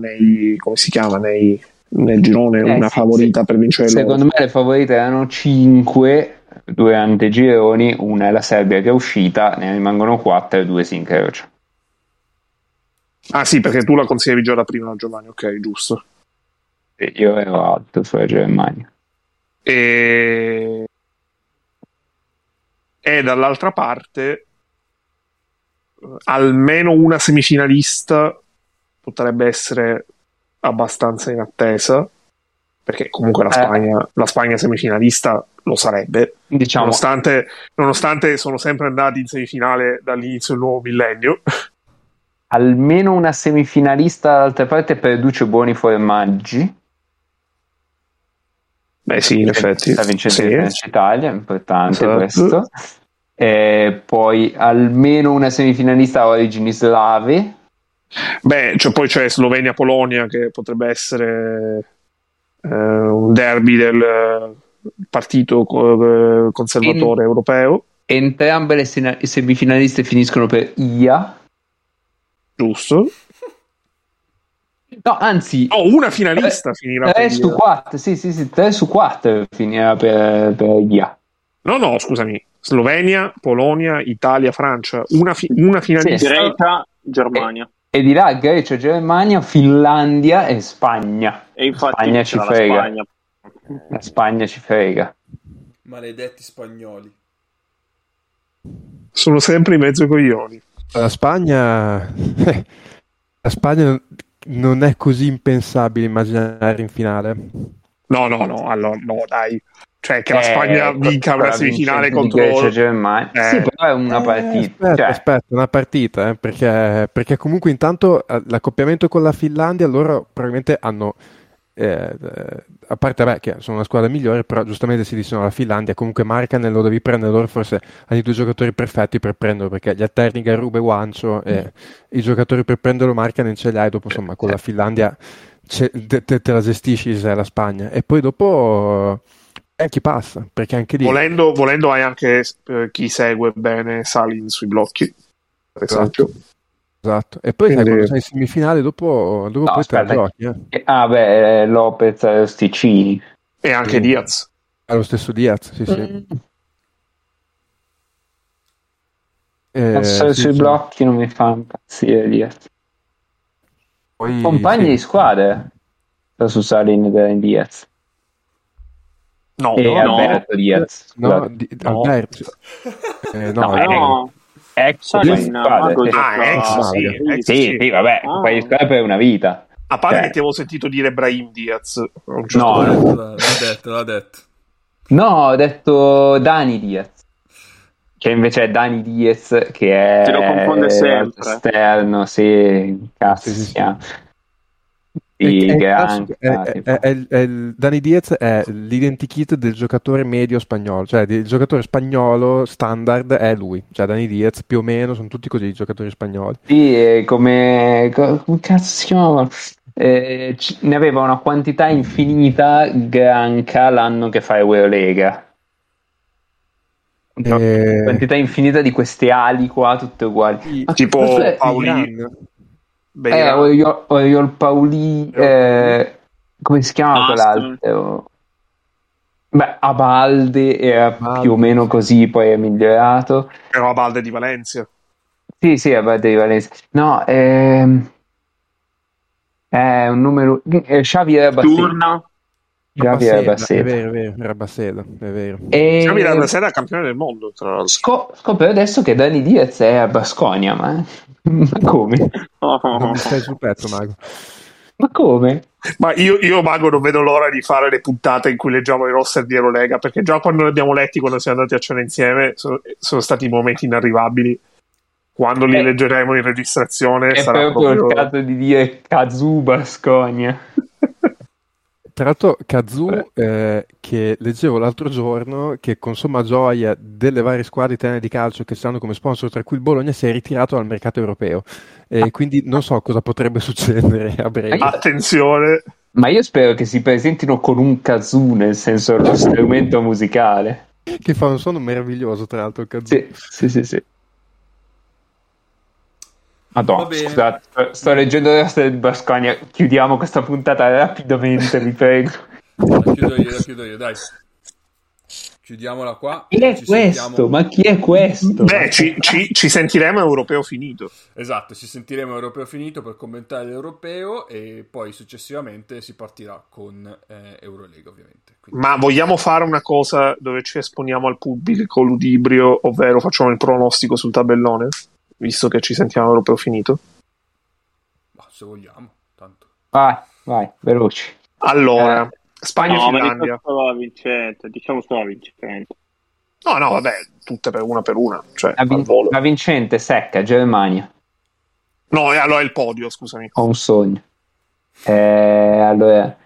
nel girone, una favorita per vincere. Secondo me le favorite erano 5 durante i gironi, una è la Serbia che è uscita, ne rimangono 4 e 2 si incrociano. Ah sì, perché tu la consideri già da prima la Germania, ok, giusto. Io ero alto sulla Germania. E dall'altra parte almeno una semifinalista potrebbe essere abbastanza in attesa, perché comunque la Spagna semifinalista lo sarebbe, diciamo, nonostante sono sempre andati in semifinale dall'inizio del nuovo millennio. Almeno una semifinalista dall'altra parte produce buoni formaggi. Beh sì, in effetti sta vincendo in Italia, è importante, esatto. Questo. Poi almeno una semifinalista a origini slave. Beh, poi c'è Slovenia-Polonia che potrebbe essere un derby del partito conservatore europeo. entrambe le semifinaliste finiscono per IA. Giusto? No, anzi, una finalista finirà 3 per su IA. 4. Sì, 3 su 4 finirà per IA. No, scusami. Slovenia, Polonia, Italia, Francia. Una finalista. Grecia, Germania. E di là Grecia, Germania, Finlandia e Spagna. E infatti Spagna ci c'era la frega. Spagna. La Spagna ci frega. Maledetti spagnoli. Sono sempre in mezzo ai coglioni. La Spagna non è così impensabile immaginare in finale. No, allora no, dai. Cioè che la Spagna vinca una semifinale contro Grecia, Germania. Sì, però è una partita. Aspetta, una partita, perché comunque intanto l'accoppiamento con la Finlandia loro probabilmente hanno a parte che sono una squadra migliore, però giustamente si dice no, la Finlandia comunque Markkanen lo devi prendere, loro forse hanno i due giocatori perfetti per prenderlo, perché gli alterni Garube e Wancho e i giocatori per prenderlo Markkanen ce li hai, dopo insomma con la Finlandia te la gestisci se è la Spagna, e poi dopo chi passa, perché anche lì volendo hai anche chi segue bene Salin sui blocchi, per esempio. Esatto, e poi sai, quando sei in semifinale dopo No, poi te la aspetta. giochi. Lopez, Sticini. E anche Diaz. È lo stesso Diaz, sì. Sui sì. blocchi non mi fa impazzire Diaz. Poi, Compagni di squadra su Salin e Diaz. No, Alberto Diaz. No, No. Alberto. No. Salin, Mago Sì, vabbè, compagni di squadra per una vita. A parte che ti avevo sentito dire Brahim Diaz. L'ha detto. No, ho detto Dani Diaz. Che invece è Dani Diaz, che è... Te lo confonde sempre. Esterno, sì, cazzo si chiama. Dani Diaz è l'identikit del giocatore medio spagnolo, cioè il giocatore spagnolo standard è lui, cioè Dani Diaz più o meno sono tutti così i giocatori spagnoli. Sì, come cazzo si chiamava? Ne aveva una quantità infinita Granca l'anno che fa Eurolega. Quantità infinita di queste ali qua tutte uguali. Tipo Pauli. Oriol Pauli, come si chiama quell'altro? Beh, Abalde era più o meno così, poi è migliorato. Però Abalde di Valencia. Sì, Abalde di Valencia. No, è un numero... Xavi era Bassetto. Xavi era Bassetto. È vero, era Bassetto, è vero. Xavi era Bassetto campione del mondo, tra l'altro. Scopro adesso che Dani Diaz è a Baskonia, ma come? Non stai sul pezzo, Mago. Ma come? Ma io Mago non vedo l'ora di fare le puntate in cui leggiamo i roster di Eurolega, perché già quando li abbiamo letti, quando siamo andati a cena insieme, sono stati momenti inarrivabili. Quando li leggeremo in registrazione sarà proprio il caso di dire Kazoo Baskonia. Tra l'altro Kazoo, che leggevo l'altro giorno, che con somma gioia delle varie squadre italiane di calcio che stanno come sponsor, tra cui il Bologna, si è ritirato dal mercato europeo, e quindi non so cosa potrebbe succedere a breve. Attenzione! Ma io spero che si presentino con un kazoo, nel senso lo strumento musicale. Che fa un suono meraviglioso, tra l'altro, il kazoo. Sì. Madonna, scusate, sto leggendo il resto del Baskonia. Chiudiamo questa puntata rapidamente, vi prego. La chiudo io, dai. Chiudiamola qua. Chi è questo? Ma chi è questo? Beh, ci sentiremo europeo finito. Esatto, ci sentiremo europeo finito per commentare l'europeo, e poi successivamente si partirà con Eurolega, ovviamente. Quindi... Ma vogliamo fare una cosa dove ci esponiamo al pubblico ludibrio, ovvero facciamo il pronostico sul tabellone? Visto che ci sentiamo europeo finito? Ma se vogliamo, tanto. Vai, veloci. Allora, Spagna e Diciamo Finlandia. solo la vincente. No, vabbè, tutte per una. Cioè, La vincente secca, Germania. No, allora è il podio, scusami. Ho un sogno. Allora,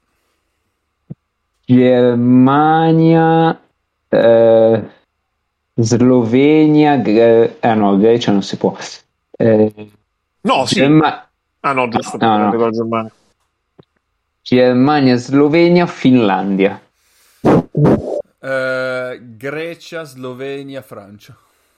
Germania, Slovenia, no, Grecia non si può. No, sì. No, giusto, no. La Germania. Germania, Slovenia, Finlandia. Grecia, Slovenia, Francia.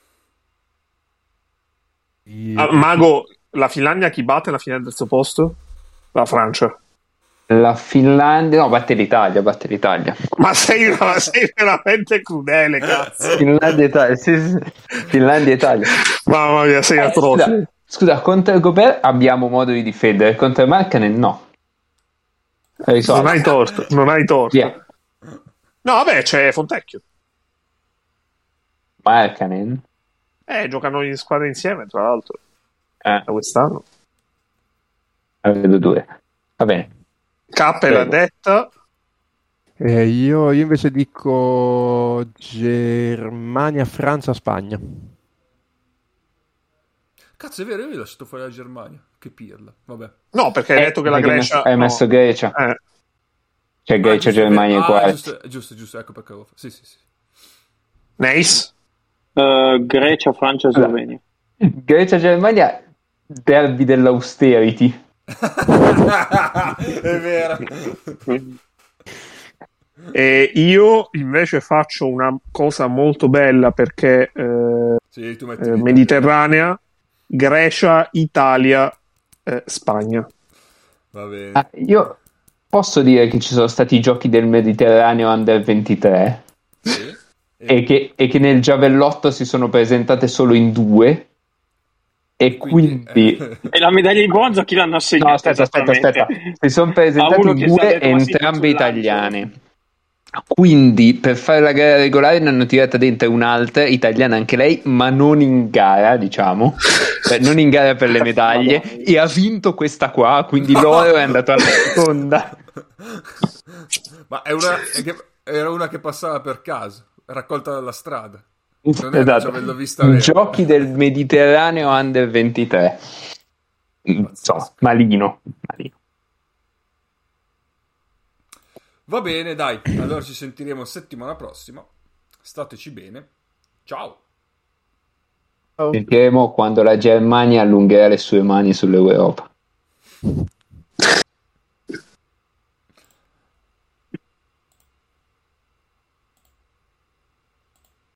Mago, la Finlandia chi batte alla fine del terzo posto? La Francia. La Finlandia, no, batte l'Italia. Ma sei veramente crudele, cazzo. Finlandia-Italia, sì. Finlandia-Italia. Mamma mia, sei atroce. Scusa, contro il Gobert abbiamo modo di difendere, contro il Markkanen no. Non hai torto. Yeah. No, vabbè, c'è Fontecchio. Markkanen? Giocano in squadra insieme, tra l'altro. Da quest'anno. Vedo due. Va bene. K l'ha detta. Io invece dico Germania, Francia, Spagna. Cazzo, è vero, io ho lasciato fuori la Germania. Che pirla, vabbè. No, perché hai detto che la Grecia... Hai messo Grecia. C'è Grecia, Germania qua. Giusto, ecco perché avevo... Sì. Nice. Grecia, Francia, Slovenia. Grecia, Germania, derby dell'austerity. È vero. E io invece faccio una cosa molto bella perché sì, tu metti mediterranea, Grecia, Italia, Spagna. Va bene. Io posso dire che ci sono stati i giochi del Mediterraneo Under 23 sì. e che nel giavellotto si sono presentate solo in 2 e quindi e la medaglia di bronzo chi l'hanno assegnata? No, aspetta. Si sono presentate in 2 entrambe italiane. Quindi per fare la gara regolare ne hanno tirata dentro un'altra italiana anche lei, ma non in gara, diciamo, non in gara per le medaglie, e ha vinto questa qua, quindi l'oro è andato alla seconda. Ma era una che passava per caso, raccolta dalla strada. Non è Esatto. Vista Giochi del Mediterraneo Under 23. So, malino. Va bene, dai, allora ci sentiremo settimana prossima. Stateci bene. Ciao. Sentiremo quando la Germania allungherà le sue mani sull'Europa.